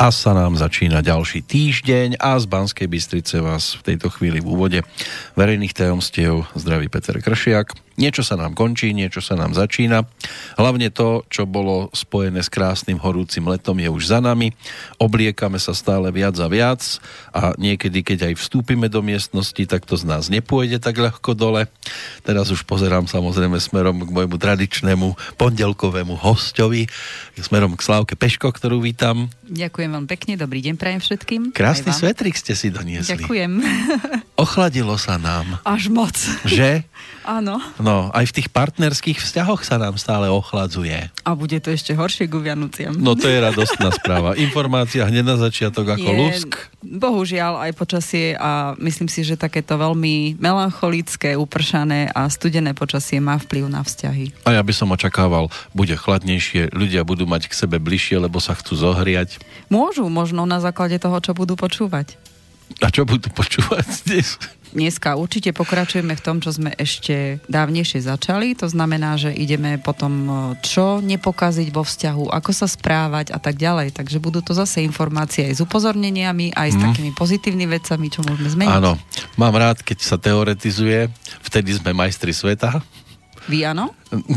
A sa nám začína ďalší týždeň a z Banskej Bystrice vás v tejto chvíli v úvode verejných tajomstiev zdraví Peter Kršiak. Niečo sa nám končí, niečo sa nám začína. Hlavne to, čo bolo spojené s krásnym horúcim letom, je už za nami. Obliekame sa stále viac a viac a niekedy, keď aj vstúpime do miestnosti, tak to z nás nepôjde tak ľahko dole. Teraz už pozerám samozrejme smerom k môjmu tradičnému pondelkovému hosťovi, smerom k Slávke Peško, ktorú vítam. Ďakujem vám pekne, dobrý deň prajem všetkým. Krásny svetrik ste si doniesli. Ďakujem. Ochladilo sa nám. Až moc. Že? Áno. No, aj v tých partnerských vzťahoch sa nám stále ochladzuje. A bude to ešte horšie ku Vianociam. No to je radostná správa. Informácia hneď na začiatok ako lusk. Bohužiaľ aj počasie a myslím si, že takéto veľmi melancholické, upršané a studené počasie má vplyv na vzťahy. A ja by som očakával, bude chladnejšie, ľudia budú mať k sebe bližšie, lebo sa chcú zohriať. Môžu, možno na základe toho, čo budú počúvať. A čo budú počúvať dnes? Dneska určite pokračujeme v tom, čo sme ešte dávnejšie začali. To znamená, že ideme potom čo nepokaziť vo vzťahu, ako sa správať a tak ďalej. Takže budú to zase informácie aj s upozorneniami, aj s takými pozitívnymi vecami, čo môžeme zmeniť. Áno, mám rád, keď sa teoretizuje. Vtedy sme majstri sveta. Vy áno?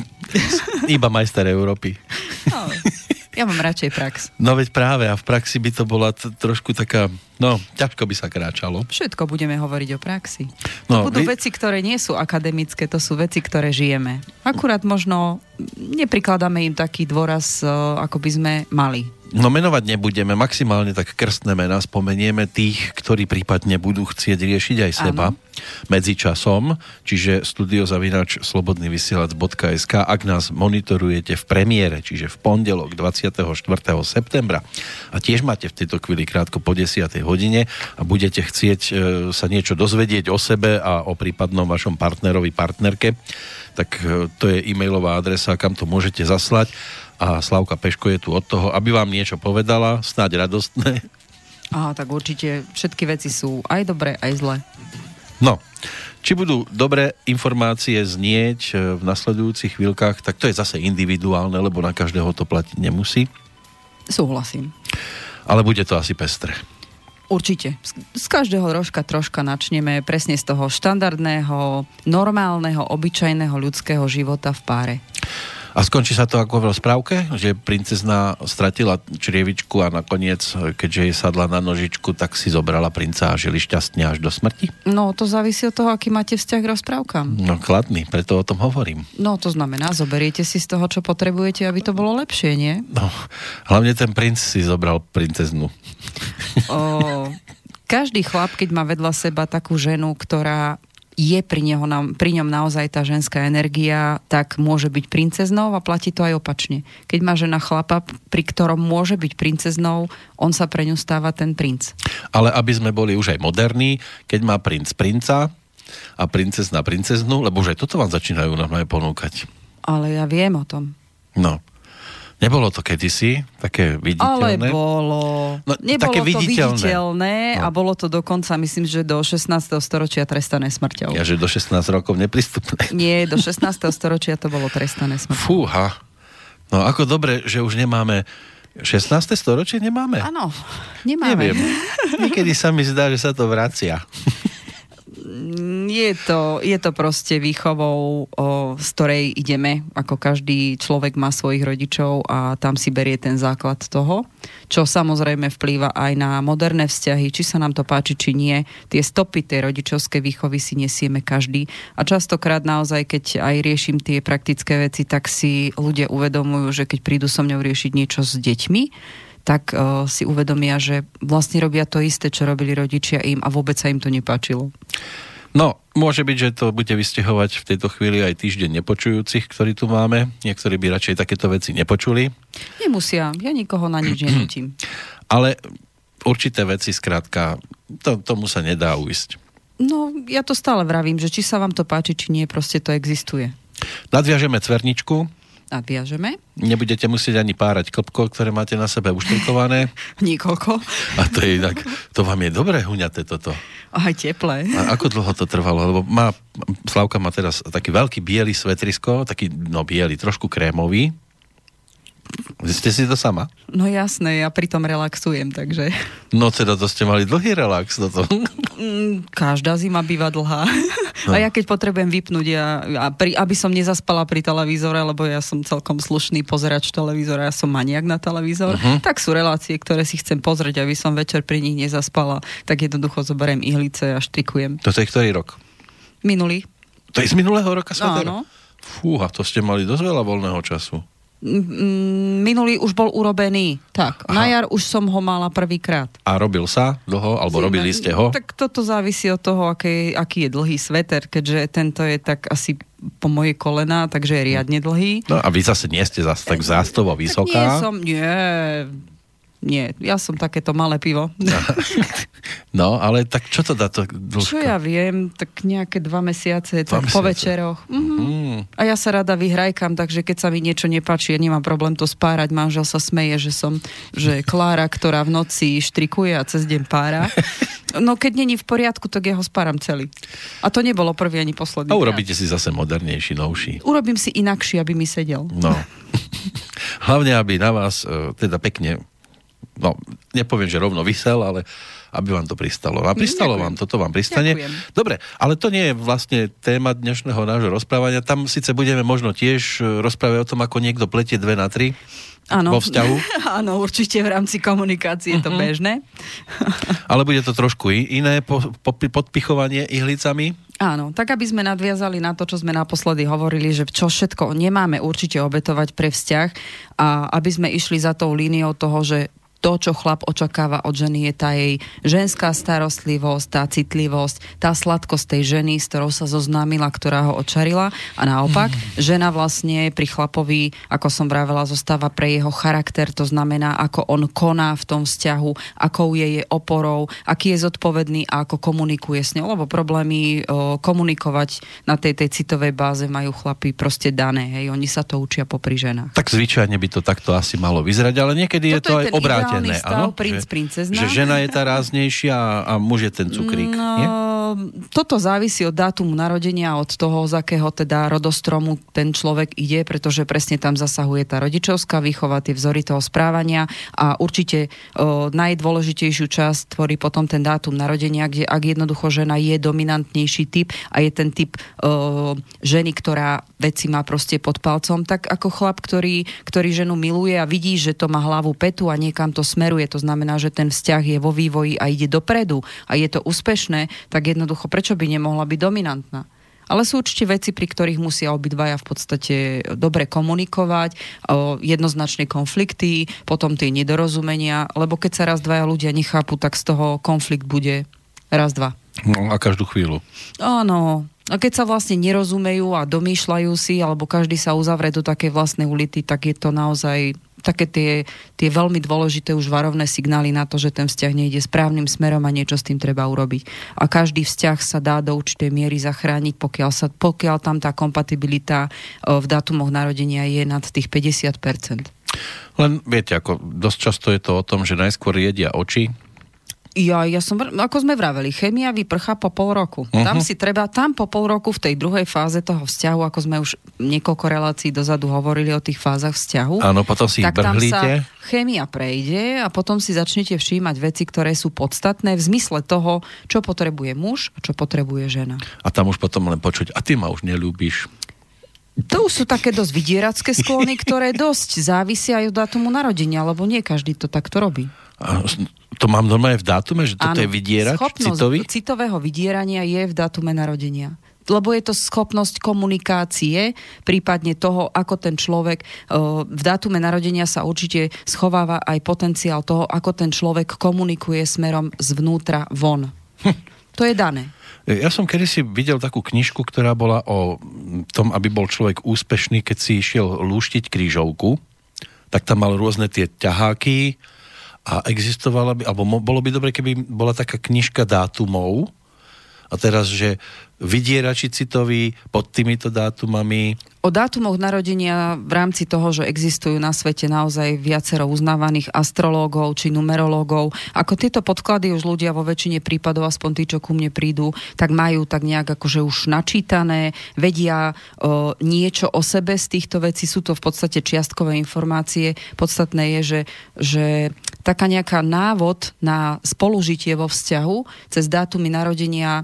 Iba majster Európy. No, ja mám radšej prax. No veď práve, a v praxi by to bola trošku taká, no, ťažko by sa kráčalo. Všetko budeme hovoriť o praxi. No, budú veci, ktoré nie sú akademické, to sú veci, ktoré žijeme. Akurát možno neprikladáme im taký dôraz, ako by sme mali. No menovať nebudeme, maximálne tak krstné mená spomenieme tých, ktorí prípadne budú chcieť riešiť aj seba medzičasom, čiže studio@slobodnyvysielac.sk, ak nás monitorujete v premiére, čiže v pondelok 24. septembra a tiež máte v tejto chvíli krátko po 10. hodine a budete chcieť sa niečo dozvedieť o sebe a o prípadnom vašom partnerovi, partnerke, tak to je e-mailová adresa, kam to môžete zaslať. A Slávka Peško je tu od toho, aby vám niečo povedala, snáď radostné. Tak určite všetky veci sú aj dobré, aj zlé. No, či budú dobré informácie znieť v nasledujúcich chvíľkach, tak to je zase individuálne, lebo na každého to platiť nemusí. Súhlasím. Ale bude to asi pestré. Určite. Z každého troška načneme presne z toho štandardného, normálneho, obyčajného ľudského života v páre. A skončí sa to ako v rozprávke, že princezna stratila črievičku a nakoniec, keďže jej sadla na nožičku, tak si zobrala princa a žili šťastne až do smrti? No, to závisí od toho, aký máte vzťah k rozprávkam. No, kladný, preto o tom hovorím. No, to znamená, zoberiete si z toho, čo potrebujete, aby to bolo lepšie, nie? No, hlavne ten princ si zobral princeznu. Každý chlap, keď má vedľa seba takú ženu, ktorá je pri ňom naozaj tá ženská energia, tak môže byť princeznou a platí to aj opačne. Keď má žena chlapa, pri ktorom môže byť princeznou, on sa pre ňu stáva ten princ. Ale aby sme boli už aj moderní, keď má princ princa a princezna princeznu, lebo už aj toto vám začínajú normálne ponúkať. Ale ja viem o tom. No. Nebolo to kedysi také viditeľné? Ale bolo. No, nebolo také to viditeľné no. A bolo to dokonca, myslím, že do 16. storočia trestané smrťou. Ja, že do 16 rokov neprístupné. Nie, do 16. storočia to bolo trestané smrťou. Fúha. No ako dobre, že už nemáme 16. storočie nemáme? Áno, nemáme. Neviem. Niekedy sa mi zdá, že sa to vracia. Je to proste výchovou, z ktorej ideme, ako každý človek má svojich rodičov a tam si berie ten základ toho, čo samozrejme vplýva aj na moderné vzťahy, či sa nám to páči, či nie. Tie stopy tej rodičovskej výchovy si nesieme každý a častokrát naozaj, keď aj riešim tie praktické veci, tak si ľudia uvedomujú, že keď prídu so mňou riešiť niečo s deťmi, tak si uvedomia, že vlastne robia to isté, čo robili rodičia im a vôbec sa im to nepáčilo. No, môže byť, že to bude vystihovať v tejto chvíli aj týždeň nepočujúcich, ktorí tu máme. Niektorí by radšej takéto veci nepočuli. Nemusia, ja nikoho na nič nenútim. Ale určité veci, skrátka, tomu sa nedá uísť. No, ja to stále vravím, že či sa vám to páči, či nie, proste to existuje. Nadviažeme cverničku. Nadviažeme. Nebudete musieť ani párať klpko, ktoré máte na sebe uštrikované. Niekoľko. A to je inak, to vám je dobre huňaté toto. Aj teplé. A ako dlho to trvalo? Lebo Slavka má teraz taký veľký biely svetrisko, taký, no biely, trošku krémový. Ste si to sama? No jasné, ja pritom relaxujem, takže... No teda to ste mali dlhý relax toto. Každá zima býva dlhá. No. A ja keď potrebujem vypnúť, aby som nezaspala pri televízore, lebo ja som celkom slušný pozerač televízora, ja som maniak na televízor, tak sú relácie, ktoré si chcem pozrieť, aby som večer pri nich nezaspala, tak jednoducho zoberiem ihlice a štrikujem. To je ktorý rok? Minulý. To je z minulého roka Áno. svatého? Fúha, to ste mali dosť veľa voľného času. Minulý už bol urobený. Tak, na jar už som ho mala prvýkrát. A robil sa dlho, alebo robili ste ho? Tak toto závisí od toho, aký je dlhý sveter, keďže tento je tak asi po moje kolená, takže je riadne dlhý. No a vy zase nie ste zase tak zástovo vysoká. Nie, ja som takéto malé pivo. No, ale tak čo to dá to dĺžka? Čo ja viem, tak nejaké 2 mesiace, tak po večeroch. A ja sa rada vyhrajkam, takže keď sa mi niečo nepáči, ja nemám problém to spárať. Manžel sa smeje, že Klára, ktorá v noci štrikuje a cez deň pára. No keď není v poriadku, tak ja ho spáram celý. A to nebolo prvý ani posledný. A urobíte si zase modernejší, novší. Urobím si inakší, aby mi sedel. No. Hlavne, aby na vás teda pekne, no, nepoviem, že rovno visel, ale aby vám to pristalo. A pristalo vám, toto vám pristane. Ďakujem. Dobre, ale to nie je vlastne téma dnešného nášho rozprávania. Tam síce budeme možno tiež rozprávať o tom, ako niekto pletie 2 na 3 vo vzťahu. Áno, určite v rámci komunikácie je to bežné. Ale bude to trošku iné podpichovanie ihlicami. Áno, tak aby sme nadviazali na to, čo sme naposledy hovorili, že čo všetko nemáme určite obetovať pre vzťah a aby sme išli za tou líniou toho, že to, čo chlap očakáva od ženy, je tá jej ženská starostlivosť, tá citlivosť, tá sladkosť tej ženy, s ktorou sa zoznámila, ktorá ho očarila. A naopak, žena vlastne pri chlapovi, ako som vravela, zostáva pre jeho charakter, to znamená, ako on koná v tom vzťahu, akou je oporou, aký je zodpovedný a ako komunikuje s ňou, lebo problémy komunikovať na tej citovej báze majú chlapi proste dané, hej, oni sa to učia popri ženách. Tak zvyčajne by to takto asi malo vyzerať, ale niekedy je to aj obrátené. Stav, princ, princezna. Že žena je tá ráznejšia a muž je ten cukrík, nie? Toto závisí od dátumu narodenia, od toho, z akého teda rodostromu ten človek ide, pretože presne tam zasahuje tá rodičovská výchova, tie vzory toho správania a určite najdôležitejšiu časť tvorí potom ten dátum narodenia, kde ak jednoducho žena je dominantnejší typ a je ten typ ženy, ktorá veci má proste pod palcom, tak ako chlap, ktorý ženu miluje a vidí, že to má hlavu petu a niekam to smeruje, to znamená, že ten vzťah je vo vývoji a ide dopredu a je to úspešné, tak jednoducho prečo by nemohla byť dominantná? Ale sú určite veci, pri ktorých musia obidvaja v podstate dobre komunikovať, jednoznačné konflikty, potom tie nedorozumenia, lebo keď sa raz dvaja ľudia nechápu, tak z toho konflikt bude raz, dva. No a každú chvíľu. Áno. A keď sa vlastne nerozumejú a domýšľajú si, alebo každý sa uzavrie do takej vlastnej ulity, tak je to naozaj také tie veľmi dôležité už varovné signály na to, že ten vzťah nejde správnym smerom a niečo s tým treba urobiť. A každý vzťah sa dá do určitej miery zachrániť, pokiaľ tam tá kompatibilita v dátumoch narodenia je nad tých 50%. Len viete, ako dosť často je to o tom, že najskôr jedia oči. Ja som, ako sme vraveli, chémia vyprchá po pol roku. Tam po pol roku v tej druhej fáze toho vzťahu, ako sme už niekoľko relácií dozadu hovorili o tých fázach vzťahu. Áno, potom si ich brhlíte. Tak tam sa chémia prejde a potom si začnete všímať veci, ktoré sú podstatné v zmysle toho, čo potrebuje muž a čo potrebuje žena. A tam už potom len počuť, a ty ma už neľúbiš. To už sú také dosť vydieracké sklony, ktoré dosť závisia aj od dátumu narodenia, lebo nie každý to takto robí. A to mám normálne v dátume, že toto je vydierač citový? Citového vydierania je v dátume narodenia. Lebo je to schopnosť komunikácie, prípadne toho, ako ten človek v dátume narodenia sa určite schováva aj potenciál toho, ako ten človek komunikuje smerom zvnútra von. To je dané. Ja som kedysi videl takú knižku, ktorá bola o tom, aby bol človek úspešný, keď si išiel lúštiť krížovku, tak tam mal rôzne tie ťaháky a existovala by, alebo bolo by dobre, keby bola taká knižka dátumov a teraz, že vydierači citoví pod týmito dátumami O dátumoch narodenia v rámci toho, že existujú na svete naozaj viacero uznávaných astrológov či numerológov, ako tieto podklady už ľudia vo väčšine prípadov, aspoň tí, čo ku mne prídu, tak majú tak nejak akože už načítané, vedia niečo o sebe z týchto vecí, sú to v podstate čiastkové informácie. Podstatné je, že taká nejaká návod na spolužitie vo vzťahu cez dátumy narodenia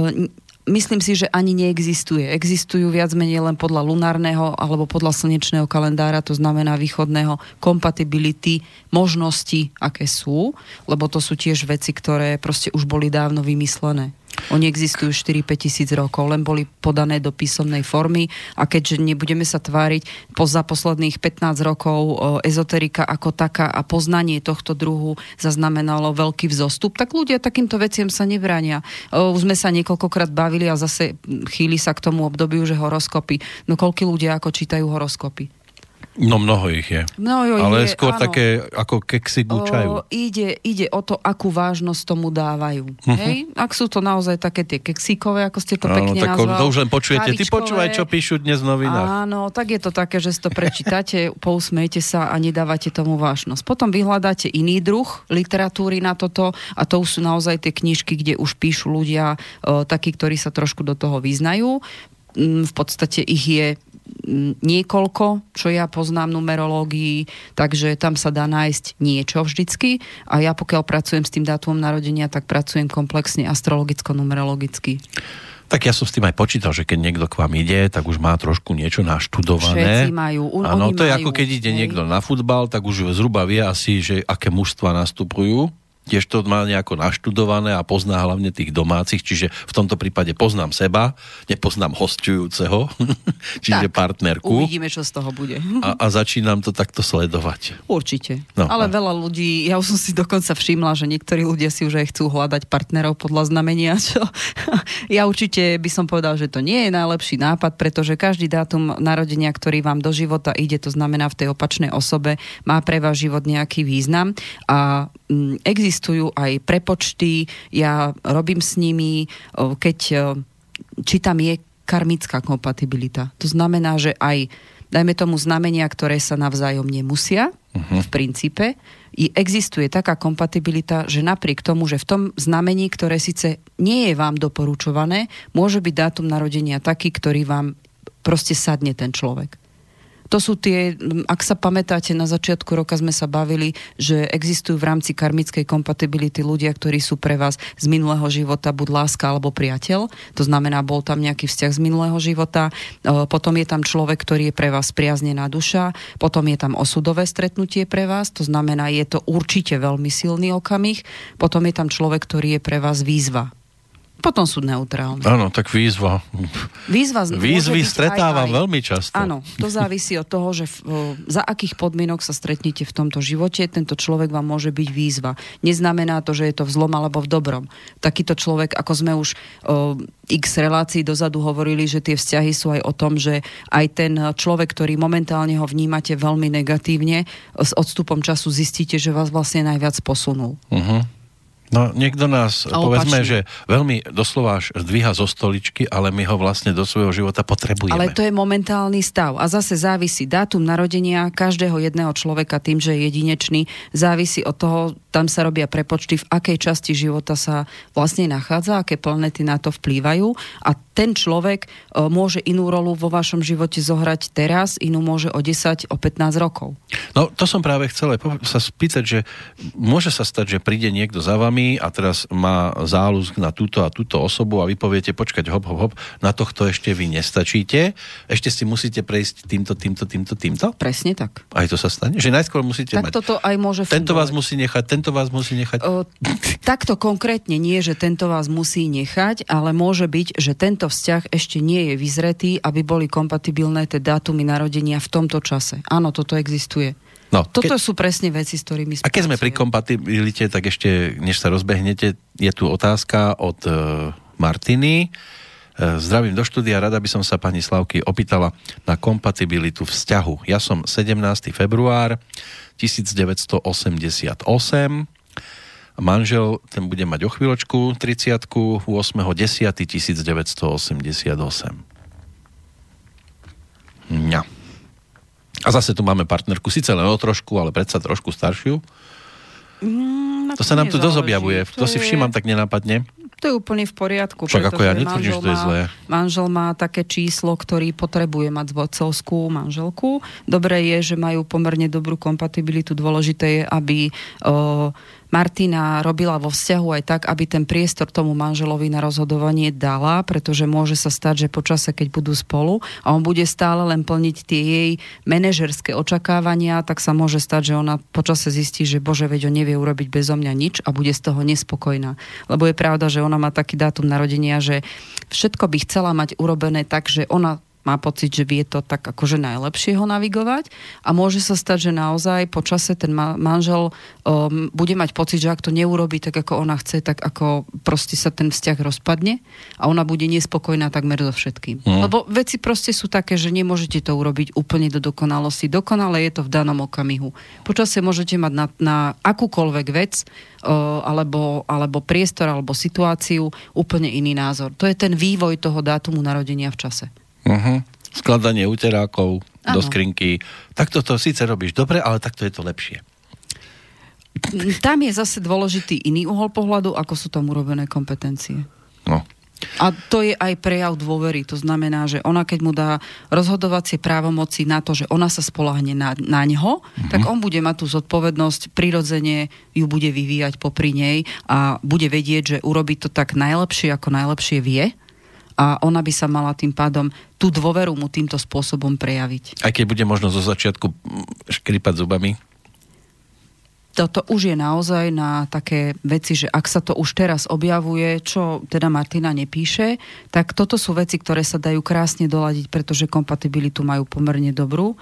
myslím si, že ani neexistuje. Existujú viac menej len podľa lunárneho alebo podľa slnečného kalendára, to znamená východného, kompatibility, možnosti, aké sú, lebo to sú tiež veci, ktoré proste už boli dávno vymyslené. Oni existujú 4-5 tisíc rokov, len boli podané do písomnej formy a keďže nebudeme sa tváriť, za posledných 15 rokov ezoterika ako taká a poznanie tohto druhu zaznamenalo veľký vzostup, tak ľudia takýmto veciam sa nebránia. Už sme sa niekoľkokrát bavili a zase chýli sa k tomu obdobiu, že horoskopy. No koľko ľudia ako čítajú horoskopy? No mnoho ich je. Ale skôr áno. Také ako keksy čaju. Ide o to, akú vážnosť tomu dávajú. Hej? Ak sú to naozaj také tie keksíkové, ako ste to pekne nazval. To už len počujete. Ty počúvaj, čo píšu dnes v novinách. Áno, tak je to také, že si to prečítate, pousmejete sa a nedávate tomu vážnosť. Potom vyhľadáte iný druh literatúry na toto a to už sú naozaj tie knižky, kde už píšu ľudia takí, ktorí sa trošku do toho vyznajú. V podstate ich je niekoľko, čo ja poznám numerológii, takže tam sa dá nájsť niečo vždycky a ja pokiaľ pracujem s tým dátumom narodenia, tak pracujem komplexne astrologicko-numerologicky. Tak ja som s tým aj počítal, že keď niekto k vám ide, tak už má trošku niečo naštudované. Všetci majú. Áno, to je ako keď ide niekto na futbal, tak už zhruba vie asi, že aké mužstva nastupujú. Tiež to má nejako naštudované a pozná hlavne tých domácich, čiže v tomto prípade poznám seba, nepoznám hostujúceho, čiže tak, partnerku. Uvidíme, čo z toho bude. A začínam to takto sledovať. Určite. No, ale veľa ľudí, ja už som si dokonca všimla, že niektorí ľudia si už aj chcú hľadať partnerov podľa znamenia, čo ja určite by som povedal, že to nie je najlepší nápad, pretože každý dátum narodenia, ktorý vám do života ide, to znamená v tej opačnej osobe, má pre váš život nejaký význam a existujú aj prepočty, ja robím s nimi, keď či tam je karmická kompatibilita. To znamená, že aj, dajme tomu znamenia, ktoré sa navzájom nemusia, v princípe, existuje taká kompatibilita, že napriek tomu, že v tom znamení, ktoré síce nie je vám doporučované, môže byť dátum narodenia taký, ktorý vám proste sadne ten človek. To sú tie, ak sa pamätáte, na začiatku roka sme sa bavili, že existujú v rámci karmickej kompatibility ľudia, ktorí sú pre vás z minulého života buď láska alebo priateľ. To znamená, bol tam nejaký vzťah z minulého života. Potom je tam človek, ktorý je pre vás priaznená duša. Potom je tam osudové stretnutie pre vás. To znamená, je to určite veľmi silný okamih. Potom je tam človek, ktorý je pre vás výzva. Potom sú neutrálne. Áno, tak výzvy stretávam veľmi často. Áno, to závisí od toho, že za akých podmienok sa stretnete v tomto živote, tento človek vám môže byť výzva. Neznamená to, že je to v zlom alebo v dobrom. Takýto človek, ako sme už x relácií dozadu hovorili, že tie vzťahy sú aj o tom, že aj ten človek, ktorý momentálne ho vnímate veľmi negatívne, s odstupom času zistíte, že vás vlastne najviac posunul. No, niekto nás, povedzme, že veľmi doslova až zdvíha zo stoličky, ale my ho vlastne do svojho života potrebujeme. Ale to je momentálny stav. A zase závisí dátum narodenia každého jedného človeka tým, že je jedinečný. Závisí od toho, tam sa robia prepočty, v akej časti života sa vlastne nachádza, aké planety na to vplývajú. A ten človek môže inú rolu vo vašom živote zohrať teraz, inú môže o 10, o 15 rokov. No, to som práve chcel sa spýtať, že môže sa stať, že príde niekto za vami a teraz má záľusk na túto a túto osobu a vy poviete, počkať, hop, na tohto ešte vy nestačíte, ešte si musíte prejsť týmto. Presne tak. Aj to sa stane? Že najskôr musíte tak mať... Toto aj môže fungovať. Tento vás musí nechať. Takto konkrétne nie, že tento vás musí nechať, ale môže byť, že tento vzťah ešte nie je vyzretý, aby boli kompatibilné tie dátumy narodenia v tomto čase. Áno, toto existuje. No, toto sú presne veci, s ktorými spolupracujeme. A keď sme pri kompatibilite, tak ešte, než sa rozbehnete, je tu otázka od Martiny. Zdravím do štúdia, rada by som sa pani Slavky opýtala na kompatibilitu vzťahu. Ja som 17. február 1988, manžel, ten bude mať o chvíľočku 30-ku, 8.10.1988. No. A zase tu máme partnerku, síce len o trošku, ale predsa trošku staršiu. To sa nám tu dosť objavuje. To si všímam tak nenápadne. To je úplne v poriadku. Však ako ja netvrdím, že to je zlé. Manžel má také číslo, ktorý potrebuje mať vodcovskú manželku. Dobré je, že majú pomerne dobrú kompatibilitu. Dôležité je, aby Martina robila vo vzťahu aj tak, aby ten priestor tomu manželovi na rozhodovanie dala, pretože môže sa stať, že počase, keď budú spolu a on bude stále len plniť tie jej manažerské očakávania, tak sa môže stať, že ona počase zistí, že bože, veď on nevie urobiť bezo mňa nič a bude z toho nespokojná. Lebo je pravda, že ona má taký dátum narodenia, že všetko by chcela mať urobené tak, že ona má pocit, že vie to tak akože najlepšie ho navigovať a môže sa stať, že naozaj po čase ten manžel bude mať pocit, že ak to neurobí tak, ako ona chce, tak ako proste sa ten vzťah rozpadne a ona bude nespokojná takmer so všetkým. Lebo veci proste sú také, že nemôžete to urobiť úplne do dokonalosti. Dokonale je to v danom okamihu. Počasie môžete mať na akúkoľvek vec alebo priestor, alebo situáciu úplne iný názor. To je ten vývoj toho dátumu narodenia v čase. Skladanie uterákov do skrinky. Takto to síce robíš dobre, ale takto je to lepšie. Tam je zase dôležitý iný uhol pohľadu, ako sú tam urobené kompetencie. No. A to je aj prejav dôvery. To znamená, že ona keď mu dá rozhodovacie právomoci na to, že ona sa spoľahne na neho, tak on bude mať tú zodpovednosť, prirodzene ju bude vyvíjať popri nej a bude vedieť, že urobí to tak najlepšie, ako najlepšie vie. A ona by sa mala tým pádom tú dôveru mu týmto spôsobom prejaviť. Aj keď bude možno zo začiatku škripať zubami? Toto už je naozaj na také veci, že ak sa to už teraz objavuje, čo teda Martina nepíše, tak toto sú veci, ktoré sa dajú krásne doladiť, pretože kompatibilitu majú pomerne dobrú.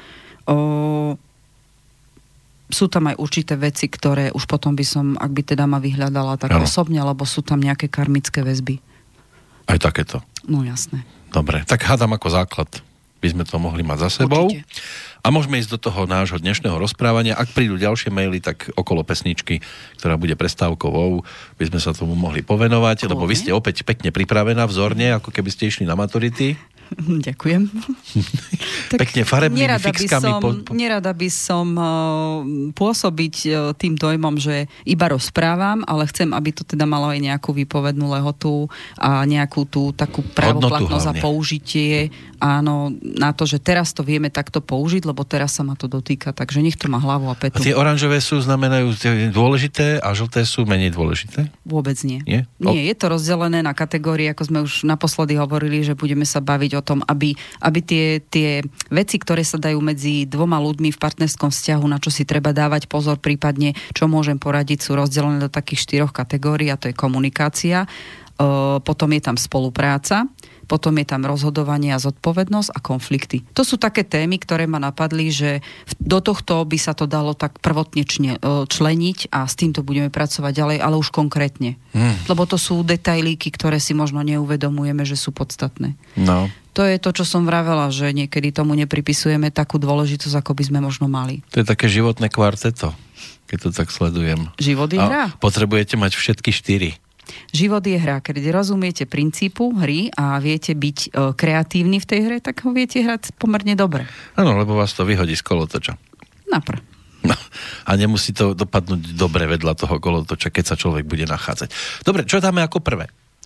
Sú tam aj určité veci, ktoré už potom by som, ak by teda ma vyhľadala tak osobne, alebo sú tam nejaké karmické väzby. Aj takéto. No jasné. Dobre, tak hádam ako základ by sme to mohli mať za sebou. Určite. A môžeme ísť do toho nášho dnešného rozprávania. Ak prídu ďalšie maily, tak okolo pesničky, ktorá bude prestávkovou, by sme sa tomu mohli povenovať, lebo vy ste opäť pekne pripravená vzorne, ako keby ste išli na maturity. Ďakujem. Pekne farebnými fixkami. Nerada by som pôsobiť tým dojmom, že iba rozprávam, ale chcem, aby to teda malo aj nejakú výpovednú lehotu a nejakú tú takú právoplatnosť a použitie. Áno, na to, že teraz to vieme takto použiť, lebo teraz sa ma to dotýka, takže nech to má hlavu a petu. A tie oranžové sú znamenajú dôležité a žlté sú menej dôležité? Vôbec nie. Nie? Nie, je to rozdelené na kategórie, ako sme už naposledy hovorili, že budeme sa baviť o tom, aby tie veci, ktoré sa dajú medzi dvoma ľuďmi v partnerskom vzťahu, na čo si treba dávať pozor, prípadne čo môžem poradiť, sú rozdelené do takých 4 kategórií, a to je komunikácia, potom je tam spolupráca, potom je tam rozhodovanie a zodpovednosť a konflikty. To sú také témy, ktoré ma napadli, že do tohto by sa to dalo tak prvotne členiť a s týmto budeme pracovať ďalej, ale už konkrétne. Lebo to sú detailíky, ktoré si možno neuvedomujeme, že sú podstatné. No. To je to, čo som vravela, že niekedy tomu nepripisujeme takú dôležitosť, ako by sme možno mali. To je také životné kvarteto, keď to tak sledujem. Život je hra. Potrebujete mať všetky 4. Život je hra. Keď rozumiete princípu hry a viete byť kreatívni v tej hre, tak ho viete hrať pomerne dobre. Áno, lebo vás to vyhodí z kolotoča. Napr. No, a nemusí to dopadnúť dobre vedľa toho kolotoča, keď sa človek bude nachádzať. Dobre, čo dáme ako prvé?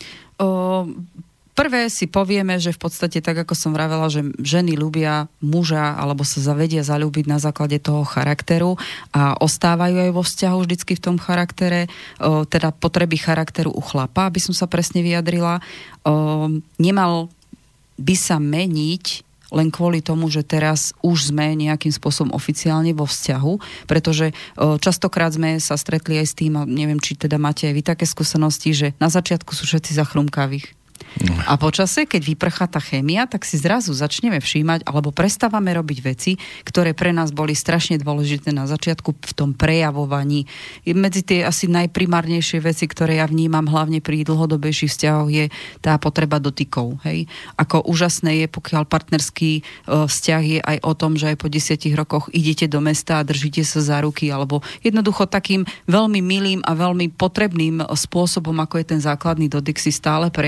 Prvé si povieme, že v podstate tak, ako som vravela, že ženy ľúbia muža alebo sa zavedia zaľúbiť na základe toho charakteru a ostávajú aj vo vzťahu vždycky v tom charaktere, teda potreby charakteru u chlapa, aby som sa presne vyjadrila. Nemal by sa meniť len kvôli tomu, že teraz už sme nejakým spôsobom oficiálne vo vzťahu, pretože častokrát sme sa stretli aj s tým, a neviem, či teda máte aj vy také skúsenosti, že na začiatku sú všetci zachrumkavých. A počase, keď vyprchá tá chémia, tak si zrazu začneme všímať, alebo prestávame robiť veci, ktoré pre nás boli strašne dôležité na začiatku v tom prejavovaní. Medzi tie asi najprimárnejšie veci, ktoré ja vnímam hlavne pri dlhodobejších vzťahoch, je tá potreba dotykov. Hej? Ako úžasné je, pokiaľ partnerský vzťah je aj o tom, že aj po 10 rokoch idete do mesta a držíte sa za ruky, alebo jednoducho takým veľmi milým a veľmi potrebným spôsobom, ako je ten základný dotyk, si stále prejavujú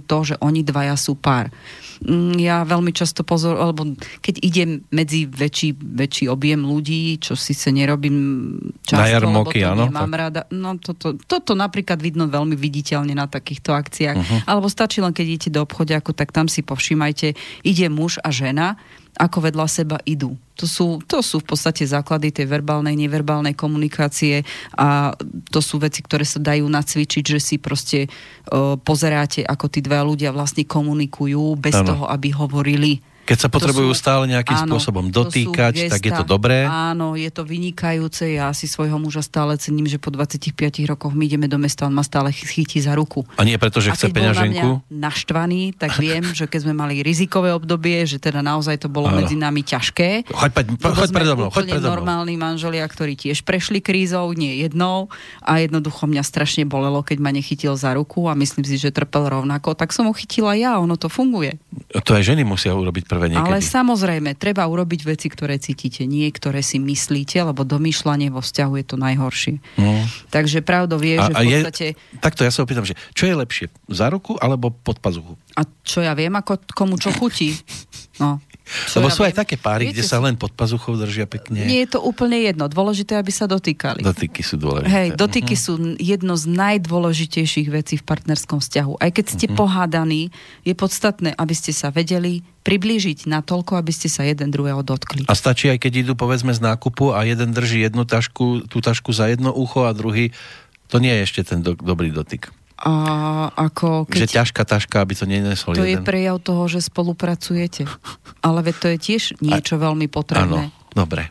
to, že oni dvaja sú pár. Ja veľmi často alebo keď idem medzi väčší objem ľudí, čo síce nerobím často, na jarmoky, lebo to nemám rada. No toto napríklad vidno veľmi viditeľne na takýchto akciách. Alebo stačí len, keď idete do obchodiaku, tak tam si povšimajte, ide muž a žena, ako vedľa seba idú. To sú v podstate základy tej verbálnej, neverbálnej komunikácie a to sú veci, ktoré sa dajú nacvičiť, že si proste pozeráte, ako tí dva ľudia vlastne komunikujú bez toho, aby hovorili. Keď sa potrebujú stále nejakým spôsobom dotýkať, tak je to dobré? Áno, je to vynikajúce. Ja si svojho muža stále cením, že po 25 rokoch my ideme do mesta, on ma stále chytí za ruku. A nie preto, že chce peňaženku? A keď bol na mňa naštvaný, tak viem, že keď sme mali rizikové obdobie, že teda naozaj to bolo medzi nami ťažké. Choď predo mnou. Normálni manželia, ktorí tiež prešli krízou, nie jednou, a jednoducho mňa strašne bolelo, keď ma nechytil za ruku a myslím si, že trpel rovnako, tak som ho chytila ja, ono to funguje. To aj ženy musia urobiť prvé niekedy. Ale samozrejme, treba urobiť veci, ktoré cítite, nie ktoré si myslíte, lebo domýšľanie vo vzťahu je to najhoršie. Takže pravdou vie, že v podstate... Takto ja sa opýtam, že čo je lepšie? Za ruku alebo pod pazuchu? A čo ja viem, ako komu čo chutí. No. Lebo sú aj také páry, kde sa len pod pazuchou držia pekne. Nie je to úplne jedno. Dôležité, aby sa dotýkali. Dotyky sú dôležité. Hej, dotyky sú jedno z najdôležitejších vecí v partnerskom vzťahu. Aj keď ste pohádaní, je podstatné, aby ste sa vedeli priblížiť natoľko, aby ste sa jeden druhého dotkli. A stačí aj keď idú povedzme z nákupu a jeden drží jednu tašku, tú tašku za jedno ucho a druhý, to nie je ešte ten dobrý dotyk. A ako keď... Že ťažká taška, aby to nenesol to jeden. Je prejav toho, že spolupracujete. Ale veď to je tiež niečo veľmi potrebné. Áno, dobre.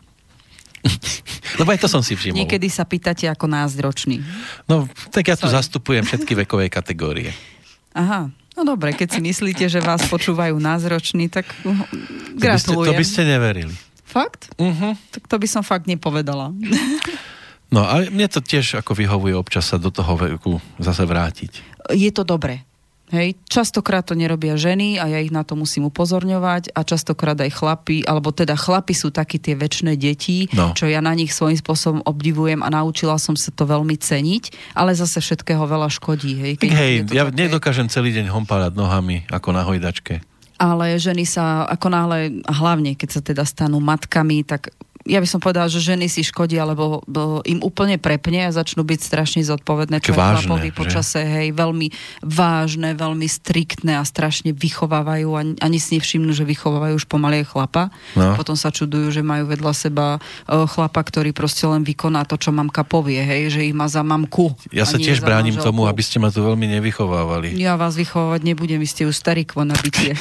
Lebo aj to som si všimol. Niekedy sa pýtate ako názdročný. No, tak ja tu zastupujem všetky vekové kategórie. Aha, no dobre, keď si myslíte, že vás počúvajú názdroční, tak gratulujem. To by ste neverili. Fakt? Tak to by som fakt nepovedala. No a mne to tiež ako vyhovuje občas sa do toho veku zase vrátiť. Je to dobré. Hej, častokrát to nerobia ženy a ja ich na to musím upozorňovať a častokrát aj chlapi, alebo teda chlapi sú takí tie večné deti, čo ja na nich svojím spôsobom obdivujem a naučila som sa to veľmi ceniť, ale zase všetkého veľa škodí. Hej, ja nedokážem celý deň hompálať nohami ako na hojdačke. Ale ženy sa ako náhle, a hlavne keď sa teda stanú matkami, tak ja by som povedala, že ženy si škodia, lebo im úplne prepne a začnú byť strašne zodpovedné pre chlapovi počase, hej, veľmi vážne, veľmi striktné a strašne vychovávajú, ani si nevšimnú, že vychovávajú už pomaly chlapa. No. Potom sa čudujú, že majú vedľa seba chlapa, ktorý proste len vykoná to, čo mamka povie, hej, že ich má za mamku. Ja sa tiež bránim tomu, aby ste ma tu veľmi nevychovávali. Ja vás vychovávať nebudem, vy ste už starý kvon na bytie.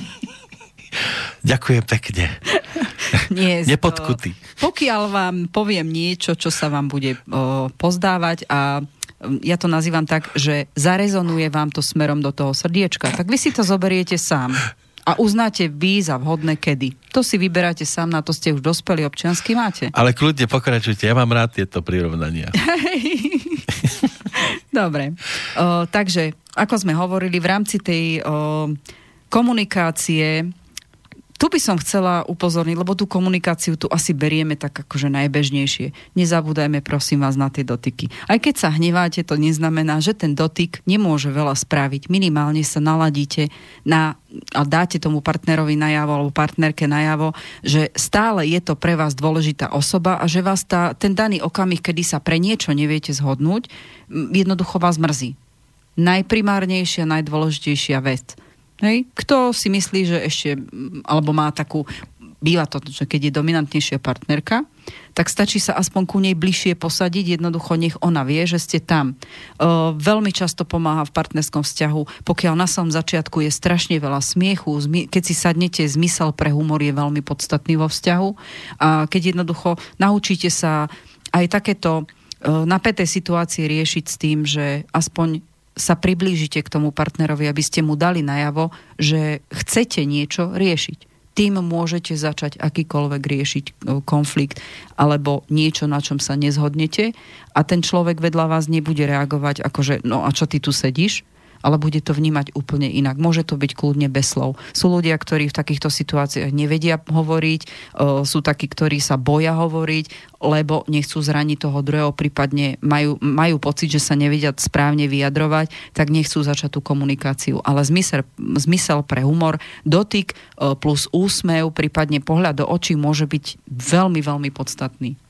Ďakujem pekne. Nie, nepodkutý. Pokiaľ vám poviem niečo, čo sa vám bude pozdávať a ja to nazývam tak, že zarezonuje vám to smerom do toho srdiečka, tak vy si to zoberiete sám a uznáte vy za vhodné kedy. To si vyberáte sám, na to ste už dospeli, občiansky máte. Ale kľudne pokračujte, ja mám rád tieto prirovnania. Dobre. Takže, ako sme hovorili, v rámci tej komunikácie tu by som chcela upozorniť, lebo tú komunikáciu tu asi berieme tak akože najbežnejšie. Nezabúdajme prosím vás na tie dotyky. Aj keď sa hneváte, to neznamená, že ten dotyk nemôže veľa spraviť. Minimálne sa naladíte a dáte tomu partnerovi najavo alebo partnerke najavo, že stále je to pre vás dôležitá osoba a že vás ten daný okamih, kedy sa pre niečo neviete zhodnúť, jednoducho vás mrzí. Najprimárnejšia, najdôležitejšia vec. Hej. Kto si myslí, že ešte, alebo má takú, býva to, že keď je dominantnejšia partnerka, tak stačí sa aspoň ku nej bližšie posadiť, jednoducho nech ona vie, že ste tam. Veľmi často pomáha v partnerskom vzťahu, pokiaľ na samom začiatku je strašne veľa smiechu, keď si sadnete, zmysel pre humor je veľmi podstatný vo vzťahu a keď jednoducho naučíte sa aj takéto napäté situácie riešiť s tým, že aspoň sa priblížite k tomu partnerovi, aby ste mu dali najavo, že chcete niečo riešiť. Tým môžete začať akýkoľvek riešiť konflikt alebo niečo, na čom sa nezhodnete a ten človek vedľa vás nebude reagovať ako, že no a čo ty tu sedíš? ale bude to vnímať úplne inak. Môže to byť kľudne bez slov. Sú ľudia, ktorí v takýchto situáciách nevedia hovoriť, sú takí, ktorí sa boja hovoriť, lebo nechcú zraniť toho druhého, prípadne majú pocit, že sa nevedia správne vyjadrovať, tak nechcú začať tú komunikáciu. Ale zmysel pre humor, dotyk plus úsmev, prípadne pohľad do očí môže byť veľmi, veľmi podstatný.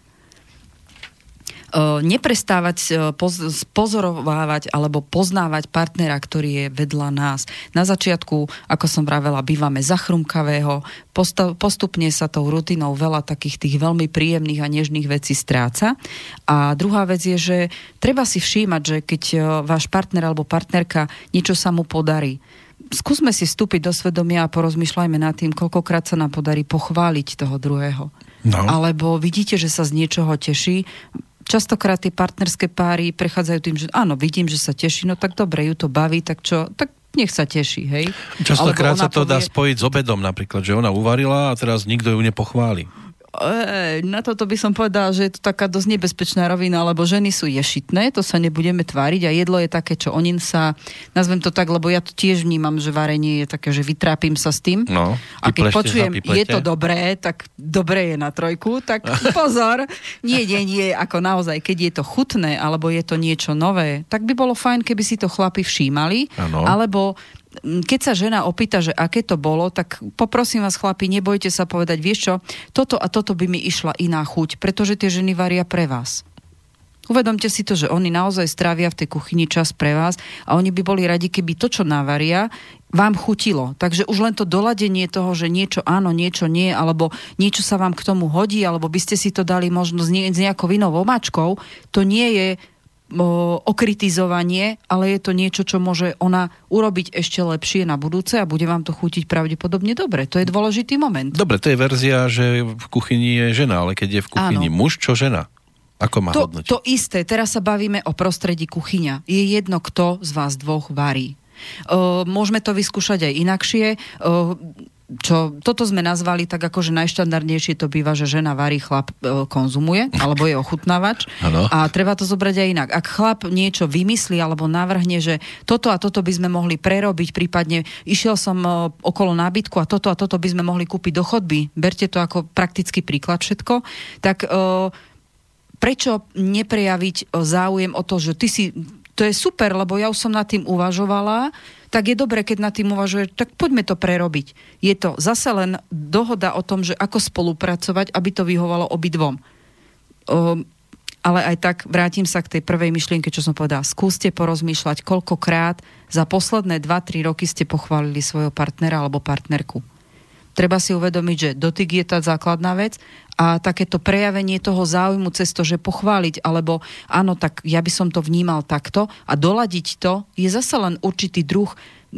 Neprestávať pozorovávať alebo poznávať partnera, ktorý je vedľa nás. Na začiatku, ako som vravela, bývame zachrumkavého, postupne sa tou rutinou veľa takých tých veľmi príjemných a nežných vecí stráca. A druhá vec je, že treba si všímať, že keď váš partner alebo partnerka niečo sa mu podarí, skúsme si vstúpiť do svedomia a porozmýšľajme nad tým, koľkokrát sa nám podarí pochváliť toho druhého. No. Alebo vidíte, že sa z niečoho teší. Častokrát tie partnerské páry prechádzajú tým, že áno, vidím, že sa teší, no tak dobre, ju to baví, tak čo, tak nech sa teší, hej. Častokrát sa to dá spojiť s obedom napríklad, že ona uvarila a teraz nikto ju nepochváli. Na toto by som povedala, že je to taká dosť nebezpečná rovina, lebo ženy sú ješitné, to sa nebudeme tváriť a jedlo je také, čo onin sa, nazvem to tak, lebo ja to tiež vnímam, že varenie je také, že vytrápim sa s tým. No, a keď počujem, je to dobré, tak dobré je na trojku, tak pozor, nie, ako naozaj, keď je to chutné, alebo je to niečo nové, tak by bolo fajn, keby si to chlapi všímali, alebo keď sa žena opýta, že aké to bolo, tak poprosím vás, chlapi, nebojte sa povedať, vieš čo, toto a toto by mi išla iná chuť, pretože tie ženy varia pre vás. Uvedomte si to, že oni naozaj strávia v tej kuchyni čas pre vás a oni by boli radi, keby to, čo navaria, vám chutilo. Takže už len to doladenie toho, že niečo áno, niečo nie, alebo niečo sa vám k tomu hodí, alebo by ste si to dali možno s nejakou inou omáčkou, to nie je okritizovanie, ale je to niečo, čo môže ona urobiť ešte lepšie na budúce a bude vám to chutiť pravdepodobne dobre. To je dôležitý moment. Dobre, to je verzia, že v kuchyni je žena, ale keď je v kuchyni muž, čo žena? Ako má hodnotiť? To isté, teraz sa bavíme o prostredí kuchyňa. Je jedno, kto z vás dvoch varí. Môžeme to vyskúšať aj inakšie. Toto sme nazvali tak akože najštandardnejšie to býva, že žena varí, chlap konzumuje, alebo je ochutnávač. Ano. A treba to zobrať aj inak. Ak chlap niečo vymyslí alebo navrhne, že toto a toto by sme mohli prerobiť, prípadne išiel som okolo nábytku a toto by sme mohli kúpiť do chodby, berte to ako praktický príklad všetko, tak prečo neprejaviť záujem o to, že to je super, lebo ja už som nad tým uvažovala, tak je dobre, keď nad tým uvažuje, tak poďme to prerobiť. Je to zase len dohoda o tom, že ako spolupracovať, aby to vyhovalo obidvom. Ale aj tak vrátim sa k tej prvej myšlienke, čo som povedala. Skúste porozmýšľať, koľkokrát za posledné 2-3 roky ste pochválili svojho partnera alebo partnerku. Treba si uvedomiť, že dotyk je tá základná vec a takéto prejavenie toho záujmu cez to, že pochváliť, alebo áno, tak ja by som to vnímal takto a doladiť to je zase len určitý druh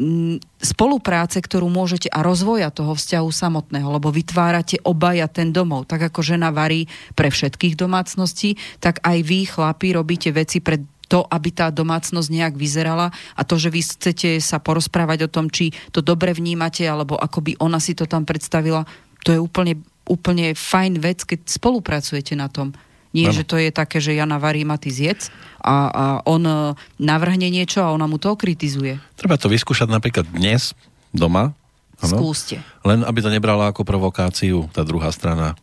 spolupráce, ktorú môžete a rozvoja toho vzťahu samotného, lebo vytvárate obaja ten domov. Tak ako žena varí pre všetkých domácností, tak aj vy, chlapi, robíte veci pre to, aby tá domácnosť nejak vyzerala a to, že vy chcete sa porozprávať o tom, či to dobre vnímate, alebo ako by ona si to tam predstavila, to je úplne fajn vec, keď spolupracujete na tom. Nie, že to je také, že ja navarím a ty zjedz a on navrhne niečo a ona mu to kritizuje. Treba to vyskúšať napríklad dnes doma. Ano? Skúste. Len aby to nebrala ako provokáciu tá druhá strana.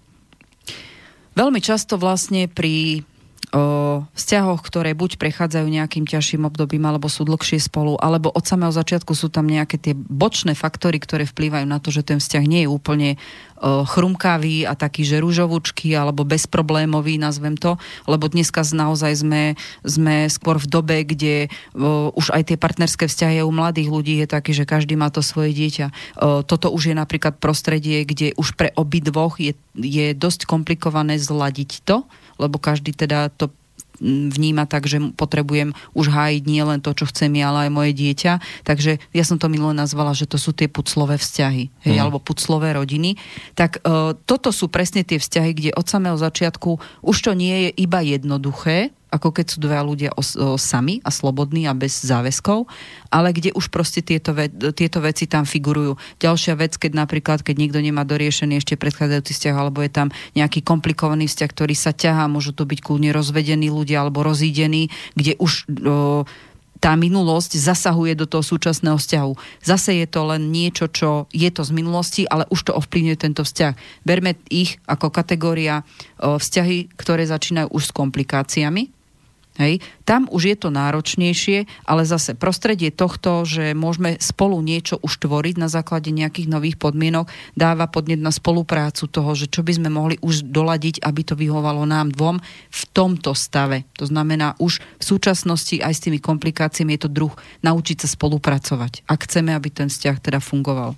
Veľmi často vlastne pri vzťahoch, ktoré buď prechádzajú nejakým ťažším obdobím, alebo sú dlhšie spolu, alebo od samého začiatku sú tam nejaké tie bočné faktory, ktoré vplývajú na to, že ten vzťah nie je úplne chrumkavý a taký, že ružovúčky alebo bezproblémový, nazvem to, lebo dneska naozaj sme skôr v dobe, kde už aj tie partnerské vzťahy u mladých ľudí je taký, že každý má to svoje dieťa. Toto už je napríklad prostredie, kde už pre obidvoch je dosť komplikované zladiť to, lebo každý teda to vníma tak, že potrebujem už hájiť nie len to, čo chcem ja, ale aj moje dieťa. Takže ja som to minule nazvala, že to sú tie puclové vzťahy, alebo puclové rodiny. Tak toto sú presne tie vzťahy, kde od samého začiatku už to nie je iba jednoduché, ako keď sú dva ľudia sami a slobodní a bez záväzkov, ale kde už proste tieto veci tam figurujú. Ďalšia vec, keď napríklad, keď niekto nemá doriešený ešte predchádzajúci vzťah, alebo je tam nejaký komplikovaný vzťah, ktorý sa ťahá, môžu to byť kľudne rozvedení ľudia alebo rozídení, kde už tá minulosť zasahuje do toho súčasného vzťahu. Zase je to len niečo, čo je to z minulosti, ale už to ovplyvňuje tento vzťah. Berme ich ako kategória vzťahy, ktoré začínajú už s komplikáciami. Hej. Tam už je to náročnejšie, ale zase prostredie tohto, že môžeme spolu niečo už tvoriť na základe nejakých nových podmienok, dáva podnet na spoluprácu toho, že čo by sme mohli už doladiť, aby to vyhovalo nám dvom v tomto stave. To znamená, už v súčasnosti aj s tými komplikáciami je to druh naučiť sa spolupracovať, ak chceme, aby ten vzťah teda fungoval.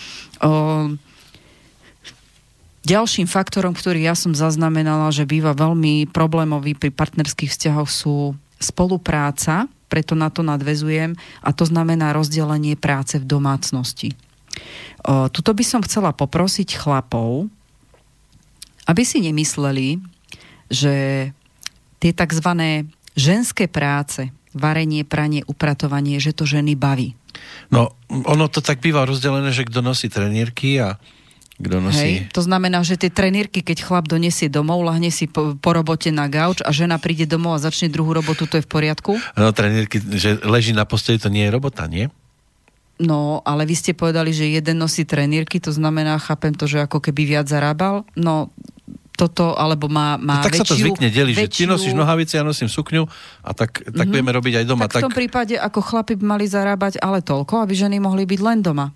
Ďalším faktorom, ktorý ja som zaznamenala, že býva veľmi problémový pri partnerských vzťahoch, sú spolupráca, preto na to nadväzujem, a to znamená rozdelenie práce v domácnosti. Tuto by som chcela poprosiť chlapov, aby si nemysleli, že tie takzvané ženské práce, varenie, pranie, upratovanie, že to ženy baví. No, ono to tak býva rozdelené, že kto nosí trenírky a kto nosí... Hej, to znamená, že tie trenírky, keď chlap donesie domov, lahne si po robote na gauč a žena príde domov a začne druhú robotu, to je v poriadku? No, trenírky, že leží na posteli, to nie je robota, nie? No, ale vy ste povedali, že jeden nosí trenírky, to znamená, chápem to, že ako keby viac zarábal. No, toto, alebo má no, tak väčšiu... Tak sa to zvykne deliť, že ty nosíš nohavice, ja nosím sukňu a tak budeme robiť aj doma. Tak v tom prípade, ako chlapi by mali zarábať ale toľko, aby ženy mohli byť len doma.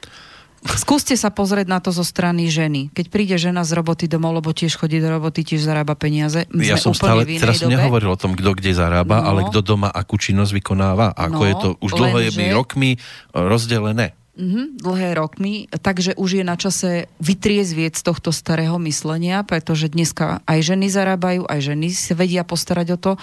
Skúste sa pozrieť na to zo strany ženy. Keď príde žena z roboty domov, lebo tiež chodí do roboty, tiež zarába peniaze. Ja som stále, teraz som nehovoril o tom, kto kde zarába, ale kto doma akú činnosť vykonáva. Ako je to už dlhými rokmi rozdelené. Dlhé rokmi, takže už je na čase vytriezvieť z tohto starého myslenia, pretože dneska aj ženy zarábajú, aj ženy si vedia postarať o to.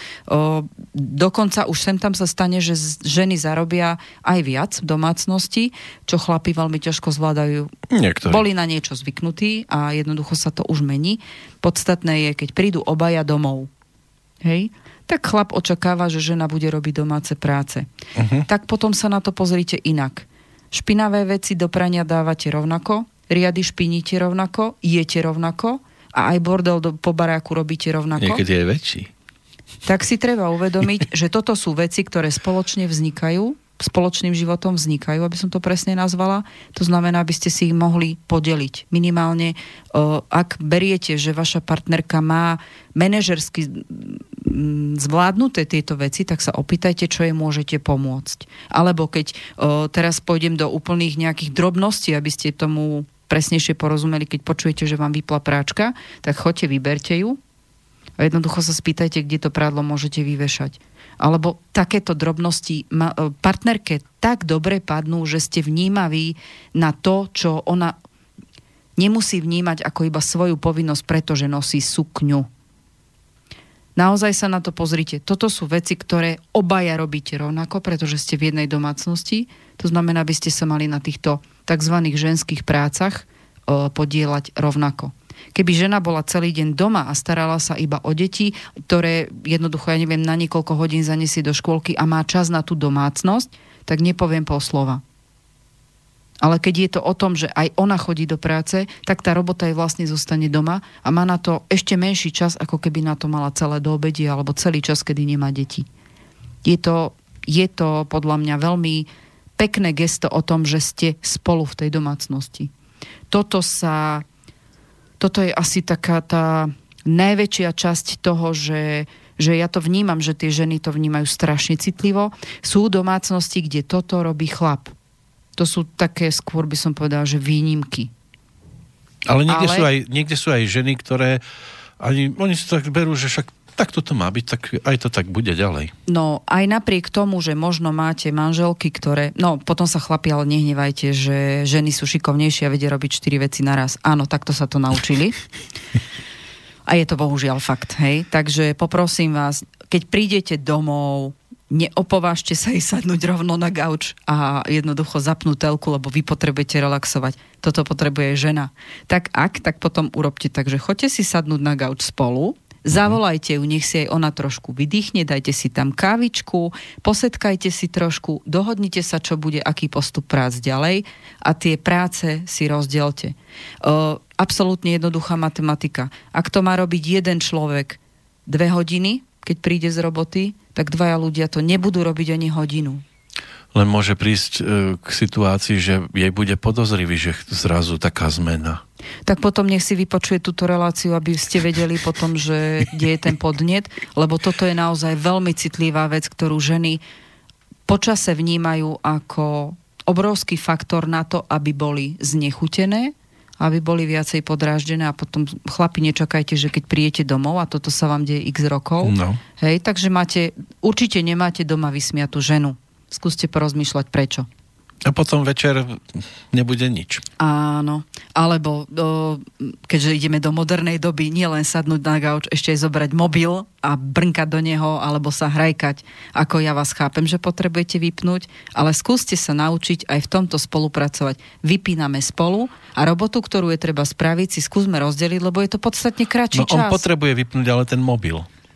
Dokonca už sem tam sa stane, že ženy zarobia aj viac v domácnosti, čo chlapi veľmi ťažko zvládajú. Niektorí. Boli na niečo zvyknutí a jednoducho sa to už mení. Podstatné je, keď prídu obaja domov, hej, tak chlap očakáva, že žena bude robiť domáce práce. Tak potom sa na to pozrite inak. Špinavé veci do prania dávate rovnako, riady špiníte rovnako, jete rovnako a aj bordel po baráku robíte rovnako. Niekedy je väčší. Tak si treba uvedomiť, že toto sú veci, ktoré spoločne vznikajú, spoločným životom vznikajú, aby som to presne nazvala. To znamená, aby ste si ich mohli podeliť. Minimálne, ak beriete, že vaša partnerka má manažersky zvládnuté tieto veci, tak sa opýtajte, čo jej môžete pomôcť. Alebo keď teraz pôjdem do úplných nejakých drobností, aby ste tomu presnejšie porozumeli, keď počujete, že vám vypla práčka, tak choďte, vyberte ju a jednoducho sa spýtajte, kde to prádlo môžete vyvešať. Alebo takéto drobnosti partnerke tak dobre padnú, že ste vnímaví na to, čo ona nemusí vnímať ako iba svoju povinnosť, pretože nosí sukňu. Naozaj sa na to pozrite. Toto sú veci, ktoré obaja robíte rovnako, pretože ste v jednej domácnosti. To znamená, aby ste sa mali na týchto tzv. Ženských prácach podieľať rovnako. Keby žena bola celý deň doma a starala sa iba o deti, ktoré jednoducho, ja neviem, na niekoľko hodín zanesie do škôlky a má čas na tú domácnosť, tak nepoviem pol slova. Ale keď je to o tom, že aj ona chodí do práce, tak tá robota jej vlastne zostane doma a má na to ešte menší čas, ako keby na to mala celé do obedie alebo celý čas, kedy nemá deti. Je to podľa mňa veľmi pekné gesto o tom, že ste spolu v tej domácnosti. Toto je asi taká tá najväčšia časť toho, že ja to vnímam, že tie ženy to vnímajú strašne citlivo. Sú domácnosti, kde toto robí chlap. To sú také, skôr by som povedala, že výnimky. Ale niekde sú aj ženy, ktoré oni si tak berú, že však tak toto má byť, tak aj to tak bude ďalej. No, aj napriek tomu, že možno máte manželky, ktoré... No, potom sa chlapi, ale nehnevajte, že ženy sú šikovnejšie a vedia robiť 4 veci naraz. Áno, takto sa to naučili. A je to bohužiaľ fakt, hej. Takže poprosím vás, keď prídete domov, neopovážte sa jej sadnúť rovno na gauč a jednoducho zapnúť telku, lebo vy potrebujete relaxovať. Toto potrebuje žena. Tak potom urobte tak, že choďte si sadnúť na gauč spolu, zavolajte ju, nech si aj ona trošku vydýchne, dajte si tam kávičku, posetkajte si trošku, dohodnite sa, čo bude, aký postup prác ďalej a tie práce si rozdielte. Absolútne jednoduchá matematika. Ak to má robiť jeden človek 2 hodiny, keď príde z roboty, tak dvaja ľudia to nebudú robiť ani hodinu. Len môže prísť k situácii, že jej bude podozrivý, že zrazu taká zmena. Tak potom nech si vypočuje túto reláciu, aby ste vedeli potom, že kde je ten podnet, lebo toto je naozaj veľmi citlivá vec, ktorú ženy počase vnímajú ako obrovský faktor na to, aby boli znechutené, aby boli viacej podráždené a potom chlapi nečakajte, že keď príjete domov a toto sa vám deje x rokov. No. Hej, takže určite nemáte doma vysmiatú ženu. Skúste porozmýšľať prečo. A potom večer nebude nič. Áno. Alebo keďže ideme do modernej doby, nielen sadnúť na gauč, ešte aj zobrať mobil a brnkať do neho, alebo sa hrajkať. Ako ja vás chápem, že potrebujete vypnúť, ale skúste sa naučiť aj v tomto spolupracovať. Vypíname spolu a robotu, ktorú je treba spraviť, si skúsme rozdeliť, lebo je to podstatne kratší čas. On potrebuje vypnúť ale ten mobil.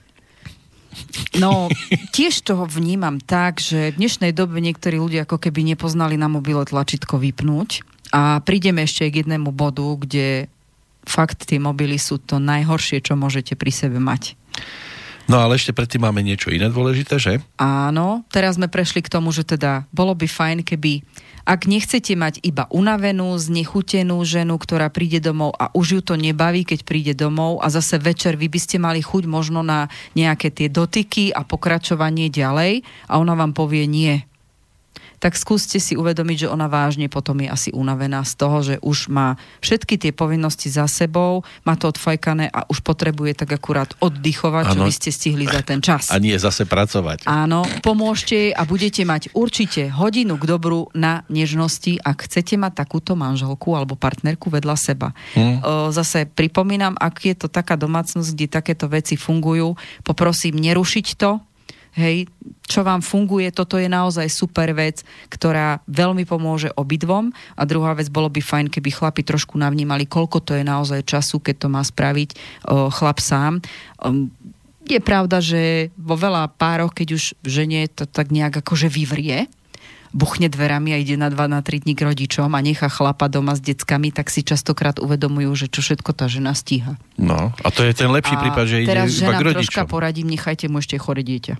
No, tiež toho vnímam tak, že v dnešnej dobe niektorí ľudia ako keby nepoznali na mobile tlačítko vypnúť a prídeme ešte k jednému bodu, kde fakt tie mobily sú to najhoršie, čo môžete pri sebe mať. No ale ešte predtým máme niečo iné dôležité, že? Áno, teraz sme prešli k tomu, že teda bolo by fajn, keby ak nechcete mať iba unavenú, znechutenú ženu, ktorá príde domov a už ju to nebaví, keď príde domov a zase večer vy by ste mali chuť možno na nejaké tie dotyky a pokračovanie ďalej a ona vám povie nie. Tak skúste si uvedomiť, že ona vážne potom je asi unavená z toho, že už má všetky tie povinnosti za sebou, má to odfajkané a už potrebuje tak akurát oddychovať, čo by ste stihli za ten čas. A nie zase pracovať. Áno, pomôžte jej a budete mať určite hodinu k dobru na nežnosti, ak chcete mať takúto manželku alebo partnerku vedľa seba. Zase pripomínam, ak je to taká domácnosť, kde takéto veci fungujú, poprosím nerušiť to. Hej, čo vám funguje, toto je naozaj super vec, ktorá veľmi pomôže obidvom a druhá vec, bolo by fajn, keby chlapi trošku navnímali, koľko to je naozaj času, keď to má spraviť chlap sám. Je pravda, že vo veľa pároch, keď už ženie to tak nejak akože vyvrie, buchne dverami a ide na 2-3 dní k rodičom a nechá chlapa doma s deckami, tak si častokrát uvedomujú, že čo všetko tá žena stíha. No, a to je ten lepší prípad, že ide iba k rodičom. Teraz ženám troška poradím, nechajte mu ešte chore dieťa.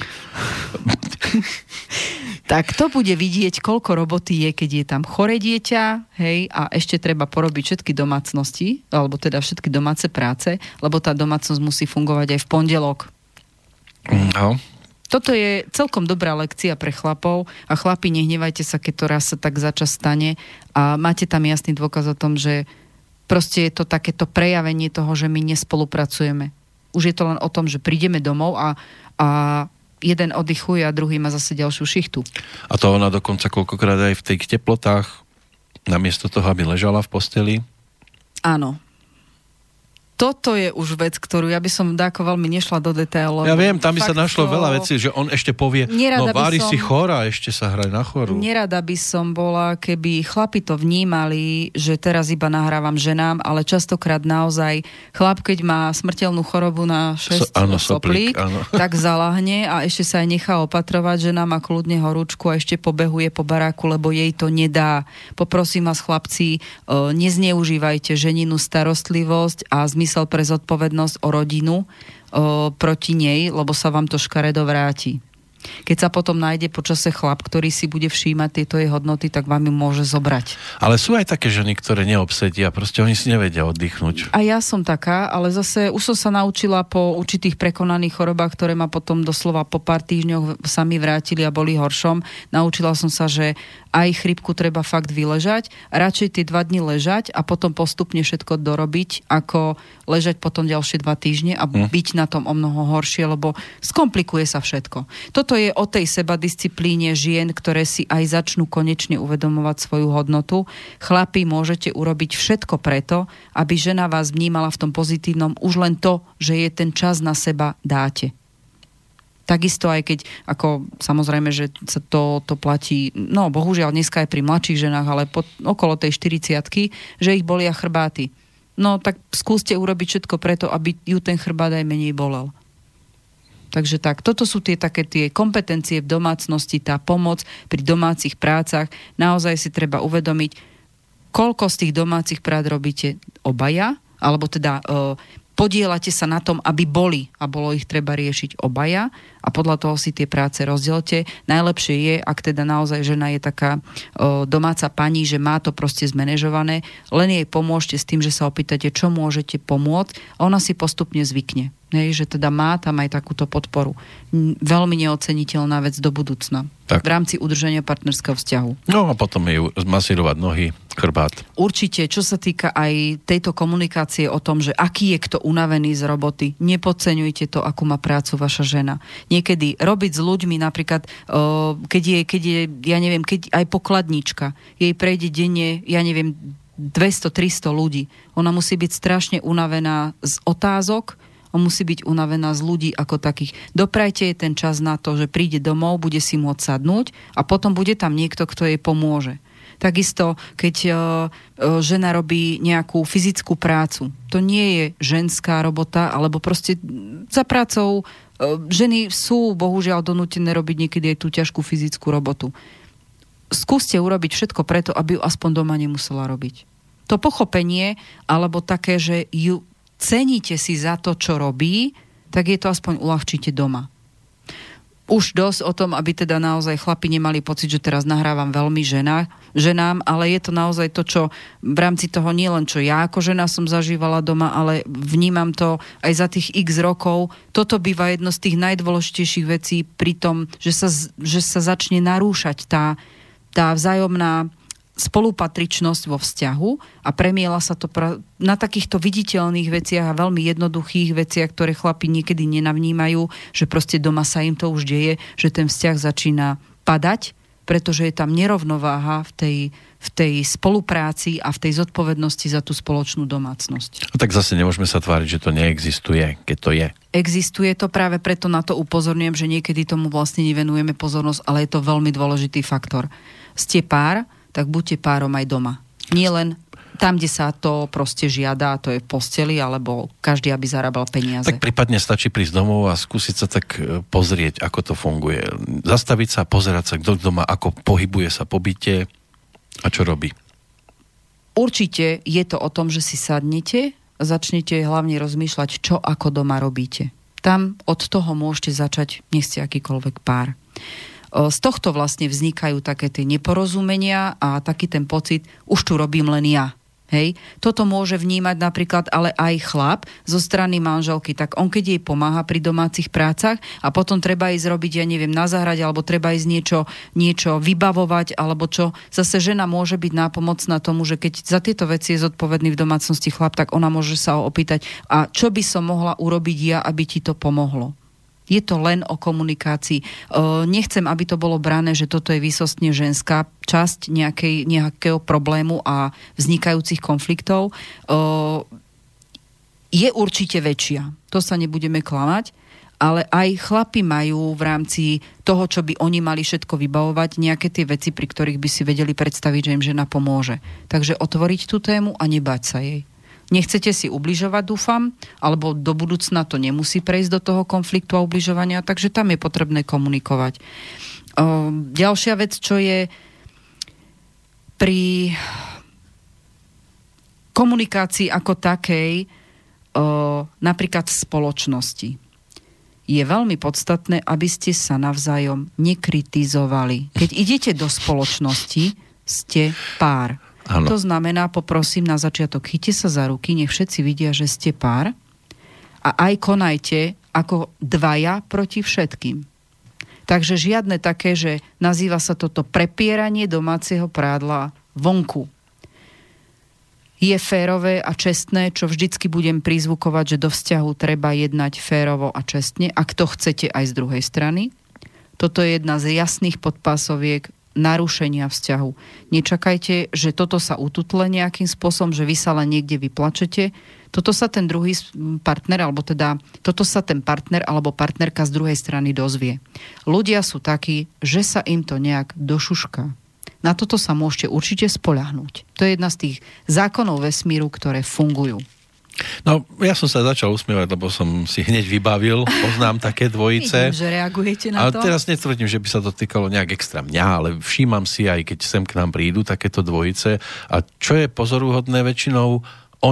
Tak to bude vidieť, koľko roboty je, keď je tam chore dieťa, hej, a ešte treba porobiť všetky domácnosti, alebo teda všetky domáce práce, lebo tá domácnosť musí fungovať aj v pondelok. No. Toto je celkom dobrá lekcia pre chlapov a chlapi, nehnevajte sa, keď to raz sa tak začas stane a máte tam jasný dôkaz o tom, že proste je to takéto prejavenie toho, že my nespolupracujeme. Už je to len o tom, že prídeme domov a jeden oddychuje a druhý má zase ďalšiu šichtu. A to ona dokonca koľkokrát aj v tých teplotách, namiesto toho, aby ležala v posteli? Áno. Toto je už vec, ktorú ja by som dáko veľmi nešla do detailov. Ja viem, tam by sa našlo veľa vecí, že on ešte povie, no Vári si chorá, ešte sa hraj na chorú. Nerada by som bola, keby chlapi to vnímali, že teraz iba nahrávam ženám, ale častokrát naozaj chlap, keď má smrteľnú chorobu na 6 soplík, tak zalahne a ešte sa aj nechá opatrovať, žena má kľudne horúčku a ešte pobehuje po baráku, lebo jej to nedá. Poprosím vás, chlapci, nezneužívajte ženinu starostlivosť a zmysel pre zodpovednosť o rodinu proti nej, lebo sa vám to škaredo vráti. Keď sa potom nájde počase chlap, ktorý si bude všímať tieto jej hodnoty, tak vám ju môže zobrať. Ale sú aj také ženy, ktoré neobsedia, proste oni si nevedia oddychnúť. A ja som taká, ale zase už som sa naučila po určitých prekonaných chorobách, ktoré ma potom doslova po pár týždňoch sami vrátili a boli horšom. Naučila som sa, že aj chrípku treba fakt vyležať, radšej tie 2 dni ležať a potom postupne všetko dorobiť, ako ležať potom ďalšie 2 týždne a byť na tom o mnoho horšie, lebo skomplikuje sa všetko. Toto je o tej sebadisciplíne žien, ktoré si aj začnú konečne uvedomovať svoju hodnotu. Chlapi, môžete urobiť všetko preto, aby žena vás vnímala v tom pozitívnom, už len to, že je ten čas na seba dáte. Takisto aj keď, ako samozrejme, že sa to platí, no bohužiaľ dneska aj pri mladších ženách, ale okolo tej 40-ky, že ich bolia chrbáty. No tak skúste urobiť všetko preto, aby ju ten chrbát aj menej bolel. Takže tak, toto sú tie kompetencie v domácnosti, tá pomoc pri domácich prácach. Naozaj si treba uvedomiť, koľko z tých domácich prác robíte obaja, alebo teda Podieľate sa na tom, aby boli a bolo ich treba riešiť obaja a podľa toho si tie práce rozdielte. Najlepšie je, ak teda naozaj žena je taká domáca pani, že má to proste zmanéžované, len jej pomôžte s tým, že sa opýtate, čo môžete pomôcť a ona si postupne zvykne. Hej, že teda má tam aj takúto podporu. Veľmi neoceniteľná vec do budúcna. Tak. V rámci udržania partnerského vzťahu. No a potom jej masírovať nohy, chrbát. Určite, čo sa týka aj tejto komunikácie o tom, že aký je kto unavený z roboty, nepodceňujte to, akú má prácu vaša žena. Niekedy robiť s ľuďmi, napríklad, keď je, ja neviem, keď aj pokladnička, jej prejde denne, ja neviem, 200-300 ľudí. Ona musí byť strašne unavená z otázok, musí byť unavená z ľudí ako takých. Doprajte jej ten čas na to, že príde domov, bude si môcť sadnúť a potom bude tam niekto, kto jej pomôže. Takisto, keď žena robí nejakú fyzickú prácu, to nie je ženská robota, alebo proste za prácou ženy sú bohužiaľ donútené robiť niekedy aj tú ťažkú fyzickú robotu. Skúste urobiť všetko preto, aby ju aspoň doma nemusela robiť. To pochopenie, alebo také, že ju ceníte si za to, čo robí, tak je to aspoň uľahčíte doma. Už dosť o tom, aby teda naozaj chlapi nemali pocit, že teraz nahrávam veľmi ženám, ale je to naozaj to, čo v rámci toho nie len čo ja ako žena som zažívala doma, ale vnímam to aj za tých x rokov. Toto býva jedno z tých najdôležitejších vecí pri tom, že sa začne narúšať tá vzájomná spolupatričnosť vo vzťahu a premiela sa to na takýchto viditeľných veciach a veľmi jednoduchých veciach, ktoré chlapi niekedy nenavnímajú, že proste doma sa im to už deje, že ten vzťah začína padať, pretože je tam nerovnováha v tej spolupráci a v tej zodpovednosti za tú spoločnú domácnosť. A tak zase nemôžeme sa tváriť, že to neexistuje, keď to je. Existuje to, práve preto na to upozorňujem, že niekedy tomu vlastne nevenujeme pozornosť, ale je to veľmi dôležitý faktor. Ste pár, tak buďte párom aj doma. Nie len tam, kde sa to proste žiada, to je v posteli, alebo každý, aby zarábal peniaze. Tak prípadne stačí prísť domov a skúsiť sa tak pozrieť, ako to funguje. Zastaviť sa, pozerať sa, kto doma, ako pohybuje sa po byte a čo robí. Určite je to o tom, že si sadnete a začnete hlavne rozmýšľať, čo ako doma robíte. Tam od toho môžete začať, nech ste akýkoľvek pár. Z tohto vlastne vznikajú také tie neporozumenia a taký ten pocit, už tu robím len ja. Hej? Toto môže vnímať napríklad ale aj chlap zo strany manželky, tak on keď jej pomáha pri domácich prácach a potom treba ísť robiť, ja neviem, na záhrade, alebo treba ísť niečo vybavovať, alebo čo, zase žena môže byť nápomocná tomu, že keď za tieto veci je zodpovedný v domácnosti chlap, tak ona môže sa ho opýtať, a čo by som mohla urobiť ja, aby ti to pomohlo. Je to len o komunikácii. Nechcem, aby to bolo brané, že toto je výsostne ženská časť nejakého problému a vznikajúcich konfliktov. Je určite väčšia. To sa nebudeme klamať. Ale aj chlapi majú v rámci toho, čo by oni mali všetko vybavovať, nejaké tie veci, pri ktorých by si vedeli predstaviť, že im žena pomôže. Takže otvoriť tú tému a nebáť sa jej. Nechcete si ubližovať, dúfam, alebo do budúcna to nemusí prejsť do toho konfliktu a ubližovania, takže tam je potrebné komunikovať. Ďalšia vec, čo je pri komunikácii ako takej, napríklad v spoločnosti, je veľmi podstatné, aby ste sa navzájom nekritizovali. Keď idete do spoločnosti, ste pár. Ano. To znamená, poprosím na začiatok, chyťte sa za ruky, nech všetci vidia, že ste pár a aj konajte ako dvaja proti všetkým. Takže žiadne také, že nazýva sa toto prepieranie domáceho prádla vonku. Je férové a čestné, čo vždycky budem prizvukovať, že do vzťahu treba jednať férovo a čestne, ak to chcete aj z druhej strany. Toto je jedna z jasných podpásoviek narušenia vzťahu. Nečakajte, že toto sa ututle nejakým spôsobom, že vy sa len niekde vyplačete. Toto sa ten druhý partner, alebo teda toto sa ten partner alebo partnerka z druhej strany dozvie. Ľudia sú takí, že sa im to nejak došušká. Na toto sa môžete určite spoľahnúť. To je jedna z tých zákonov vesmíru, ktoré fungujú. No, ja som sa začal usmievať, lebo som si hneď vybavil, poznám také dvojice. Vidím, že reagujete na to. Ale teraz netvrdím, že by sa to týkalo nejak extra mňa, ale všímam si aj, keď sem k nám prídu takéto dvojice. A čo je pozoruhodné, väčšinou ona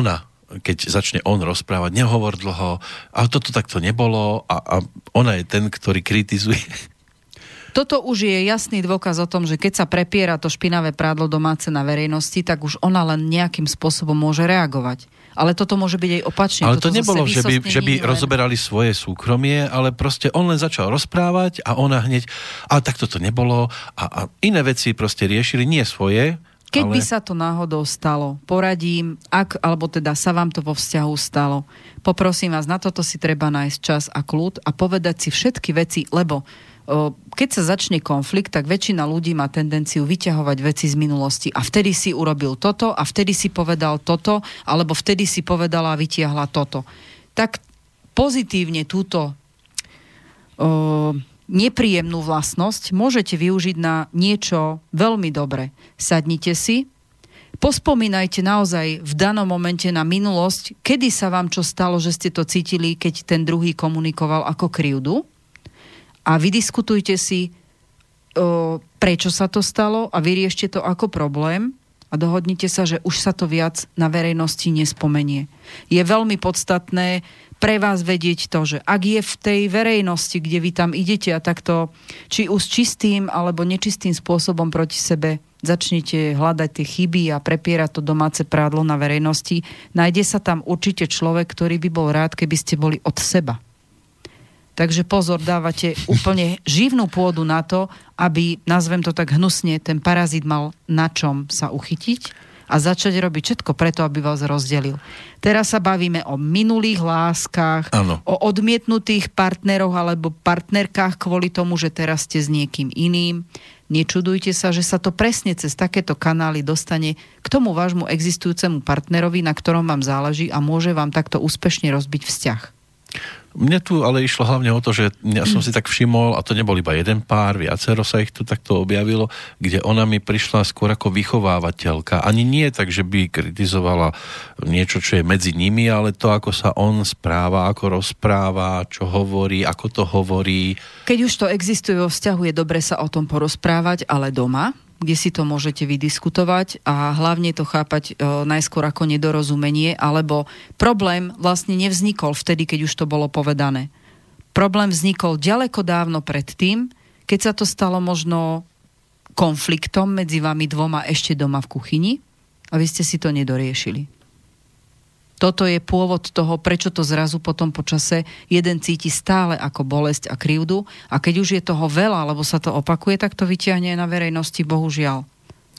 keď začne on rozprávať, nehovor dlho, a toto takto nebolo a ona je ten, ktorý kritizuje. Toto už je jasný dôkaz o tom, že keď sa prepiera to špinavé prádlo domáce na verejnosti, tak už ona len nejakým spôsobom môže reagovať. Ale toto môže byť aj opačne. Ale to nebolo, že by rozoberali svoje súkromie, ale proste on len začal rozprávať a ona hneď, ale tak toto nebolo a iné veci proste riešili, nie svoje. Keď by sa to náhodou stalo, poradím, alebo teda sa vám to vo vzťahu stalo, poprosím vás, na toto si treba nájsť čas a kľud a povedať si všetky veci, lebo keď sa začne konflikt, tak väčšina ľudí má tendenciu vyťahovať veci z minulosti a vtedy si urobil toto a vtedy si povedal toto, alebo vtedy si povedala a vytiahla toto. Tak pozitívne túto nepríjemnú vlastnosť môžete využiť na niečo veľmi dobre. Sadnite si, pospomínajte naozaj v danom momente na minulosť, kedy sa vám čo stalo, že ste to cítili, keď ten druhý komunikoval ako krivdu. A vydiskutujte si, prečo sa to stalo a vyriešte to ako problém a dohodnite sa, že už sa to viac na verejnosti nespomenie. Je veľmi podstatné pre vás vedieť to, že ak je v tej verejnosti, kde vy tam idete a takto, či už čistým alebo nečistým spôsobom proti sebe začnete hľadať tie chyby a prepierať to domáce prádlo na verejnosti, nájde sa tam určite človek, ktorý by bol rád, keby ste boli od seba. Takže pozor, dávate úplne živnú pôdu na to, aby, nazvem to tak hnusne, ten parazit mal na čom sa uchytiť a začať robiť všetko preto, aby vás rozdelil. Teraz sa bavíme o minulých láskach, ano. O odmietnutých partneroch alebo partnerkách kvôli tomu, že teraz ste s niekým iným. Nečudujte sa, že sa to presne cez takéto kanály dostane k tomu vášmu existujúcemu partnerovi, na ktorom vám záleží a môže vám takto úspešne rozbiť vzťah. Mne tu ale išlo hlavne o to, že ja som si tak všimol, a to nebol iba jeden pár, viacero sa ich tu takto objavilo, kde ona mi prišla skôr ako vychovávateľka. Ani nie tak, že by kritizovala niečo, čo je medzi nimi, ale to, ako sa on správa, ako rozpráva, čo hovorí, ako to hovorí. Keď už to existuje vo vzťahu, je dobre sa o tom porozprávať, ale doma, kde si to môžete vydiskutovať a hlavne to chápať najskôr ako nedorozumenie, alebo problém vlastne nevznikol vtedy, keď už to bolo povedané. Problém vznikol ďaleko dávno predtým, keď sa to stalo možno konfliktom medzi vami dvoma ešte doma v kuchyni a vy ste si to nedoriešili. Toto je pôvod toho, prečo to zrazu potom po čase jeden cíti stále ako bolesť a krivdu a keď už je toho veľa, alebo sa to opakuje, tak to vyťahne aj na verejnosti, bohužiaľ.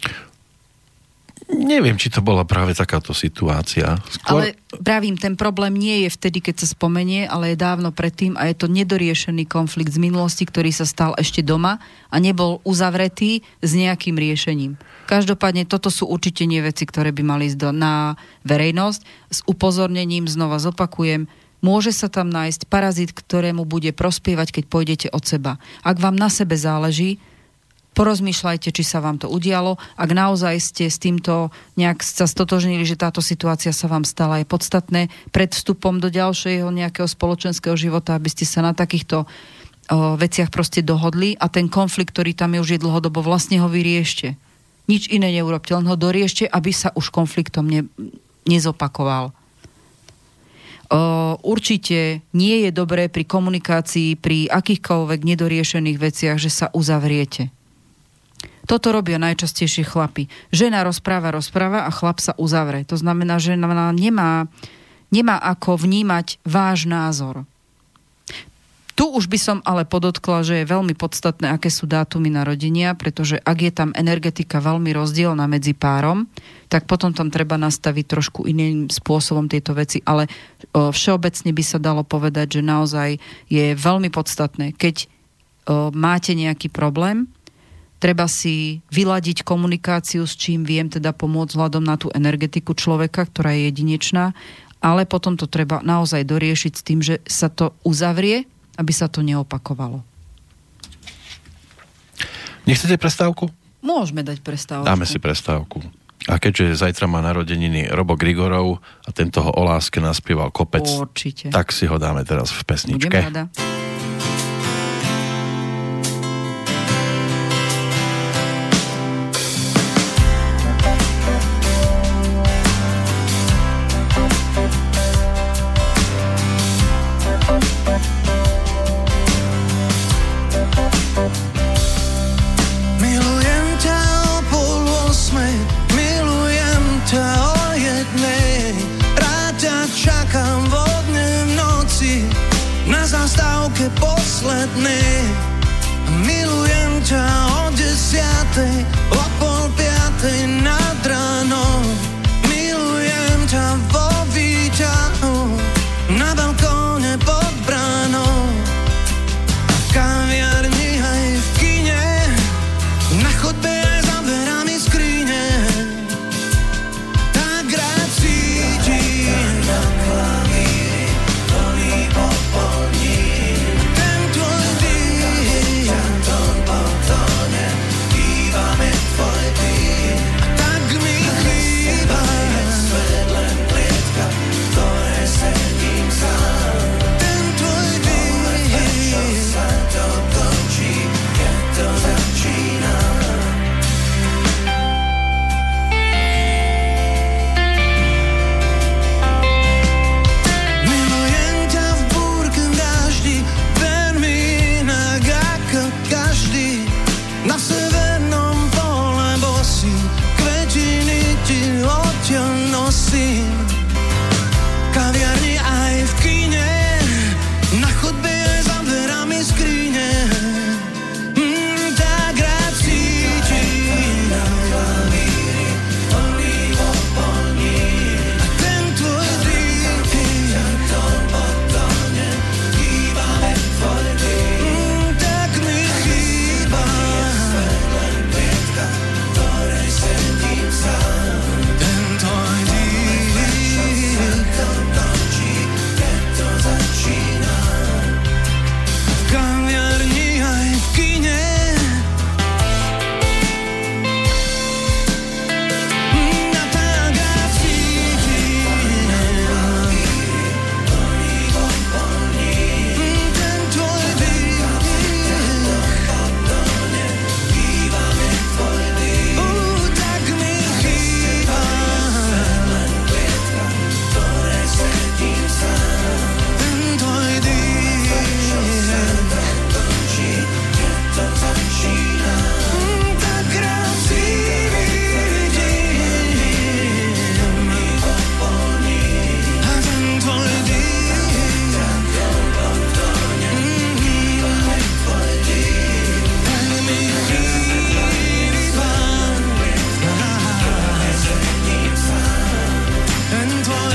Neviem, či to bola práve takáto situácia. Ale pravím, ten problém nie je vtedy, keď sa spomenie, ale je dávno predtým a je to nedoriešený konflikt z minulosti, ktorý sa stal ešte doma a nebol uzavretý s nejakým riešením. Každopádne toto sú určite nie veci, ktoré by mali ísť na verejnosť. S upozornením, znova zopakujem, môže sa tam nájsť parazit, ktorému bude prospievať, keď pôjdete od seba. Ak vám na sebe záleží, porozmýšľajte, či sa vám to udialo. Ak naozaj ste s týmto nejak sa stotožnili, že táto situácia sa vám stala, je podstatné pred vstupom do ďalšieho nejakého spoločenského života, aby ste sa na takýchto veciach proste dohodli a ten konflikt, ktorý tam je už je dlhodobo, vlastne ho vyriešte. Nič iné neurobte, len ho doriešte, aby sa už konfliktom nezopakoval. Určite nie je dobré pri komunikácii, pri akýchkoľvek nedoriešených veciach, že sa uzavriete. Toto robia najčastejšie chlapi. Žena rozpráva a chlap sa uzavre. To znamená, že nemá ako vnímať váš názor. Tu už by som ale podotkla, že je veľmi podstatné, aké sú dátumy narodenia, pretože ak je tam energetika veľmi rozdielna medzi párom, tak potom tam treba nastaviť trošku iným spôsobom tieto veci. Ale všeobecne by sa dalo povedať, že naozaj je veľmi podstatné, keď máte nejaký problém, treba si vyladiť komunikáciu, s čím viem teda pomôcť vzhľadom na tú energetiku človeka, ktorá je jedinečná, ale potom to treba naozaj doriešiť s tým, že sa to uzavrie, aby sa to neopakovalo. Nechcete prestávku? Môžeme dať prestávku. Dáme si prestávku. A keďže zajtra má narodeniny Robo Grigorov a tento ho o láske naspieval kopec, určite, tak si ho dáme teraz v pesničke. Budem rada. je posledný. Milujem ťa o 10:00, o 4:30 nad ránom. Milujem ťa vo výťahu, na balkóne pod bránou. V kaviarni aj v kine, na chodbe aj za dverami skrine. Tak rád cítim na klavíri plný popolní. Ten tvoj dých, tón po tóne, kývame tvoj dých. A tak mi chýba svet, len klietka, v ktorej sedím sám. Ten tvoj dých, prečo sa to končí, keď to začína. Milujem ťa v búrke, v dáždi, ver mi inak ako každý. Na severnom pole bosý, kvetiny ti odtiaľ nosím. V kaviarni aj v kine, na chodbe aj za dverami skrine. Tak rád cítim na klavíri plný popolní. A ten tvoj dých, tón po tóne, kývame tvoj dých. Tak mi chýba svet, len klietka, v ktorej sedím sám. Ten tvoj dých, prečo sa to končí, keď to začína. V kaviarni aj v kine, a tak rád cítim na klavíri plný popolní. Ten tvoj dých, kývame tvoj dých. Tak mi chýba len klietka, v ktorej sedím sám. Ten tvoj dých, prečo sa to končí, keď to začína. Tak rád cítim mi popolní. A ten tvoj dých, tón po tóne, kývame tvoj dých. Tak mi chýba sedím sám. Ten tvoj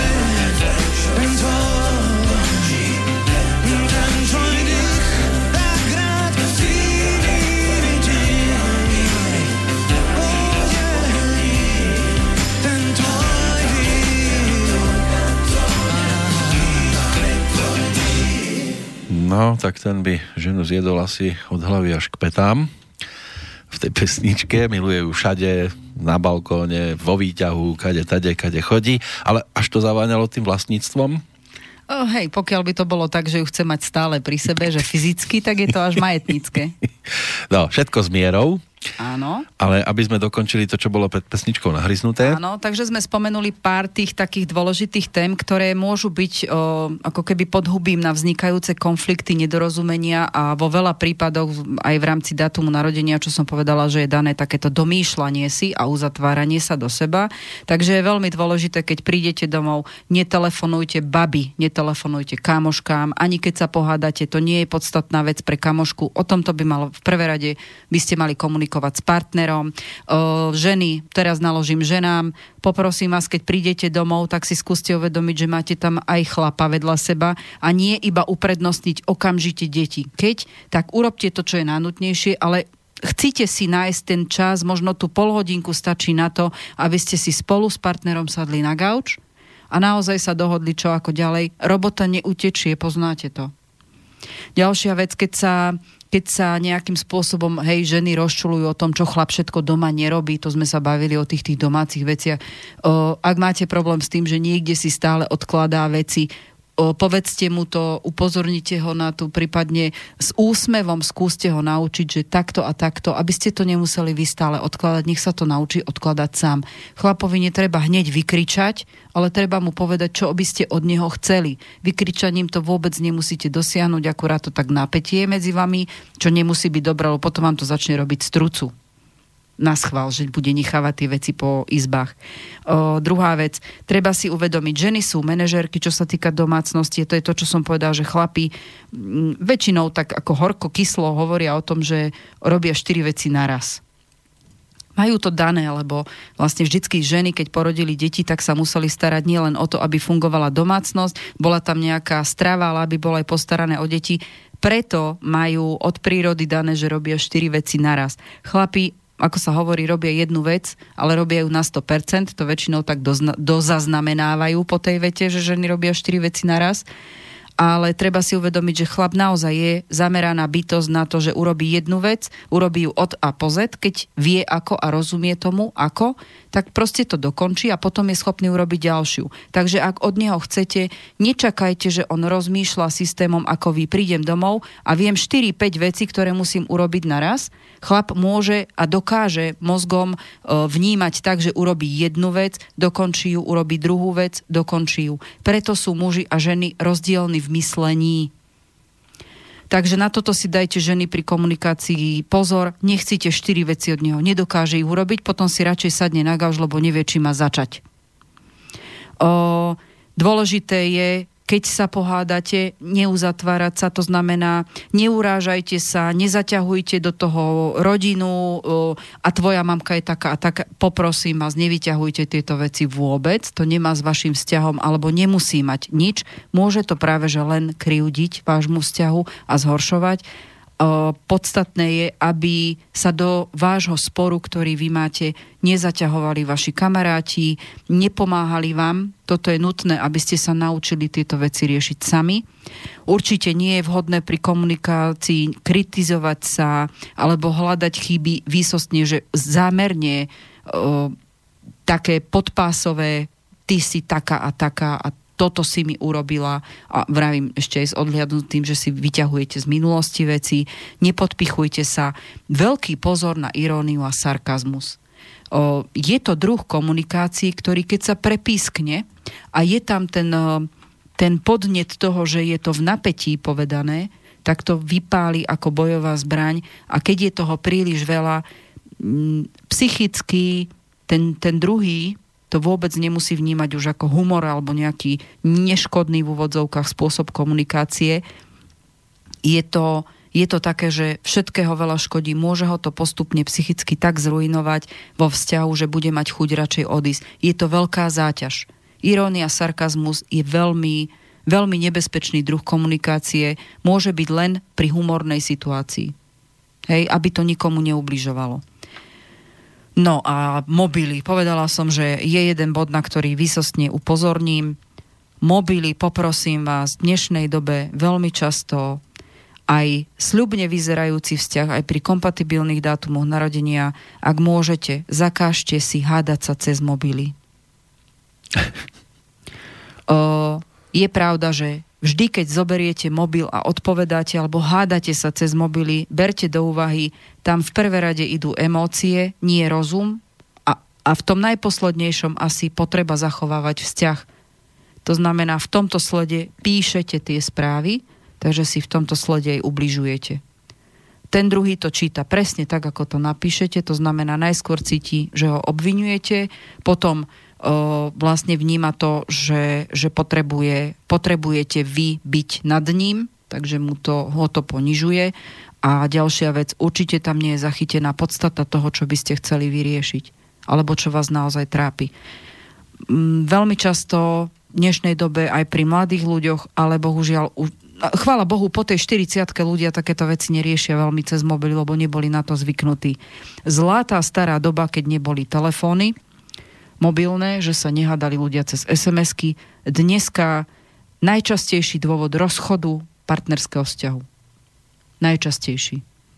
dých, tak rád cítim. Ten tvoj dých. No, tak ten by ženu zjedol asi od hlavy až k petám. V tej pesničke miluje ju všade, na balkóne, vo výťahu, kade chodí, ale až to zaváňalo tým vlastníctvom. Hej, pokiaľ by to bolo tak, že ju chce mať stále pri sebe, že fyzicky, tak je to až majetnícke. No, všetko s mierou. Áno. Ale aby sme dokončili to, čo bolo pred pesničkou nahryznuté. Áno, takže sme spomenuli pár tých takých dôležitých tém, ktoré môžu byť ako keby podhubím na vznikajúce konflikty, nedorozumenia a vo veľa prípadoch aj v rámci dátumu narodenia, čo som povedala, že je dané takéto domýšľanie si a uzatváranie sa do seba. Takže je veľmi dôležité, keď prídete domov, netelefonujte babi, netelefonujte kamoškám, ani keď sa pohádate, to nie je podstatná vec pre kamošku. O tomto by malo v prvé rade by ste mali komunikovať s partnerom. Ženy, teraz naložím ženám, poprosím vás, keď prídete domov, tak si skúste uvedomiť, že máte tam aj chlapa vedľa seba a nie iba uprednostniť okamžite deti. Keď, tak urobte to, čo je najnutnejšie, ale chcíte si nájsť ten čas, možno tú polhodinku stačí na to, aby ste si spolu s partnerom sadli na gauč a naozaj sa dohodli, čo ako ďalej. Robota neutečie, poznáte to. Ďalšia vec, keď sa nejakým spôsobom, ženy rozčulujú o tom, čo chlap všetko doma nerobí, to sme sa bavili o tých domácich veciach. Ak máte problém s tým, že niekde si stále odkladá veci, povedzte mu to, upozornite ho na to, prípadne s úsmevom skúste ho naučiť, že takto a takto, aby ste to nemuseli vy stále odkladať, nech sa to naučí odkladať sám. Chlapovi netreba hneď vykričať, ale treba mu povedať, čo by ste od neho chceli. Vykričaním to vôbec nemusíte dosiahnuť, akurát to tak napätie medzi vami, čo nemusí byť dobré, lebo potom vám to začne robiť strucu. naschvál, že bude nechávať tie veci po izbách. Druhá vec, treba si uvedomiť, ženy sú manažérky, čo sa týka domácnosti, to je to, čo som povedal, že chlapi väčšinou tak ako horko kyslo hovoria o tom, že robia 4 veci naraz. Majú to dané, lebo vlastne vždycky ženy, keď porodili deti, tak sa museli starať nielen o to, aby fungovala domácnosť, bola tam nejaká strava, ale aby bolo aj postarané o deti. Preto majú od prírody dané, že robia 4 veci naraz. Chlapi, ako sa hovorí, robia jednu vec, ale robia ju na 100%, to väčšinou tak dozaznamenávajú po tej vete, že ženy robia 4 veci naraz. Ale treba si uvedomiť, že chlap naozaj je zameraná bytosť na to, že urobí jednu vec, urobí ju od A po Z, keď vie ako a rozumie tomu, ako, tak proste to dokončí a potom je schopný urobiť ďalšiu. Takže ak od neho chcete, nečakajte, že on rozmýšľa systémom, ako vy, prídem domov a viem 4-5 veci, ktoré musím urobiť naraz. Chlap môže a dokáže mozgom vnímať tak, že urobí jednu vec, dokončí ju, urobí druhú vec, dokončí ju. Preto sú muži a ženy rozdielni v myslení. Takže na toto si dajte ženy pri komunikácii pozor, nechcíte 4 veci od neho, nedokáže ich urobiť, potom si radšej sadne na gauč, lebo nevie, či má začať. Dôležité je, keď sa pohádate, neuzatvárať sa, to znamená, neurážajte sa, nezaťahujte do toho rodinu a tvoja mamka je taká a taká. Poprosím vás, nevyťahujte tieto veci vôbec, to nemá s vašim vzťahom, alebo nemusí mať nič. Môže to práve že len krivdiť vášmu vzťahu a zhoršovať. Podstatné je, aby sa do vášho sporu, ktorý vy máte, nezaťahovali vaši kamaráti, nepomáhali vám. Toto je nutné, aby ste sa naučili tieto veci riešiť sami. Určite nie je vhodné pri komunikácii kritizovať sa alebo hľadať chyby výsostne, že zámerne také podpásové ty si taká a toto si mi urobila a vravím ešte aj s odhliadnutým, že si vyťahujete z minulosti veci, nepodpichujte sa. Veľký pozor na iróniu a sarkazmus. Je to druh komunikácií, ktorý keď sa prepískne a je tam ten podnet toho, že je to v napätí povedané, tak to vypáli ako bojová zbraň a keď je toho príliš veľa, psychicky ten druhý to vôbec nemusí vnímať už ako humor alebo nejaký neškodný v úvodzovkách spôsob komunikácie. Je to také, že všetkého veľa škodí. Môže ho to postupne psychicky tak zrujnovať vo vzťahu, že bude mať chuť radšej odísť. Je to veľká záťaž. Irónia, sarkazmus je veľmi, veľmi nebezpečný druh komunikácie. Môže byť len pri humornej situácii. Hej, aby to nikomu neubližovalo. No a mobily. Povedala som, že je jeden bod, na ktorý výsostne upozorním. Mobily, poprosím vás, v dnešnej dobe veľmi často aj sľubne vyzerajúci vzťah, aj pri kompatibilných dátumoch narodenia, ak môžete, zakážte si hádať sa cez mobily. Je pravda, že vždy, keď zoberiete mobil a odpovedáte alebo hádate sa cez mobily, berte do úvahy, tam v prvé rade idú emócie, nie rozum a v tom najposlednejšom asi potreba zachovávať vzťah. To znamená, v tomto slede píšete tie správy, takže si v tomto slede aj ubližujete. Ten druhý to číta presne tak, ako to napíšete, to znamená, najskôr cíti, že ho obviňujete, potom vlastne vníma to, že potrebujete vy byť nad ním, takže ho to ponižuje. A ďalšia vec, určite tam nie je zachytená podstata toho, čo by ste chceli vyriešiť, alebo čo vás naozaj trápi. Veľmi často v dnešnej dobe aj pri mladých ľuďoch, ale bohužiaľ, chvála Bohu, po tej 40-ke ľudia takéto veci neriešia veľmi cez mobil, lebo neboli na to zvyknutí. Zlá tá stará doba, keď neboli telefóny mobilné, že sa nehádali ľudia cez SMS-ky. Dneska najčastejší dôvod rozchodu partnerského vzťahu. Najčastejší.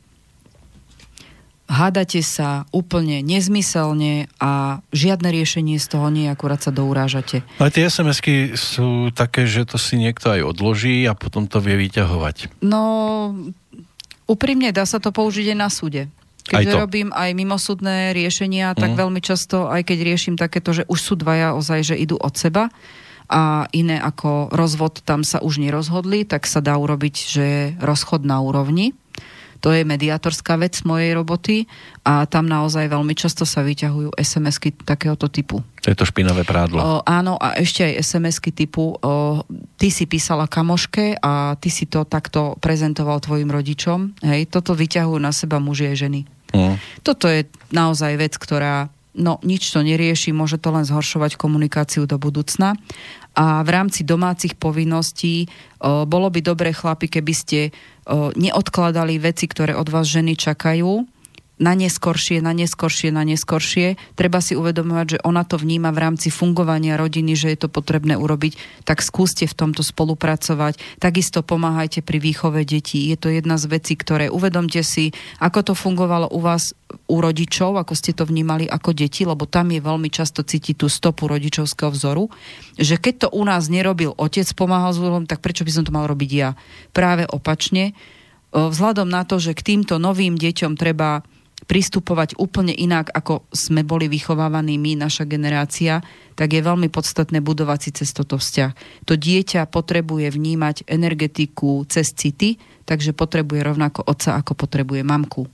Hádate sa úplne nezmyselne a žiadne riešenie z toho nie, akurát sa dourážate. Ale tie SMS-ky sú také, že to si niekto aj odloží a potom to vie vyťahovať. No, úprimne dá sa to použiť aj na súde. Keďže robím aj mimosúdne riešenia, tak veľmi často, aj keď riešim takéto, že už sú dvaja ozaj, že idú od seba a iné ako rozvod, tam sa už nerozhodli, tak sa dá urobiť, že rozchod na úrovni. To je mediátorská vec mojej roboty a tam naozaj veľmi často sa vyťahujú SMS-ky takéhoto typu. To je to špinavé prádlo. Áno, a ešte aj SMS-ky typu ty si písala kamoške a ty si to takto prezentoval tvojim rodičom. Hej, toto vyťahujú na seba muži aj ženy. Toto je naozaj vec, ktorá nič to nerieši, môže to len zhoršovať komunikáciu do budúcna. A v rámci domácich povinností bolo by dobré, chlapi, keby ste neodkladali veci, ktoré od vás ženy čakajú, na neskoršie. Treba si uvedomovať, že ona to vníma v rámci fungovania rodiny, že je to potrebné urobiť, tak skúste v tomto spolupracovať. Takisto pomáhajte pri výchove detí. Je to jedna z vecí, ktoré uvedomte si, ako to fungovalo u vás, u rodičov, ako ste to vnímali ako deti, lebo tam je veľmi často cítiť tú stopu rodičovského vzoru, že keď to u nás nerobil otec, pomáhal s úlohom, tak prečo by som to mal robiť ja? Práve opačne. Vzhľadom na to, že k týmto novým deťom treba pristupovať úplne inak, ako sme boli vychovávaní my, naša generácia, tak je veľmi podstatné budovať si cez toto vzťah. To dieťa potrebuje vnímať energetiku cez city, takže potrebuje rovnako otca, ako potrebuje mamku.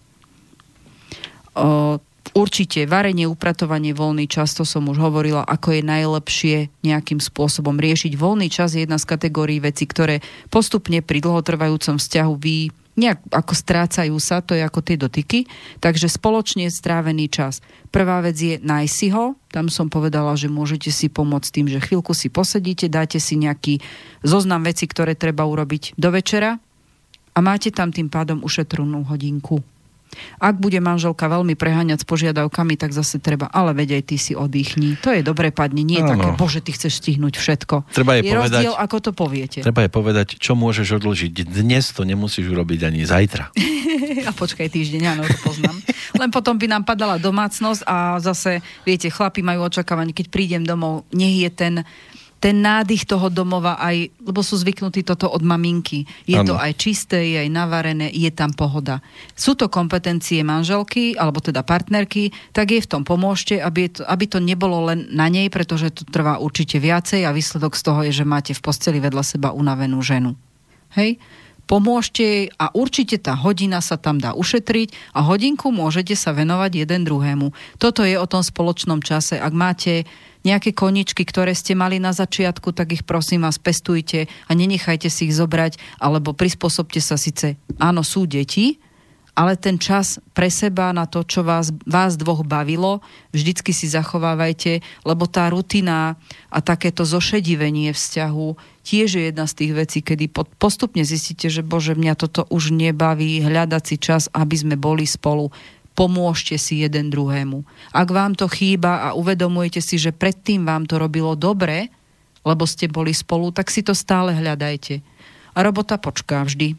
Určite varenie, upratovanie, voľný čas, to som už hovorila, ako je najlepšie nejakým spôsobom riešiť. Voľný čas je jedna z kategórií vecí, ktoré postupne pri dlhotrvajúcom vzťahu nejak ako strácajú sa, to je ako tie dotyky, takže spoločne strávený čas. Prvá vec je nájsť si ho, tam som povedala, že môžete si pomôcť tým, že chvíľku si posedíte, dáte si nejaký zoznam vecí, ktoré treba urobiť do večera a máte tam tým pádom ušetrenú hodinku. Ak bude manželka veľmi preháňať s požiadavkami, tak zase treba, ale veď aj ty si oddychni. To je dobré padne, nie je také, bože, ty chceš stihnúť všetko. Treba je rozdiel, ako to poviete. Treba je povedať, čo môžeš odložiť dnes, to nemusíš urobiť ani zajtra. A počkaj týždeň, áno, to poznám. Len potom by nám padala domácnosť a zase, viete, chlapi majú očakávanie, keď prídem domov, nech je ten nádych toho domova aj, lebo sú zvyknutí toto od maminky. Je to aj čisté, je aj navarené, je tam pohoda. Sú to kompetencie manželky, alebo teda partnerky, tak jej v tom pomôžte, aby to nebolo len na nej, pretože to trvá určite viacej a výsledok z toho je, že máte v posteli vedľa seba unavenú ženu. Hej? Pomôžte jej a určite tá hodina sa tam dá ušetriť a hodinku môžete sa venovať jeden druhému. Toto je o tom spoločnom čase. Ak máte nejaké koničky, ktoré ste mali na začiatku, tak ich prosím vás pestujte a nenechajte si ich zobrať, alebo prispôsobte sa, síce áno, sú deti, ale ten čas pre seba na to, čo vás dvoch bavilo, vždycky si zachovávajte, lebo tá rutina a takéto zošedivenie vzťahu tiež je jedna z tých vecí, kedy postupne zistíte, že bože, mňa toto už nebaví, hľadať si čas, aby sme boli spolu. Pomôžte si jeden druhému. Ak vám to chýba a uvedomujete si, že predtým vám to robilo dobre, lebo ste boli spolu, tak si to stále hľadajte. A robota počká vždy.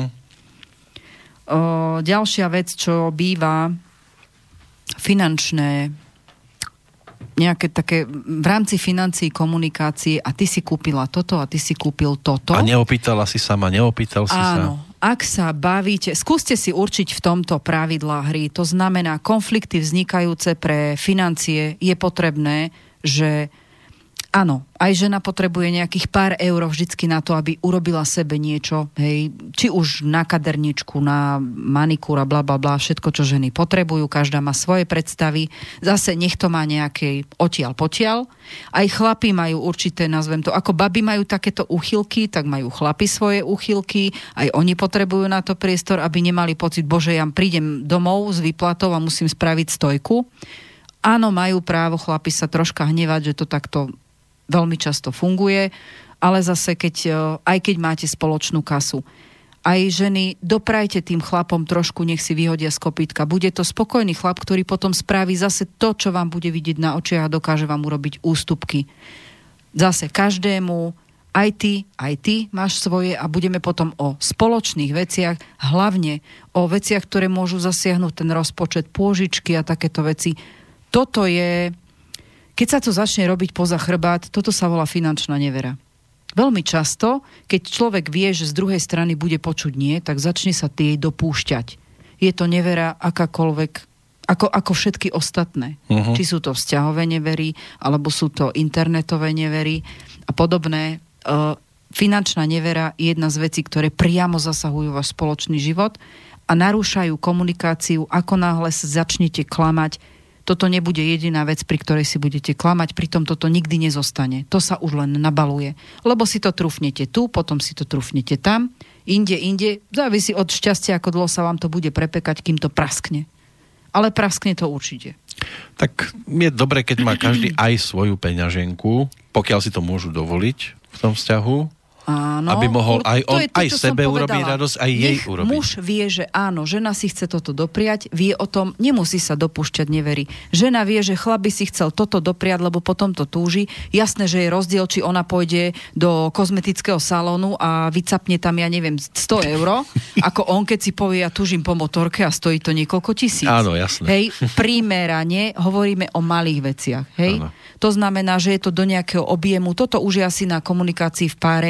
Ďalšia vec, čo býva finančné, nejaké také v rámci financií, komunikácie a ty si kúpila toto a ty si kúpil toto. A neopýtala si sama, neopýtal si sa. Áno. Ak sa bavíte, skúste si určiť v tomto pravidlá hry. To znamená, konflikty vznikajúce pre financie je potrebné, že áno, aj žena potrebuje nejakých pár eur vždycky na to, aby urobila sebe niečo, hej, či už na kaderničku, na manikúr a blablabla, všetko, čo ženy potrebujú, každá má svoje predstavy, zase nech to má nejakej odtiaľ potiaľ. Aj chlapi majú určité, nazvem to, ako baby majú takéto úchylky, tak majú chlapi svoje úchylky, aj oni potrebujú na to priestor, aby nemali pocit, bože, ja prídem domov s výplatou a musím spraviť stojku. Áno, majú právo chlapi sa troška hnevať, že to takto veľmi často funguje, ale zase aj keď máte spoločnú kasu. Aj ženy, doprajte tým chlapom trošku, nech si vyhodia z kopytka. Bude to spokojný chlap, ktorý potom spraví zase to, čo vám bude vidieť na očiach a dokáže vám urobiť ústupky. Zase každému, aj ty máš svoje a budeme potom o spoločných veciach, hlavne o veciach, ktoré môžu zasiahnuť ten rozpočet, pôžičky a takéto veci. Toto je... Keď sa to začne robiť poza chrbát, toto sa volá finančná nevera. Veľmi často, keď človek vie, že z druhej strany bude počuť nie, tak začne sa jej dopúšťať. Je to nevera akákoľvek, ako všetky ostatné. Či sú to vzťahové nevery, alebo sú to internetové nevery a podobné. Finančná nevera je jedna z vecí, ktoré priamo zasahujú váš spoločný život a narúšajú komunikáciu, ako náhle sa začnete klamať. Toto nebude jediná vec, pri ktorej si budete klamať, pritom toto nikdy nezostane. To sa už len nabaluje. Lebo si to trúfnete tu, potom si to trúfnete tam, inde, závisí od šťastia, ako dlho sa vám to bude prepekať, kým to praskne. Ale praskne to určite. Tak je dobre, keď má každý aj svoju peňaženku, pokiaľ si to môžu dovoliť v tom vzťahu. Áno, aby mohol aj on, to, aj sebe urobiť radosť, aj jej urobiť. Muž vie, že áno, žena si chce toto dopriať, vie o tom, nemusí sa dopúšťať neverí. Žena vie, že chlap by si chcel toto dopriať, lebo potom to túži. Jasné, že je rozdiel, či ona pôjde do kozmetického salónu a vycapne tam, ja neviem, 100 €, ako on, keď si povie, ja túžim po motorke a stojí to niekoľko tisíc. Áno, jasné. Hej, primerane hovoríme o malých veciach. Hej? Áno. To znamená, že je to do nejakého objemu. Toto už je asi na komunikácii v páre,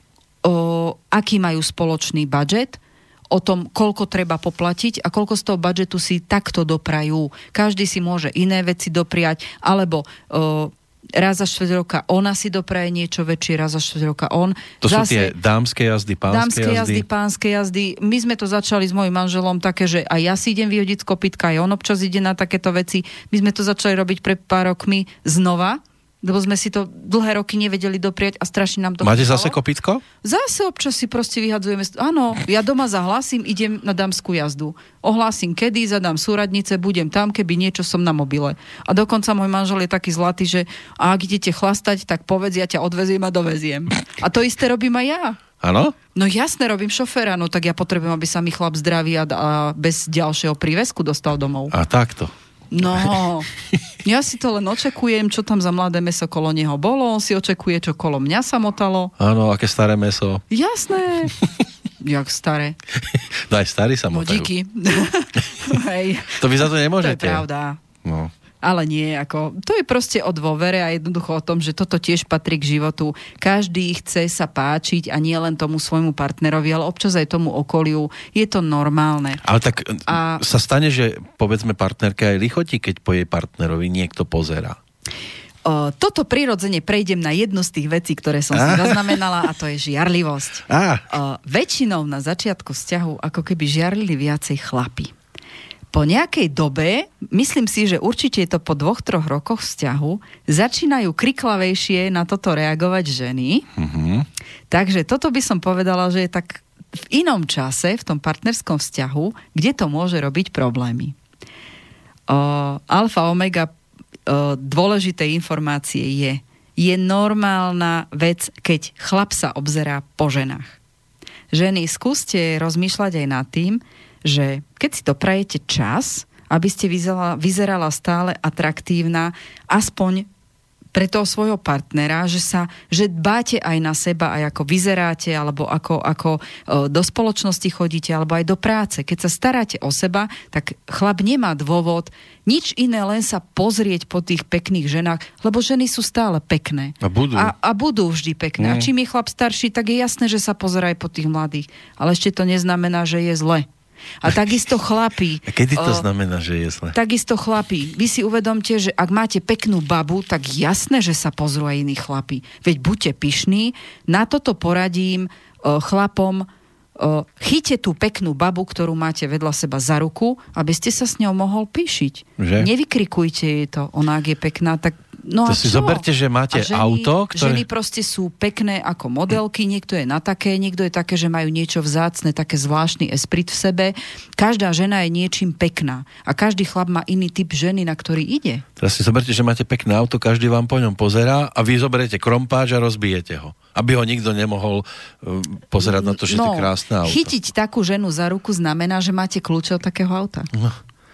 aký majú spoločný budžet, o tom, koľko treba poplatiť a koľko z toho budžetu si takto doprajú. Každý si môže iné veci dopriať, alebo raz za 4 roka ona si dopraje niečo väčšie, raz za 4 roka on. To sú tie dámske jazdy, pánske jazdy. My sme to začali s mojím manželom také, že aj ja si idem vyhodiť z kopytka, aj on občas ide na takéto veci. My sme to začali robiť pred pár rokmi znova, lebo sme si to dlhé roky nevedeli dopriať a strašne nám to Máte chýbalo. zase kopytko? Zase občas si proste vyhadzujeme. Áno, ja doma zahlasím, idem na dámskú jazdu. Ohlasím kedy, zadám súradnice, budem tam, keby niečo som na mobile. A dokonca môj manžel je taký zlatý, že ak idete chlastať, tak povedz, ja ťa odveziem a doveziem. A to isté robím aj ja. Áno? No jasne, robím šoféra, no tak ja potrebujem, aby sa mi chlap zdravý a bez ďalšieho prívesku dostal domov. A takto. No, ja si to len očekujem, čo tam za mladé mäso kolo neho bolo, on si očekuje, čo kolo mňa sa motalo. Áno, aké staré mäso. Jasné. Jak staré. No aj starí sa motajú. No díky. Hej. To vy za to nemôžete. To je pravda. No. Ale nie, ako, to je proste o dôvere a jednoducho o tom, že toto tiež patrí k životu. Každý chce sa páčiť a nie len tomu svojmu partnerovi, ale občas aj tomu okoliu. Je to normálne. Ale tak sa stane, že povedzme partnerke aj lichotí, keď po jej partnerovi niekto pozerá. Toto prirodzene prejdem na jednu z tých vecí, ktoré som si zaznamenala, a to je žiarlivosť. Väčšinou na začiatku vzťahu ako keby žiarlili viacej chlapi. Po nejakej dobe, myslím si, že určite je to po 2-3 rokoch vzťahu, začínajú kriklavejšie na toto reagovať ženy. Mm-hmm. Takže toto by som povedala, že je tak v inom čase, v tom partnerskom vzťahu, kde to môže robiť problémy. Alfa, omega dôležitej informácie je normálna vec, keď chlap sa obzerá po ženách. Ženy, skúste rozmýšľať aj nad tým, že keď si doprajete čas, aby ste vyzerala stále atraktívna, aspoň pre toho svojho partnera, že dbáte aj na seba, aj ako vyzeráte, alebo ako do spoločnosti chodíte, alebo aj do práce. Keď sa staráte o seba, tak chlap nemá dôvod nič iné, len sa pozrieť po tých pekných ženách, lebo ženy sú stále pekné. A budú. A budú vždy pekné. A čím je chlap starší, tak je jasné, že sa pozerá aj po tých mladých. Ale ešte to neznamená, že je zle. A takisto chlapí. A kedy to znamená, že je zle? Takisto chlapí. Vy si uvedomte, že ak máte peknú babu, tak jasné, že sa pozrú aj iní chlapí. Veď buďte pyšní. Na toto poradím chlapom, chyťte tú peknú babu, ktorú máte vedľa seba za ruku, aby ste sa s ňou mohol píšiť. Že? Nevykrikujte jej to. Ona, ak je pekná, tak no to si zoberte, že máte auto, ktoré... Ženy proste sú pekné ako modelky, niekto je na také, niekto je také, že majú niečo vzácne, také zvláštny esprit v sebe. Každá žena je niečím pekná a každý chlap má iný typ ženy, na ktorý ide. Teraz si zoberte, že máte pekné auto, každý vám po ňom pozerá a vy zoberiete krompáč a rozbijete ho. Aby ho nikto nemohol pozerať na to, že to je krásne auto. Chytiť takú ženu za ruku znamená, že máte kľúče od takého auta. No.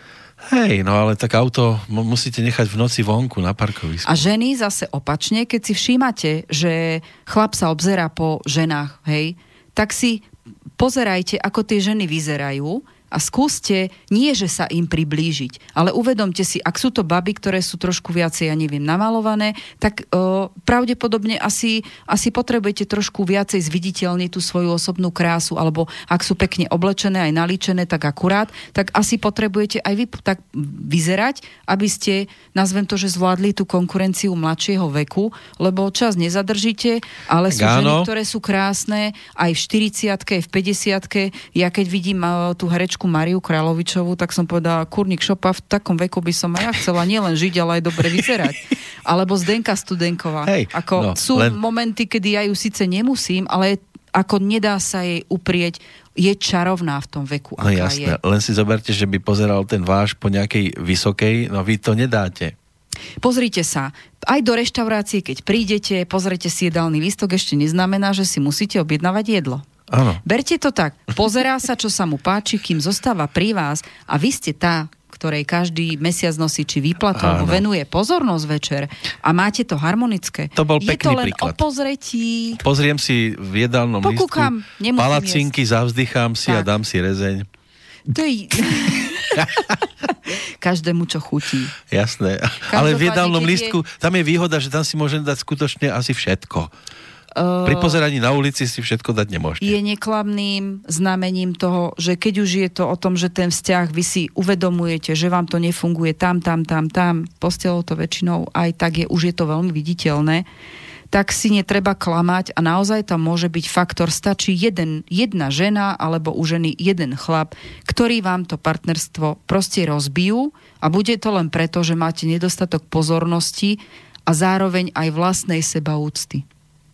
Hej, no ale tak auto musíte nechať v noci vonku na parkovisku. A ženy zase opačne, keď si všímate, že chlap sa obzerá po ženách, hej, tak si pozerajte, ako tie ženy vyzerajú a skúste, nie že sa im priblížiť, ale uvedomte si, ak sú to baby, ktoré sú trošku viacej, ja neviem, namalované, tak pravdepodobne asi potrebujete trošku viacej zviditeľniť tú svoju osobnú krásu, alebo ak sú pekne oblečené, aj nalíčené, tak akurát, tak asi potrebujete aj vy tak vyzerať, aby ste, nazvem to, že zvládli tú konkurenciu mladšieho veku, lebo čas nezadržíte, ale sú ženy, ktoré sú krásne aj v 40-ke, aj v 50-ke. Ja keď vidím tú herečku herečku Mariu Kráľovičovú, tak som povedala, kurník šopa, v takom veku by som aj ja chcela nielen žiť, ale aj dobre vyzerať. Alebo Zdenka Studenková. Sú momenty, kedy ja ju síce nemusím, ale ako nedá sa jej uprieť, je čarovná v tom veku, aká jasné. Len si zoberte, že by pozeral ten váš po nejakej vysokej, no vy to nedáte. Pozrite sa, aj do reštaurácie, keď prídete, pozrite si jedálny lístok, ešte neznamená, že si musíte objednávať jedlo. Áno. Berte to tak, pozerá sa, čo sa mu páči, kým zostáva pri vás a vy ste tá, ktorej každý mesiac nosí či výplatu, alebo venuje pozornosť večer a máte to harmonické. To bol pekný príklad. Je to len príklad. O pozretí. Pozriem si v jedálnom lístku palacinky, zavzdychám si a dám si rezeň. To je... Každému, čo chutí. Jasné. Ale v jedálnom lístku, tam je výhoda, že tam si môžem dať skutočne asi všetko. Pri pozeraní na ulici si všetko dať nemôžete. Je neklamným znamením toho, že keď už je to o tom, že ten vzťah vy si uvedomujete, že vám to nefunguje tam, postelou to väčšinou aj tak je, už je to veľmi viditeľné, tak si netreba klamať a naozaj tam môže byť faktor, stačí jedna žena alebo u ženy jeden chlap, ktorý vám to partnerstvo proste rozbijú a bude to len preto, že máte nedostatok pozornosti a zároveň aj vlastnej sebaúcty.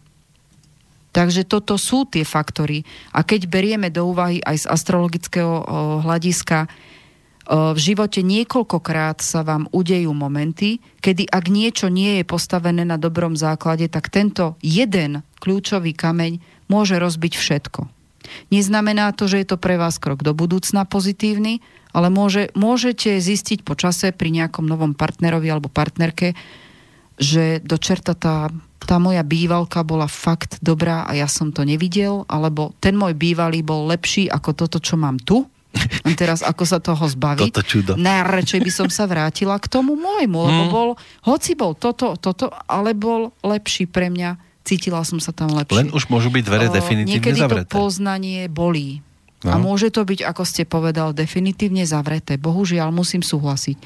Takže toto sú tie faktory. A keď berieme do úvahy aj z astrologického hľadiska, v živote niekoľkokrát sa vám udejú momenty, kedy ak niečo nie je postavené na dobrom základe, tak tento jeden kľúčový kameň môže rozbiť všetko. Neznamená to, že je to pre vás krok do budúcna pozitívny, ale môžete zistiť po čase pri nejakom novom partnerovi alebo partnerke, že do čerta tá moja bývalka bola fakt dobrá a ja som to nevidel, alebo ten môj bývalý bol lepší ako toto, čo mám tu. A teraz ako sa toho zbaviť? Toto čudo. Najradšej by som sa vrátila k tomu môjmu, lebo hoci bol toto, ale bol lepší pre mňa. Cítila som sa tam lepšie. Len už môžu byť dvere definitívne zavreté. Niekedy to poznanie bolí. No. A môže to byť, ako ste povedal, definitívne zavreté. Bohužiaľ, musím súhlasiť.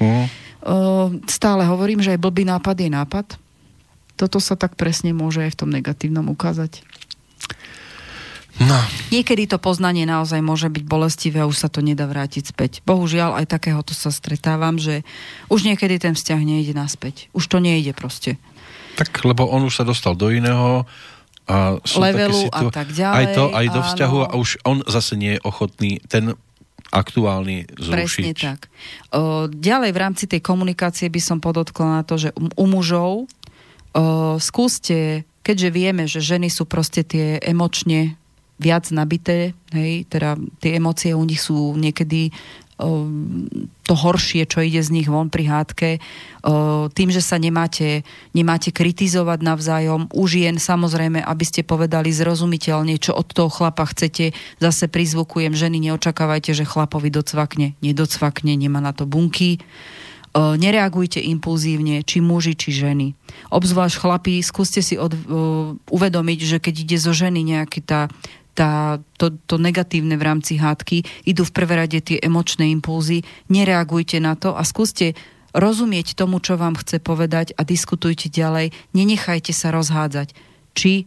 Stále hovorím, že aj blbý nápad je nápad. Toto sa tak presne môže aj v tom negatívnom ukázať. No. Niekedy to poznanie naozaj môže byť bolestivé a už sa to nedá vrátiť späť. Bohužiaľ, aj takéhoto sa stretávam, že už niekedy ten vzťah nejde naspäť. Už to nejde proste. Tak, lebo on už sa dostal do iného a levelu a tak ďalej. Aj do vzťahu a už on zase nie je ochotný ten aktuálny zrušiť. Presne tak. Ďalej v rámci tej komunikácie by som podotkla na to, že u mužov skúste, keďže vieme, že ženy sú proste tie emočne viac nabité, hej, teda tie emócie u nich sú niekedy to horšie, čo ide z nich von pri hádke. Tým, že sa nemáte kritizovať navzájom, u žien samozrejme, aby ste povedali zrozumiteľne, čo od toho chlapa chcete. Zase prizvukujem, ženy, neočakávajte, že chlapovi docvakne. Nedocvakne, nemá na to bunky. Nereagujte impulzívne, či muži, či ženy. Obzvlášť chlapi, skúste si uvedomiť, že keď ide zo ženy nejaký to negatívne v rámci hádky, idú v prvé rade tie emočné impulzy, nereagujte na to a skúste rozumieť tomu, čo vám chce povedať a diskutujte ďalej. Nenechajte sa rozhádzať. Či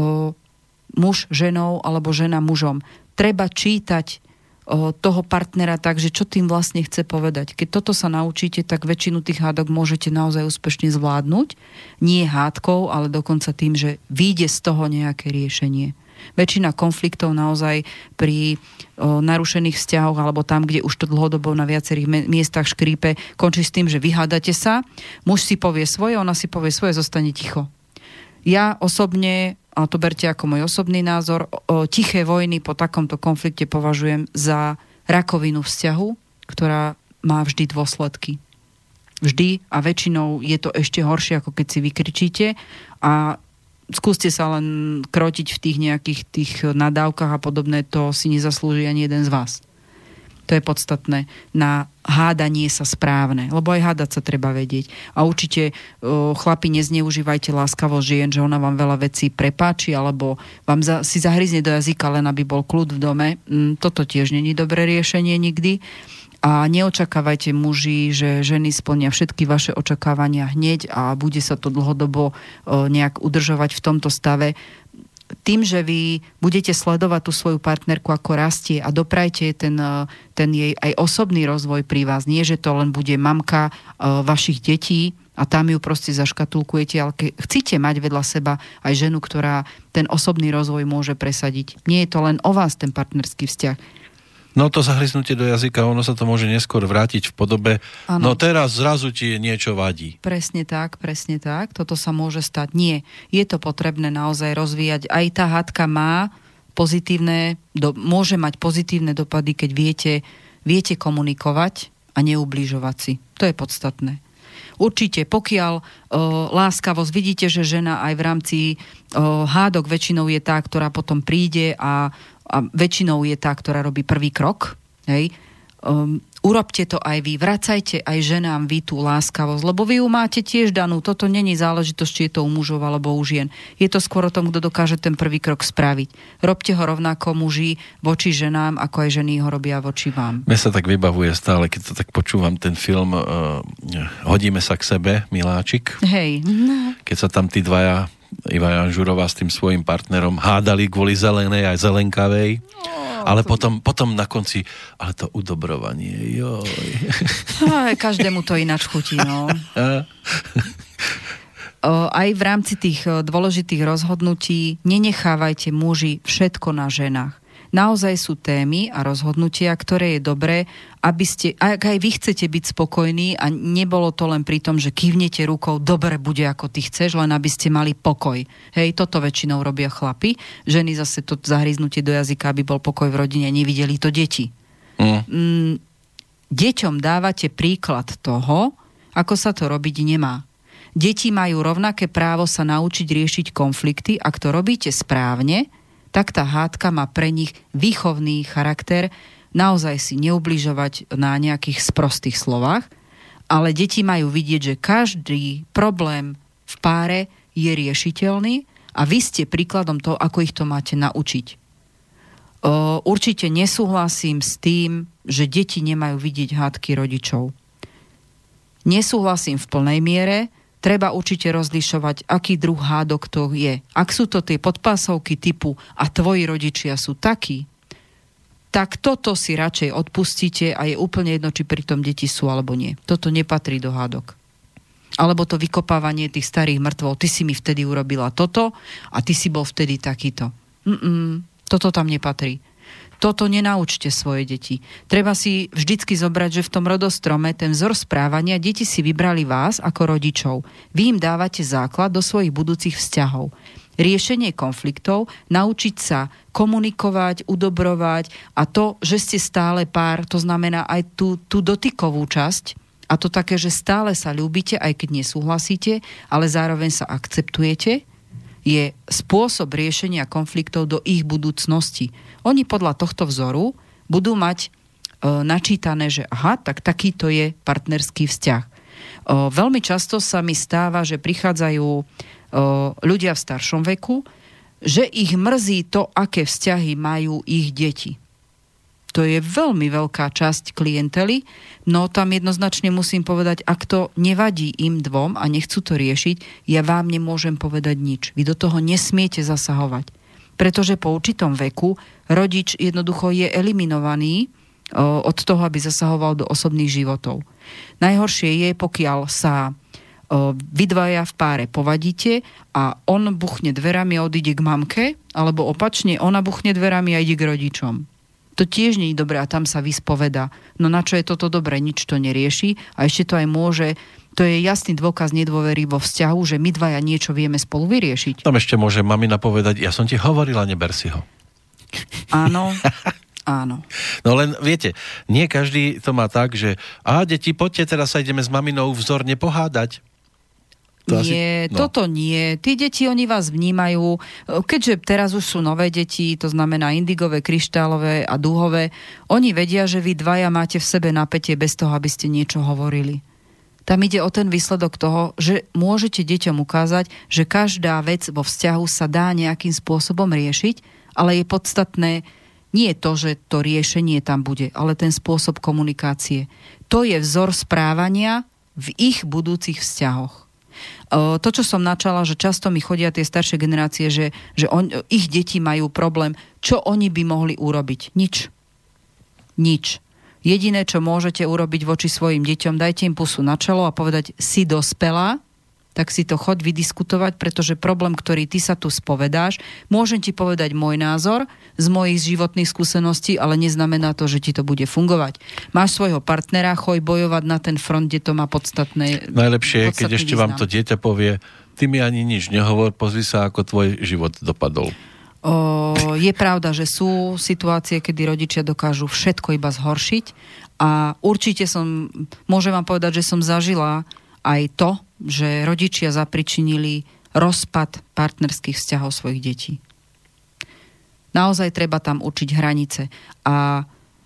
muž ženou alebo žena mužom. Treba čítať toho partnera tak, že čo tým vlastne chce povedať. Keď toto sa naučíte, tak väčšinu tých hádok môžete naozaj úspešne zvládnuť. Nie hádkou, ale dokonca tým, že vyjde z toho nejaké riešenie. Väčšina konfliktov naozaj pri narušených vzťahoch alebo tam, kde už to dlhodobo na viacerých miestach škrípe, končí s tým, že vyhádate sa, muž si povie svoje, ona si povie svoje, zostane ticho. Ja osobne, a to berte ako môj osobný názor, tiché vojny po takomto konflikte považujem za rakovinu vzťahu, ktorá má vždy dôsledky. Vždy a väčšinou je to ešte horšie, ako keď si vykričíte a skúste sa len krotiť v tých nejakých tých nadávkach a podobné, to si nezaslúži ani jeden z vás. To je podstatné. Na hádanie sa správne, lebo aj hádať sa treba vedieť. A určite chlapi, nezneužívajte láskavo žien, že ona vám veľa vecí prepáči, alebo vám si zahryzne do jazyka, len aby bol kľud v dome. Toto tiež není dobré riešenie nikdy. A neočakávajte muži, že ženy splnia všetky vaše očakávania hneď a bude sa to dlhodobo nejak udržovať v tomto stave. tým, že vy budete sledovať tú svoju partnerku, ako rastie a doprajte ten jej aj osobný rozvoj pri vás. Nie, že to len bude mamka vašich detí a tam ju proste zaškatulkujete, ale chcete mať vedľa seba aj ženu, ktorá ten osobný rozvoj môže presadiť. Nie je to len o vás, ten partnerský vzťah. No to zahryznutie do jazyka, ono sa to môže neskôr vrátiť v podobe, ano. No teraz zrazu ti niečo vadí. Presne tak. Toto sa môže stať. Nie. Je to potrebné naozaj rozvíjať. Aj tá hádka môže mať pozitívne dopady, keď viete komunikovať a neubližovať si. To je podstatné. Určite, pokiaľ láskavosť, vidíte, že žena aj v rámci hádok väčšinou je tá, ktorá potom príde a väčšinou je tá, ktorá robí prvý krok. Hej. Urobte to aj vy. Vracajte aj ženám vy tú láskavosť, lebo vy ju máte tiež danú. Toto není záležitosť, či je to u mužov alebo u žien. Je to skôr o tom, kto dokáže ten prvý krok spraviť. Robte ho rovnako muži voči ženám, ako aj ženy ho robia voči vám. Mne sa tak vybavuje stále, keď to tak počúvam, ten film Hodíme sa k sebe, miláčik. Hej. Keď sa tam tí dvaja, Iva Janžurová s tým svojím partnerom hádali kvôli zelenej aj zelenkavej, ale potom na konci, ale to udobrovanie, joj. Každému to ináč chutí, no. Aj v rámci tých dôležitých rozhodnutí nenechávajte muži všetko na ženách. Naozaj sú témy a rozhodnutia, ktoré je dobré, aby ste, ak aj vy chcete byť spokojní a nebolo to len pri tom, že kývnete rukou, dobre bude ako ty chceš, len aby ste mali pokoj. Hej, toto väčšinou robia chlapi. Ženy zase to zahryznutie do jazyka, aby bol pokoj v rodine, nevideli to deti. Deťom dávate príklad toho, ako sa to robiť nemá. Deti majú rovnaké právo sa naučiť riešiť konflikty, ak to robíte správne, tak tá hádka má pre nich výchovný charakter, naozaj si neubližovať na nejakých sprostých slovách, ale deti majú vidieť, že každý problém v páre je riešiteľný a vy ste príkladom toho, ako ich to máte naučiť. Určite nesúhlasím s tým, že deti nemajú vidieť hádky rodičov. Nesúhlasím v plnej miere. Treba určite rozlišovať, aký druh hádok to je. Ak sú to tie podpásovky typu a tvoji rodičia sú takí, tak toto si radšej odpustíte a je úplne jedno, či pri tom deti sú alebo nie. Toto nepatrí do hádok. Alebo to vykopávanie tých starých mŕtvol. Ty si mi vtedy urobila toto a ty si bol vtedy takýto. Toto tam nepatrí. Toto nenaučte svoje deti. Treba si vždycky zobrať, že v tom rodostrome ten vzor správania deti si vybrali vás ako rodičov. Vy im dávate základ do svojich budúcich vzťahov. Riešenie konfliktov, naučiť sa komunikovať, udobrovať a to, že ste stále pár, to znamená aj tú dotykovú časť a to také, že stále sa ľúbite, aj keď nesúhlasíte, ale zároveň sa akceptujete, je spôsob riešenia konfliktov do ich budúcnosti. Oni podľa tohto vzoru budú mať načítané, že aha, tak takýto je partnerský vzťah. Veľmi často sa mi stáva, že prichádzajú ľudia v staršom veku, že ich mrzí to, aké vzťahy majú ich deti. To je veľmi veľká časť klientely, no tam jednoznačne musím povedať, ak to nevadí im dvom a nechcú to riešiť, ja vám nemôžem povedať nič. Vy do toho nesmiete zasahovať. Pretože po určitom veku rodič jednoducho je eliminovaný od toho, aby zasahoval do osobných životov. Najhoršie je, pokiaľ sa vy dvaja v páre povadíte a on buchne dverami a odíde k mamke, alebo opačne, ona buchne dverami a ide k rodičom. To tiež nie je dobré a tam sa vyspoveda. No na čo je toto dobré? Nič to nerieši a ešte to aj môže, to je jasný dôkaz nedôvery vo vzťahu, že my dvaja niečo vieme spolu vyriešiť. Tam ešte môže mamina povedať, ja som ti hovorila, neber si ho. Áno, áno. No len viete, nie každý to má tak, že deti, poďte, teraz sa ideme s maminou vzorne pohádať. Toto nie. Tí deti, oni vás vnímajú, keďže teraz už sú nové deti, to znamená indigové, kryštálové a dúhové, oni vedia, že vy dvaja máte v sebe napätie bez toho, aby ste niečo hovorili. Tam ide o ten výsledok toho, že môžete deťom ukázať, že každá vec vo vzťahu sa dá nejakým spôsobom riešiť, ale je podstatné nie to, že to riešenie tam bude, ale ten spôsob komunikácie. To je vzor správania v ich budúcich vzťahoch. To, čo som načala, že často mi chodia tie staršie generácie, že ich deti majú problém. Čo oni by mohli urobiť? Nič. Jediné, čo môžete urobiť voči svojim deťom, dajte im pusu na čelo a povedať, si dospelá, tak si to choď vydiskutovať, pretože problém, ktorý ty sa tu spovedáš, môžem ti povedať môj názor z mojich životných skúseností, ale neznamená to, že ti to bude fungovať. Máš svojho partnera, choď bojovať na ten front, kde to má podstatné. Najlepšie je, keď ešte vám to dieťa povie, ty mi ani nič nehovor, pozri sa, ako tvoj život dopadol. Je pravda, že sú situácie, kedy rodičia dokážu všetko iba zhoršiť a určite môžem vám povedať, že som zažila aj to, že rodičia zapričinili rozpad partnerských vzťahov svojich detí. Naozaj treba tam učiť hranice. A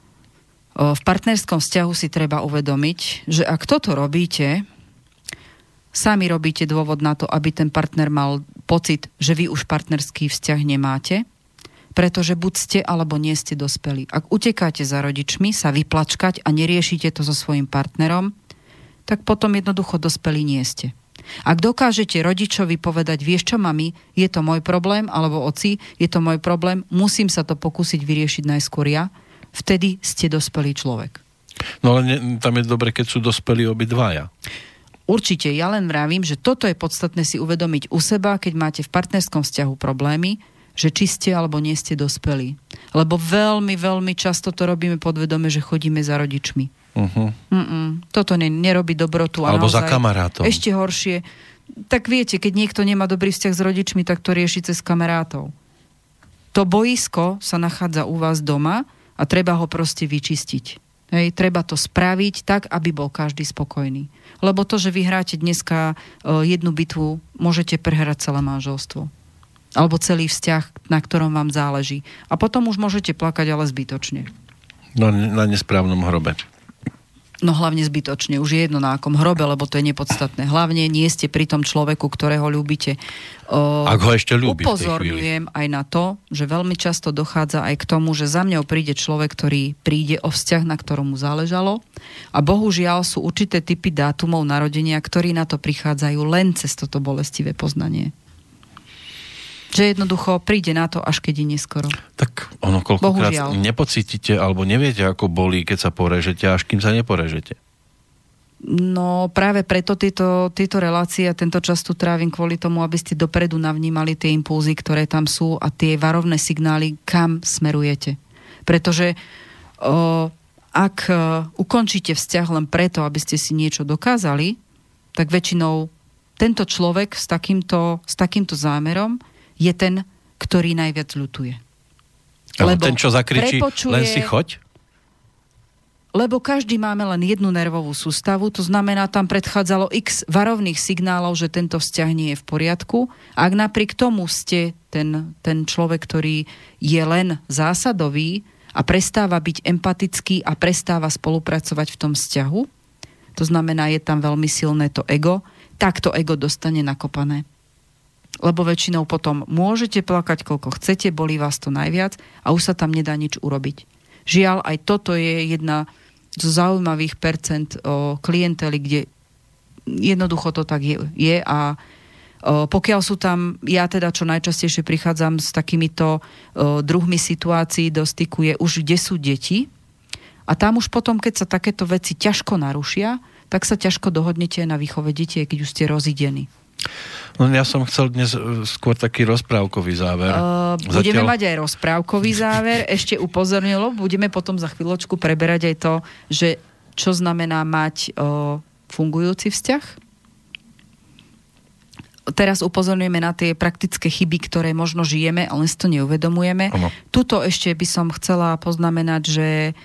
v partnerskom vzťahu si treba uvedomiť, že ak toto robíte, sami robíte dôvod na to, aby ten partner mal pocit, že vy už partnerský vzťah nemáte, pretože buď ste, alebo nie ste dospelí. Ak utekáte za rodičmi, sa vyplačkať a neriešite to so svojím partnerom, tak potom jednoducho dospelí nie ste. Ak dokážete rodičovi povedať, vieš čo, mami, je to môj problém, alebo oci, je to môj problém, musím sa to pokúsiť vyriešiť najskôr ja, vtedy ste dospelý človek. No ale tam je dobre, keď sú dospelí obidvaja. Určite, ja len vravím, že toto je podstatné si uvedomiť u seba, keď máte v partnerskom vzťahu problémy, že či ste alebo nie ste dospelí. Lebo veľmi, veľmi často to robíme podvedome, že chodíme za rodičmi. Toto nerobí dobrotu. Alebo za kamarátom. Ešte horšie. Tak viete, keď niekto nemá dobrý vzťah s rodičmi, tak to rieši cez kamarátov. To boisko sa nachádza u vás doma a treba ho proste vyčistiť. Hej, treba to spraviť tak, aby bol každý spokojný. Lebo to, že vyhráte dneska jednu bitvu, môžete prehrať celé manželstvo. Alebo celý vzťah, na ktorom vám záleží. A potom už môžete plakať, ale zbytočne. No, na nesprávnom hrobe. No hlavne zbytočne. Už je jedno na akom hrobe, lebo to je nepodstatné. Hlavne nie ste pri tom človeku, ktorého ľúbite. Ak ho ešte ľúbi v tej chvíli. Upozorňujem aj na to, že veľmi často dochádza aj k tomu, že za mňou príde človek, ktorý príde o vzťah, na ktorom mu záležalo. A bohužiaľ sú určité typy dátumov narodenia, ktorí na to prichádzajú len cez toto bolestivé poznanie. Že jednoducho príde na to, až keď je neskoro. Tak ono koľkokrát nepocítite, alebo neviete, ako bolí, keď sa porežete, až kým sa neporežete. No práve preto tieto relácie a tento čas tu trávim kvôli tomu, aby ste dopredu navnímali tie impulzy, ktoré tam sú a tie varovné signály, kam smerujete. Pretože ak ukončíte vzťah len preto, aby ste si niečo dokázali, tak väčšinou tento človek s takýmto zámerom je ten, ktorý najviac ľutuje. Lebo ten, čo zakričí, len si choď? Lebo každý máme len jednu nervovú sústavu, to znamená, tam predchádzalo x varovných signálov, že tento vzťah nie je v poriadku. A ak napriek tomu ste ten človek, ktorý je len zásadový a prestáva byť empatický a prestáva spolupracovať v tom vzťahu, to znamená, je tam veľmi silné to ego, tak to ego dostane nakopané. Lebo väčšinou potom môžete plakať, koľko chcete, bolí vás to najviac a už sa tam nedá nič urobiť. Žiaľ, aj toto je jedna zo zaujímavých percent klientely, kde jednoducho to tak je a pokiaľ sú tam, ja teda čo najčastejšie prichádzam s takýmito druhmi situácií do styku je už, kde sú deti a tam už potom, keď sa takéto veci ťažko narušia, tak sa ťažko dohodnete na výchove detí, keď už ste rozidení. No ja som chcel dnes skôr taký rozprávkový záver. Budeme mať aj rozprávkový záver. Ešte upozornilo, budeme potom za chvíľočku preberať aj to, že čo znamená mať fungujúci vzťah. Teraz upozorňujeme na tie praktické chyby, ktoré možno žijeme, ale si to neuvedomujeme. Ano. Tuto ešte by som chcela poznamenať, že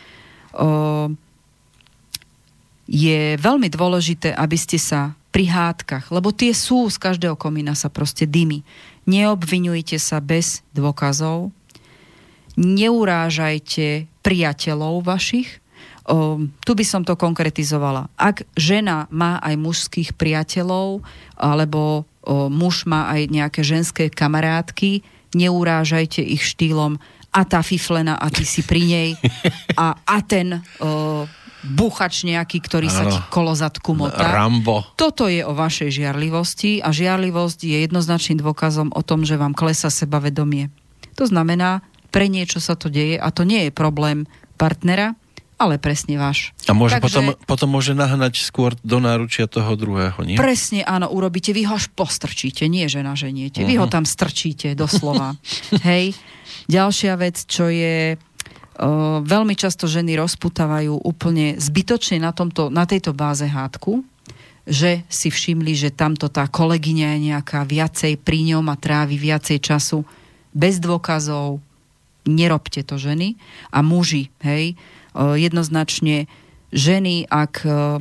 je veľmi dôležité, aby ste sa pri hádkach, lebo tie sú, z každého komína sa proste dymy. Neobviňujte sa bez dôkazov, neurážajte priateľov vašich. Tu by som to konkretizovala. Ak žena má aj mužských priateľov, alebo muž má aj nejaké ženské kamarátky, neurážajte ich štýlom a tá fiflena a ty si pri nej a ten buchač nejaký, ktorý sa ti kolo zadku motá. Rambo. Toto je o vašej žiarlivosti a žiarlivosť je jednoznačným dôkazom o tom, že vám klesá sebavedomie. To znamená, pre niečo sa to deje a to nie je problém partnera, ale presne váš. A môže potom môže nahnať skôr do náručia toho druhého, nie? Presne, áno, urobíte. Vy ho až postrčíte, nie že naženiete. Vy ho tam strčíte, doslova. Hej. Ďalšia vec, čo je veľmi často ženy rozputávajú úplne zbytočne na tejto báze hádku, že si všimli, že tamto tá kolegyňa je nejaká viacej pri ňom a trávi viacej času. Bez dôkazov nerobte to ženy. A muži, hej, jednoznačne ženy, ak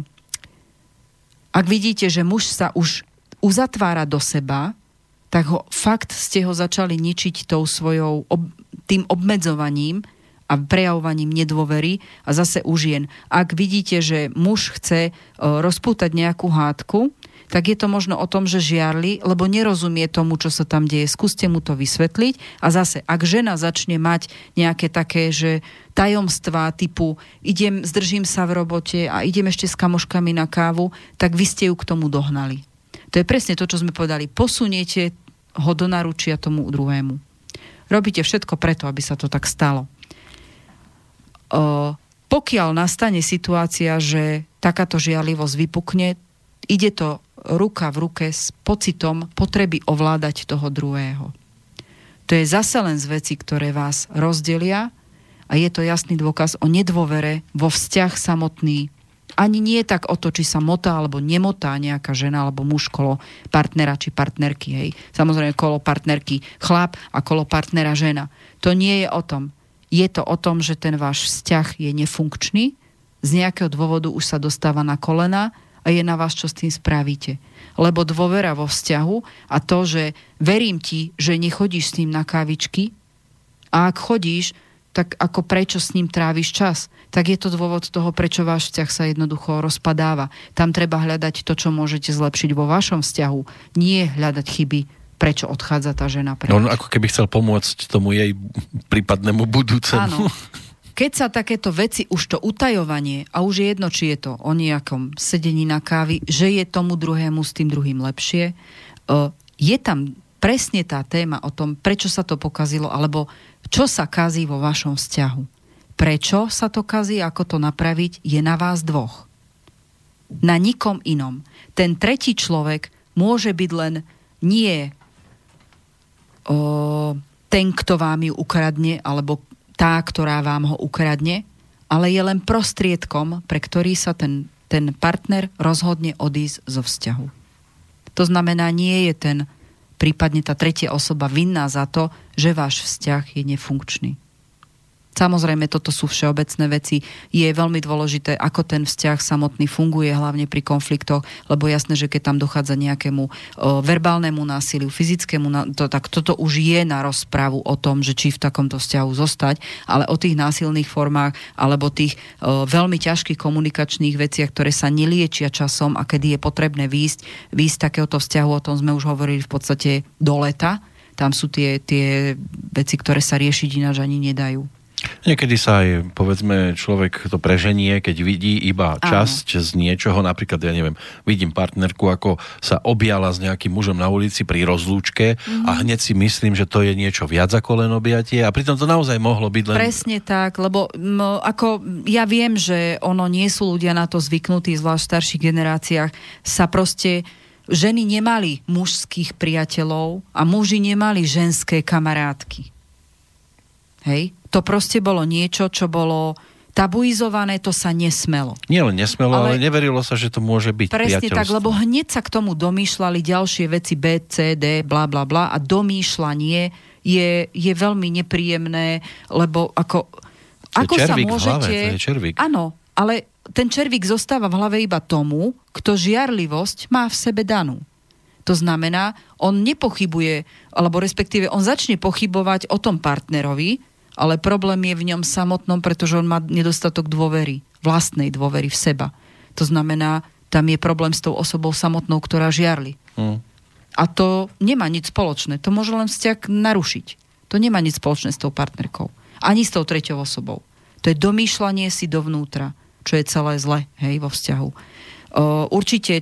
vidíte, že muž sa už uzatvára do seba, tak ste ho začali ničiť tým obmedzovaním a prejavovaním nedôvery a zase u žien. Ak vidíte, že muž chce rozpútať nejakú hádku, tak je to možno o tom, že žiarli, lebo nerozumie tomu, čo sa tam deje. Skúste mu to vysvetliť. A zase, ak žena začne mať nejaké také, že tajomstvá typu zdržím sa v robote a idem ešte s kamoškami na kávu, tak vy ste ju k tomu dohnali. To je presne to, čo sme povedali. Posuniete ho do naručia tomu druhému. Robíte všetko preto, aby sa to tak stalo. Pokiaľ nastane situácia, že takáto žiarlivosť vypukne, ide to ruka v ruke s pocitom potreby ovládať toho druhého. To je zase len z vecí, ktoré vás rozdelia a je to jasný dôkaz o nedôvere vo vzťah samotný. Ani nie tak o to, či sa motá alebo nemotá nejaká žena alebo muž kolo partnera či partnerky. Hej. Samozrejme kolo partnerky chlap a kolo partnera žena. To nie je o tom. Je to o tom, že ten váš vzťah je nefunkčný, z nejakého dôvodu už sa dostáva na kolena a je na vás, čo s tým spravíte. Lebo dôvera vo vzťahu a to, že verím ti, že nechodíš s ním na kávičky a ak chodíš, tak ako prečo s ním tráviš čas, tak je to dôvod toho, prečo váš vzťah sa jednoducho rozpadáva. Tam treba hľadať to, čo môžete zlepšiť vo vašom vzťahu. Nie hľadať chyby, prečo odchádza tá žena preč. On ako keby chcel pomôcť tomu jej prípadnému budúcemu. Áno. Keď sa takéto veci, už to utajovanie, a už je jedno, či je to o nejakom sedení na kávy, že je tomu druhému s tým druhým lepšie, je tam presne tá téma o tom, prečo sa to pokazilo, alebo čo sa kazí vo vašom vzťahu. Prečo sa to kazí, ako to napraviť, je na vás dvoch. Na nikom inom. Ten tretí človek môže byť len nie ten, kto vám ju ukradne, alebo tá, ktorá vám ho ukradne, ale je len prostriedkom, pre ktorý sa ten partner rozhodne odísť zo vzťahu. To znamená, nie je prípadne tá tretia osoba vinná za to, že váš vzťah je nefunkčný. Samozrejme, toto sú všeobecné veci. Je veľmi dôležité, ako ten vzťah samotný funguje, hlavne pri konfliktoch, lebo jasné, že keď tam dochádza nejakému verbálnemu násiliu, fyzickému, tak toto už je na rozprávu o tom, že či v takomto vzťahu zostať, ale o tých násilných formách alebo tých veľmi ťažkých komunikačných veciach, ktoré sa neliečia časom a kedy je potrebné výjsť z takéhoto vzťahu, o tom sme už hovorili v podstate do leta. Tam sú tie veci, ktoré sa riešiť ináč ani nedajú. Niekedy sa aj, povedzme, človek to preženie, keď vidí iba časť z niečoho, napríklad, ja neviem, vidím partnerku, ako sa objala s nejakým mužom na ulici pri rozlúčke a hneď si myslím, že to je niečo viac ako len objatie a pritom to naozaj mohlo byť len... Presne tak, lebo ako ja viem, že nie sú ľudia na to zvyknutí, zvlášť v starších generáciách, sa proste... Ženy nemali mužských priateľov a muži nemali ženské kamarátky. Hej? To proste bolo niečo, čo bolo tabuizované, to sa nesmelo. Nie len nesmelo, ale neverilo sa, že to môže byť presne priateľstvo. Tak, lebo hneď sa k tomu domýšľali ďalšie veci B, C, D, bla, bla, bla a domýšľanie je veľmi nepríjemné, lebo ako sa môžete... To je červík. Áno, ale ten červík zostáva v hlave iba tomu, kto žiarlivosť má v sebe danú. To znamená, on nepochybuje, alebo respektíve on začne pochybovať o tom partnerovi, ale problém je v ňom samotnom, pretože on má nedostatok dôvery, vlastnej dôvery v seba. To znamená, tam je problém s tou osobou samotnou, ktorá žiarli. A to nemá nič spoločné. To môže len vzťah narušiť. To nemá nič spoločné s tou partnerkou. Ani s tou treťou osobou. To je domýšľanie si dovnútra. čo je celé zle, hej, vo vzťahu. Určite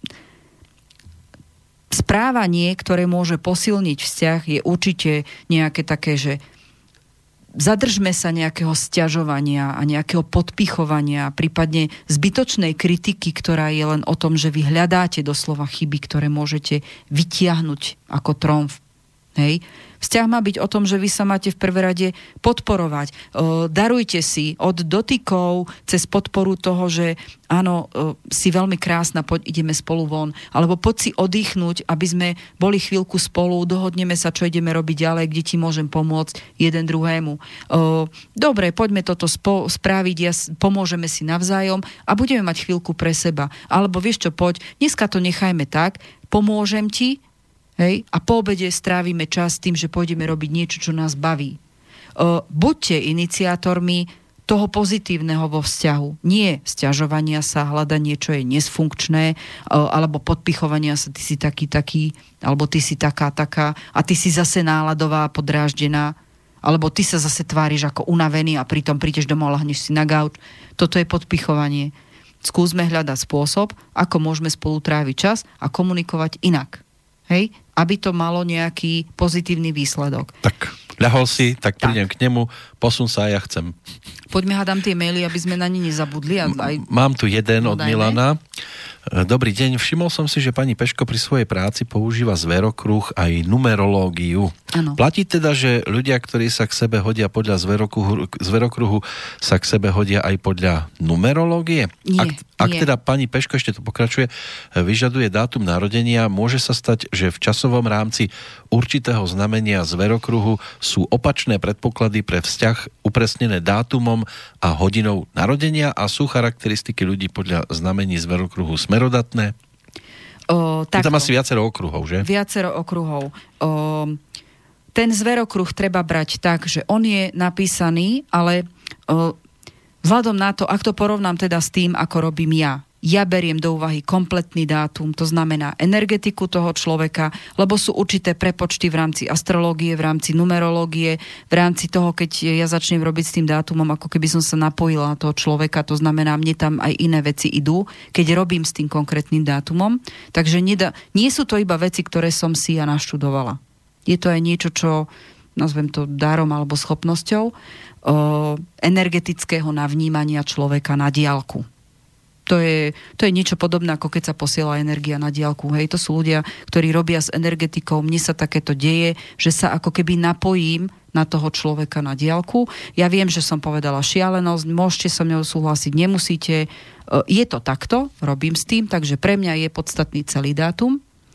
správanie, ktoré môže posilniť vzťah, je určite nejaké také, že zadržme sa nejakého sťažovania a nejakého podpichovania, prípadne zbytočnej kritiky, ktorá je len o tom, že vy hľadáte doslova chyby, ktoré môžete vytiahnuť ako tromf. Hej. Vzťah má byť o tom, že vy sa máte v prvé rade podporovať. Darujte si od dotykov cez podporu toho, že áno, si veľmi krásna, poď ideme spolu von. Alebo poď si oddychnúť, aby sme boli chvíľku spolu, dohodneme sa, čo ideme robiť ďalej, kde ti môžem pomôcť jeden druhému. Dobre, poďme toto spraviť, pomôžeme si navzájom a budeme mať chvíľku pre seba. Alebo vieš čo, poď, dneska to nechajme tak, pomôžem ti, hej, a po obede strávime čas tým, že pôjdeme robiť niečo, čo nás baví. Buďte iniciátormi toho pozitívneho vo vzťahu. Nie sťažovania sa, hľadanie, čo je nesfunkčné, alebo podpichovania sa, ty si taký, alebo ty si taká a ty si zase náladová, podráždená, alebo ty sa zase tváriš ako unavený a pritom prídeš domov a lahneš si na gauč. Toto je podpichovanie. Skúsme hľadať spôsob, ako môžeme spolu tráviť čas a komunikovať inak. Hej? Aby to malo nejaký pozitívny výsledok. Tak, ľahol si, tak prídem k nemu, posun sa a ja chcem. Poďme hádam tie maily, aby sme na ne nezabudli. Mám tu jeden od Milana. Dobrý deň, všimol som si, že pani Peško pri svojej práci používa zverokruh aj numerológiu. Ano. Platí teda, že ľudia, ktorí sa k sebe hodia podľa zverokruhu, sa k sebe hodia aj podľa numerológie? Ak teda pani Peško, ešte to pokračuje, vyžaduje dátum narodenia, môže sa stať, že v časovom rámci určitého znamenia zverokruhu sú opačné predpoklady pre vzťah upresnené dátumom a hodinou narodenia a sú charakteristiky ľudí podľa znamení zverokruhu smerodatné? Tam asi viacero okruhov, že? Viacero okruhov. Ten zverokruh treba brať tak, že on je napísaný, ale vzhľadom na to, ak to porovnám teda s tým, ako robím ja beriem do úvahy kompletný dátum, to znamená energetiku toho človeka, lebo sú určité prepočty v rámci astrológie, v rámci numerológie, v rámci toho, keď ja začnem robiť s tým dátumom, ako keby som sa napojila na toho človeka, to znamená, mne tam aj iné veci idú, keď robím s tým konkrétnym dátumom. Takže nie sú to iba veci, ktoré som si ja naštudovala. Je to aj niečo, čo nazvem to darom alebo schopnosťou energetického navnímania človeka na diaľku. To je niečo podobné, ako keď sa posiela energia na diaľku. Hej, to sú ľudia, ktorí robia s energetikou. Mne sa takéto deje, že sa ako keby napojím na toho človeka na diaľku. Ja viem, že som povedala šialenosť, môžete so mnou súhlasiť, nemusíte. Je to takto, robím s tým, takže pre mňa je podstatný celý dátum.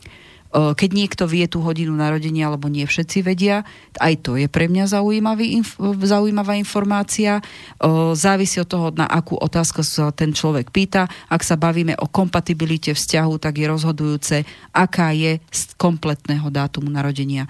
Keď niekto vie tú hodinu narodenia, alebo nie všetci vedia, aj to je pre mňa zaujímavá informácia. Závisí od toho, na akú otázku sa ten človek pýta. Ak sa bavíme o kompatibilite vzťahu, tak je rozhodujúce, aká je z kompletného dátumu narodenia.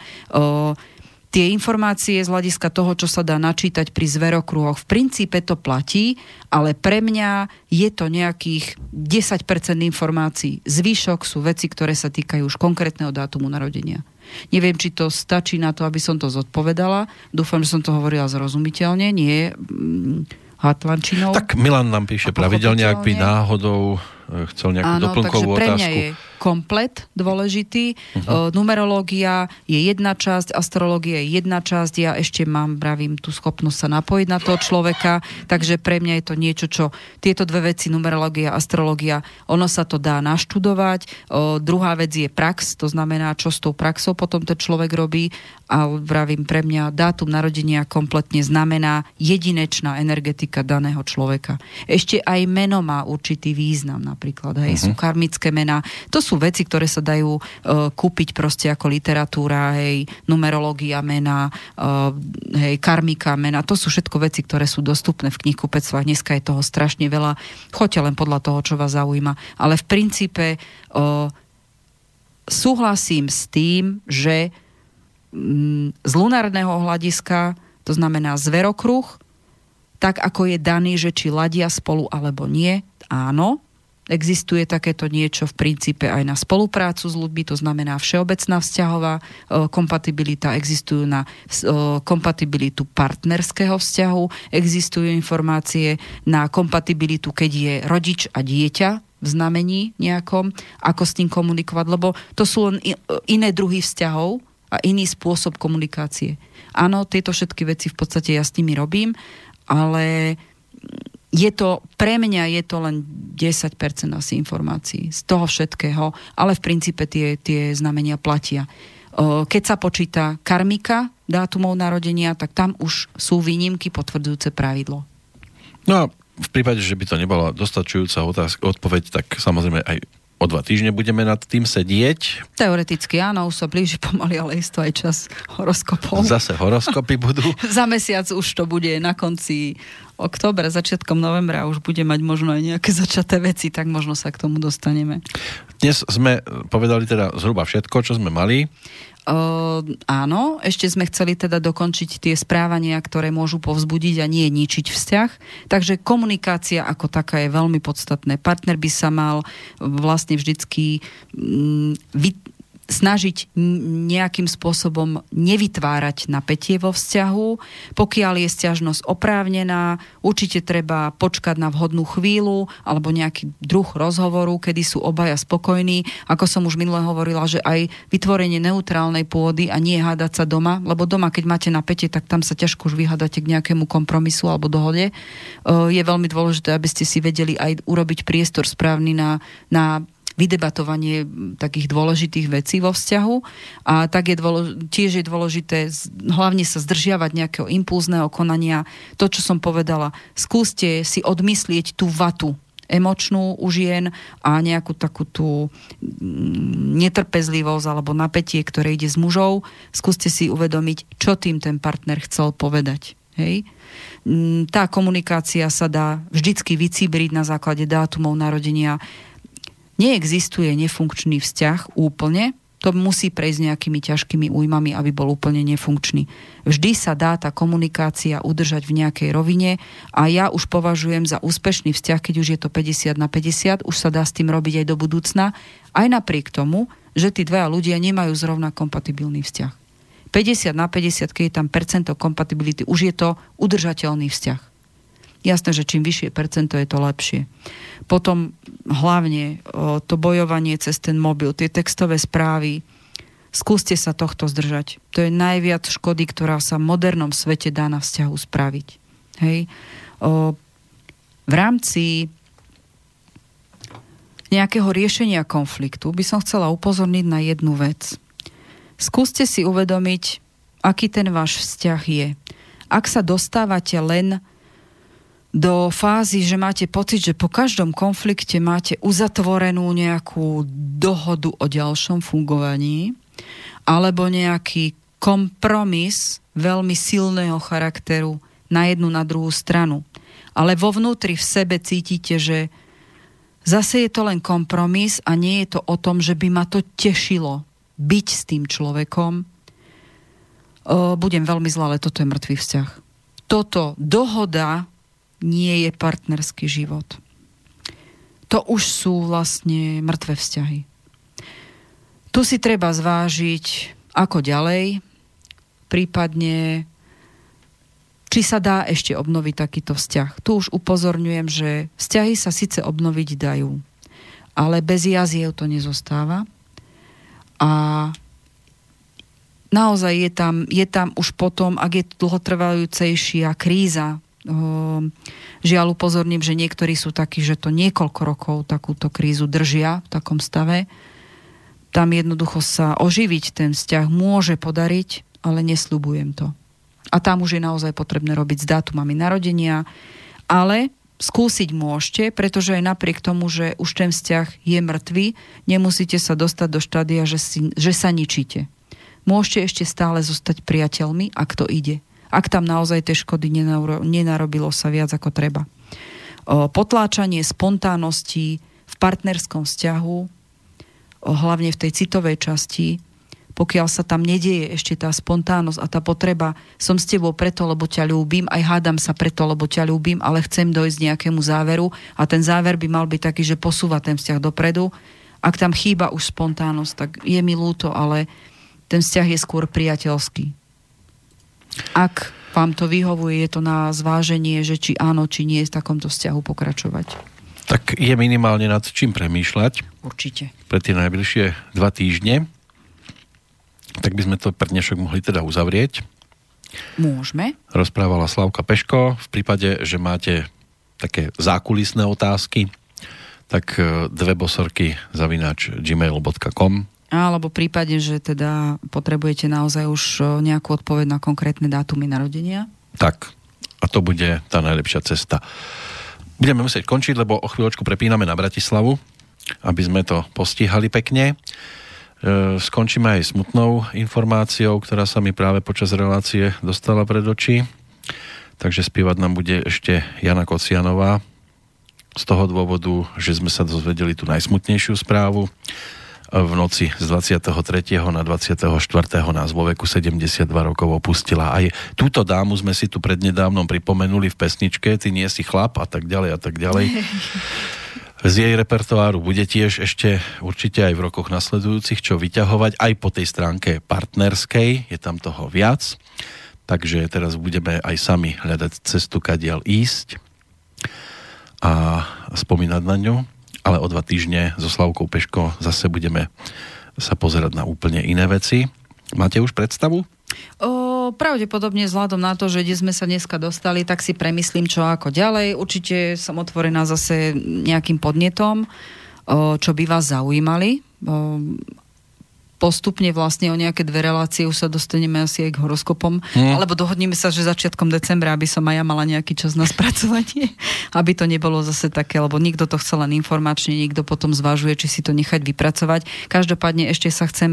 Tie informácie z hľadiska toho, čo sa dá načítať pri zverokruhoch, v princípe to platí, ale pre mňa je to nejakých 10% informácií. Zvyšok sú veci, ktoré sa týkajú už konkrétneho dátumu narodenia. Neviem, či to stačí na to, aby som to zodpovedala. Dúfam, že som to hovorila zrozumiteľne, nie hatlančinou. Tak Milan nám píše pravidelne, ak by náhodou chcel nejakú doplnkovú otázku. Pre mňa je komplet dôležitý. Numerológia je jedna časť, astrológia je jedna časť. Ja ešte vravím tú schopnosť sa napojiť na toho človeka, takže pre mňa je to niečo, čo tieto dve veci, numerológia, astrológia, ono sa to dá naštudovať. Druhá vec je prax, to znamená, čo s tou praxou potom ten človek robí. A vravím, pre mňa dátum narodenia kompletne znamená jedinečná energetika daného človeka. Ešte aj meno má určitý význam, napríklad, hej, sú karmické mená. To sú veci, ktoré sa dajú kúpiť proste ako literatúra, hej, numerológia mena, hej, karmika mena. To sú všetko veci, ktoré sú dostupné v knihkupectvách. Dneska je toho strašne veľa. Choďte len podľa toho, čo vás zaujíma. Ale v princípe súhlasím s tým, že z lunárneho hľadiska, to znamená zverokruh, tak ako je daný, že či ladia spolu alebo nie, áno, Existuje takéto niečo v princípe aj na spoluprácu s ľuďmi, to znamená všeobecná vzťahová kompatibilita, existujú na kompatibilitu partnerského vzťahu, existujú informácie na kompatibilitu, keď je rodič a dieťa v znamení nejakom, ako s ním komunikovať, lebo to sú len iné druhy vzťahov a iný spôsob komunikácie. Áno, tieto všetky veci v podstate ja s nimi robím, ale pre mňa je to len 10% asi informácií z toho všetkého, ale v princípe tie znamenia platia. Keď sa počíta karmika dátumov narodenia, tak tam už sú výnimky potvrdzujúce pravidlo. No a v prípade, že by to nebola dostačujúca odpoveď, tak samozrejme aj o 2 týždne budeme nad tým sedieť. Teoreticky áno, už sa blíži pomaly, ale je to aj čas horoskopov. Zase horoskopy budú. Za mesiac už to bude na konci októbra, začiatkom novembra už bude mať možno aj nejaké začaté veci, tak možno sa k tomu dostaneme. Dnes sme povedali teda zhruba všetko, čo sme mali. Áno, ešte sme chceli teda dokončiť tie správania, ktoré môžu povzbudiť a nie ničiť vzťah. Takže komunikácia ako taká je veľmi podstatné. Partner by sa mal vlastne vždycky snažiť nejakým spôsobom nevytvárať napätie vo vzťahu. Pokiaľ je sťažnosť oprávnená, určite treba počkať na vhodnú chvíľu alebo nejaký druh rozhovoru, kedy sú obaja spokojní. Ako som už minule hovorila, že aj vytvorenie neutrálnej pôdy a nie hádať sa doma, lebo doma, keď máte napätie, tak tam sa ťažko už vyhádate k nejakému kompromisu alebo dohode. Je veľmi dôležité, aby ste si vedeli aj urobiť priestor správny na vydebatovanie takých dôležitých vecí vo vzťahu a tak tiež je dôležité hlavne sa zdržiavať nejakého impulzného konania. To, čo som povedala, skúste si odmyslieť tú vatu emočnú u žien a nejakú takú tú netrpezlivosť alebo napätie, ktoré ide s mužou. Skúste si uvedomiť, čo tým ten partner chcel povedať. Hej? Tá komunikácia sa dá vždycky vycibriť na základe dátumov narodenia. Neexistuje nefunkčný vzťah úplne, to musí prejsť nejakými ťažkými újmami, aby bol úplne nefunkčný. Vždy sa dá tá komunikácia udržať v nejakej rovine a ja už považujem za úspešný vzťah, keď už je to 50/50, už sa dá s tým robiť aj do budúcna, aj napriek tomu, že tí dvaja ľudia nemajú zrovna kompatibilný vzťah. 50/50, keď je tam percento kompatibility, už je to udržateľný vzťah. Jasné, že čím vyššie percento je to lepšie. Potom hlavne to bojovanie cez ten mobil, tie textové správy, skúste sa tohto zdržať. To je najviac škody, ktorá sa v modernom svete dá na vzťahu spraviť. Hej. V rámci nejakého riešenia konfliktu by som chcela upozorniť na jednu vec. Skúste si uvedomiť, aký ten váš vzťah je. Ak sa dostávate len do fázy, že máte pocit, že po každom konflikte máte uzatvorenú nejakú dohodu o ďalšom fungovaní alebo nejaký kompromis veľmi silného charakteru na jednu, na druhú stranu. Ale vo vnútri v sebe cítite, že zase je to len kompromis a nie je to o tom, že by ma to tešilo byť s tým človekom. Budem veľmi zlá, ale toto je mŕtvý vzťah. Toto dohoda nie je partnerský život. To už sú vlastne mŕtve vzťahy. Tu si treba zvážiť, ako ďalej, prípadne, či sa dá ešte obnoviť takýto vzťah. Tu už upozorňujem, že vzťahy sa síce obnoviť dajú, ale bez jaziev to nezostáva. A naozaj je tam už potom, ak je dlhotrvajúcejšia kríza, žiaľ upozorním, že niektorí sú takí, že to niekoľko rokov takúto krízu držia v takom stave. Tam jednoducho sa oživiť ten vzťah môže podariť, ale nesľubujem to. A tam už je naozaj potrebné robiť s dátumami narodenia, ale skúsiť môžete, pretože aj napriek tomu, že už ten vzťah je mŕtvý, nemusíte sa dostať do štádia, že sa ničíte. Môžete ešte stále zostať priateľmi, ak to ide. Ak tam naozaj tie škody nenarobilo sa viac ako treba. Potláčanie spontánnosti v partnerskom vzťahu, hlavne v tej citovej časti, pokiaľ sa tam nedieje ešte tá spontánnosť a tá potreba, som s tebou preto, lebo ťa ľúbim, aj hádam sa preto, lebo ťa ľúbim, ale chcem dojsť nejakému záveru a ten záver by mal byť taký, že posúva ten vzťah dopredu. Ak tam chýba už spontánnosť, tak je mi ľúto, ale ten vzťah je skôr priateľský. Ak vám to vyhovuje, je to na zváženie, že či áno, či nie v takomto vzťahu pokračovať. Tak je minimálne nad čím premýšľať. Určite. Pre tie najbližšie 2 týždne. Tak by sme to pre dnešok mohli teda uzavrieť. Môžeme. Rozprávala Slavka Peško. V prípade, že máte také zákulisné otázky, tak dvebosorky@gmail.com. Alebo v prípade, že teda potrebujete naozaj už nejakú odpoveď na konkrétne dátumy narodenia. Tak. A to bude tá najlepšia cesta. Budeme musieť končiť, lebo o chvíľočku prepíname na Bratislavu, aby sme to postihali pekne. Skončíme aj smutnou informáciou, ktorá sa mi práve počas relácie dostala pred oči. Takže spievať nám bude ešte Jana Kocianová. Z toho dôvodu, že sme sa dozvedeli tú najsmutnejšiu správu. V noci z 23. na 24. nás vo veku 72 rokov opustila. Aj túto dámu sme si tu prednedávnom pripomenuli v pesničke Ty nie si chlap a tak ďalej a tak ďalej. Z jej repertoáru bude tiež ešte určite aj v rokoch nasledujúcich čo vyťahovať, aj po tej stránke partnerskej, je tam toho viac. Takže teraz budeme aj sami hľadať cestu, kadiaľ ísť a spomínať na ňu. Ale o 2 týždne so Slavkou Peško zase budeme sa pozerať na úplne iné veci. Máte už predstavu? Pravdepodobne vzhľadom na to, že kde sme sa dneska dostali, tak si premyslím, čo ako ďalej. Určite som otvorená zase nejakým podnetom, čo by vás zaujímali. Postupne vlastne o nejaké 2 relácie už sa dostaneme asi aj k horoskopom, alebo dohodneme sa, že začiatkom decembra, aby som aj ja mala nejaký čas na spracovanie, aby to nebolo zase také, lebo nikto to chce len informačne, nikto potom zvažuje, či si to nechať vypracovať. Každopádne ešte sa chcem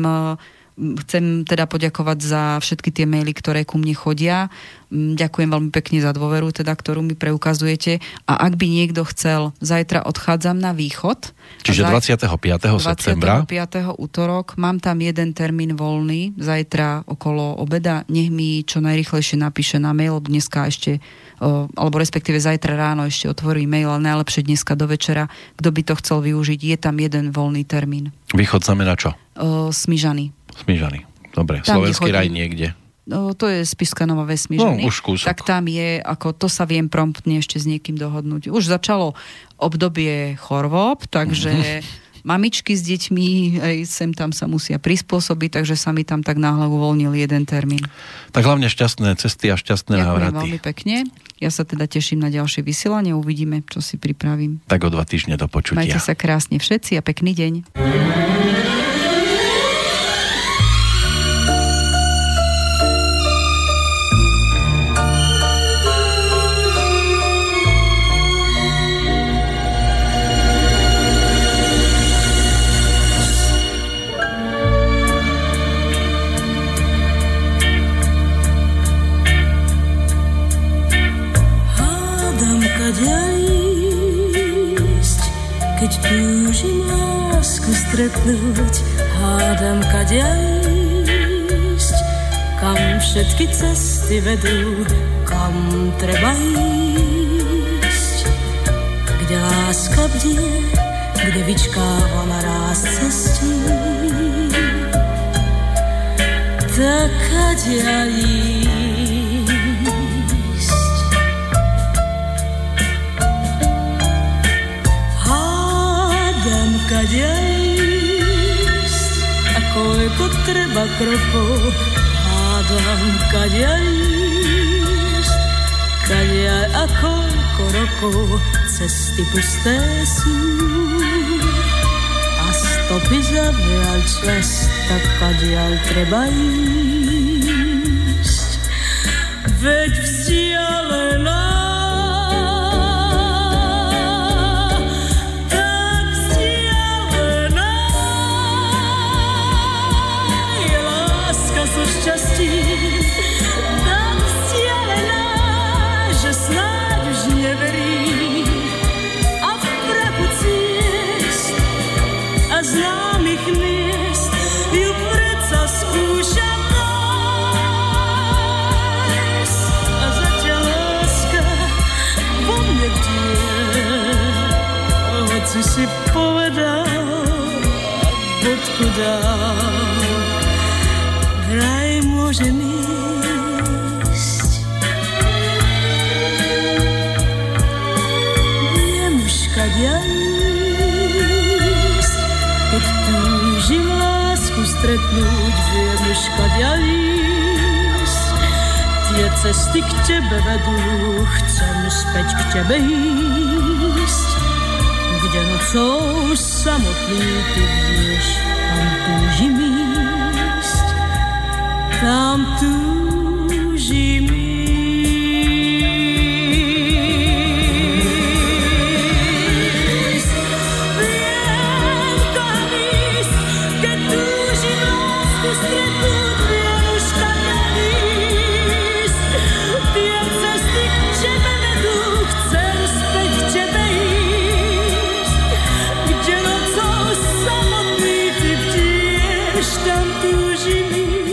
teda poďakovať za všetky tie maily, ktoré ku mne chodia. Ďakujem veľmi pekne za dôveru, teda, ktorú mi preukazujete. A ak by niekto chcel, zajtra odchádzam na východ. Čiže 25. septembra. 25. útorok. Mám tam jeden termín voľný, zajtra okolo obeda. Nech mi čo najrýchlejšie napíše na mail, dneska ešte, alebo respektíve zajtra ráno ešte otvorí mail, ale najlepšie dneska do večera. Kto by to chcel využiť, je tam jeden voľný termín. Východ znamená čo? Smížany. Dobre, tam, slovenský raj niekde. To je Spišská Nová Ves Smížany. Už kúsok. Tak tam je, to sa viem promptne ešte s niekým dohodnúť. Už začalo obdobie chorôb, takže mamičky s deťmi aj sem tam sa musia prispôsobiť, takže sa mi tam tak náhle uvoľnil jeden termín. Tak hlavne šťastné cesty a šťastné návraty. Ďakujem veľmi pekne. Ja sa teda teším na ďalšie vysielanie. Uvidíme, čo si pripravím. Tak o 2 týždne do počutia. Majte sa krásne všetci a pekný deň. Keď túžim lásku stretnúť, hádam kadia ísť, kam všetky cesty vedú, kam treba ísť. Kde láska bdie, kde vyčkáva na ráz cestí, tak kadia ísť. Kadia ísť, a koľko treba krokov, hádam, kadia ísť, kadia a koľko rokov, cesty pusté sú, a stopy zavial čas, tak kadia treba ísť, veď vzdialená. Šťastím, tam vzdialená, že snáď už neverím, a v prachu ciest a známych miest ju predsa skúšam. stretnúť, vieme škadia ísť. Tie cesty k tebe vedú, chcem späť k tebe ísť. Kde nocou samotný ty vieš, tam túžim ísť. Tam túžim ísť. Tam túžim ísť.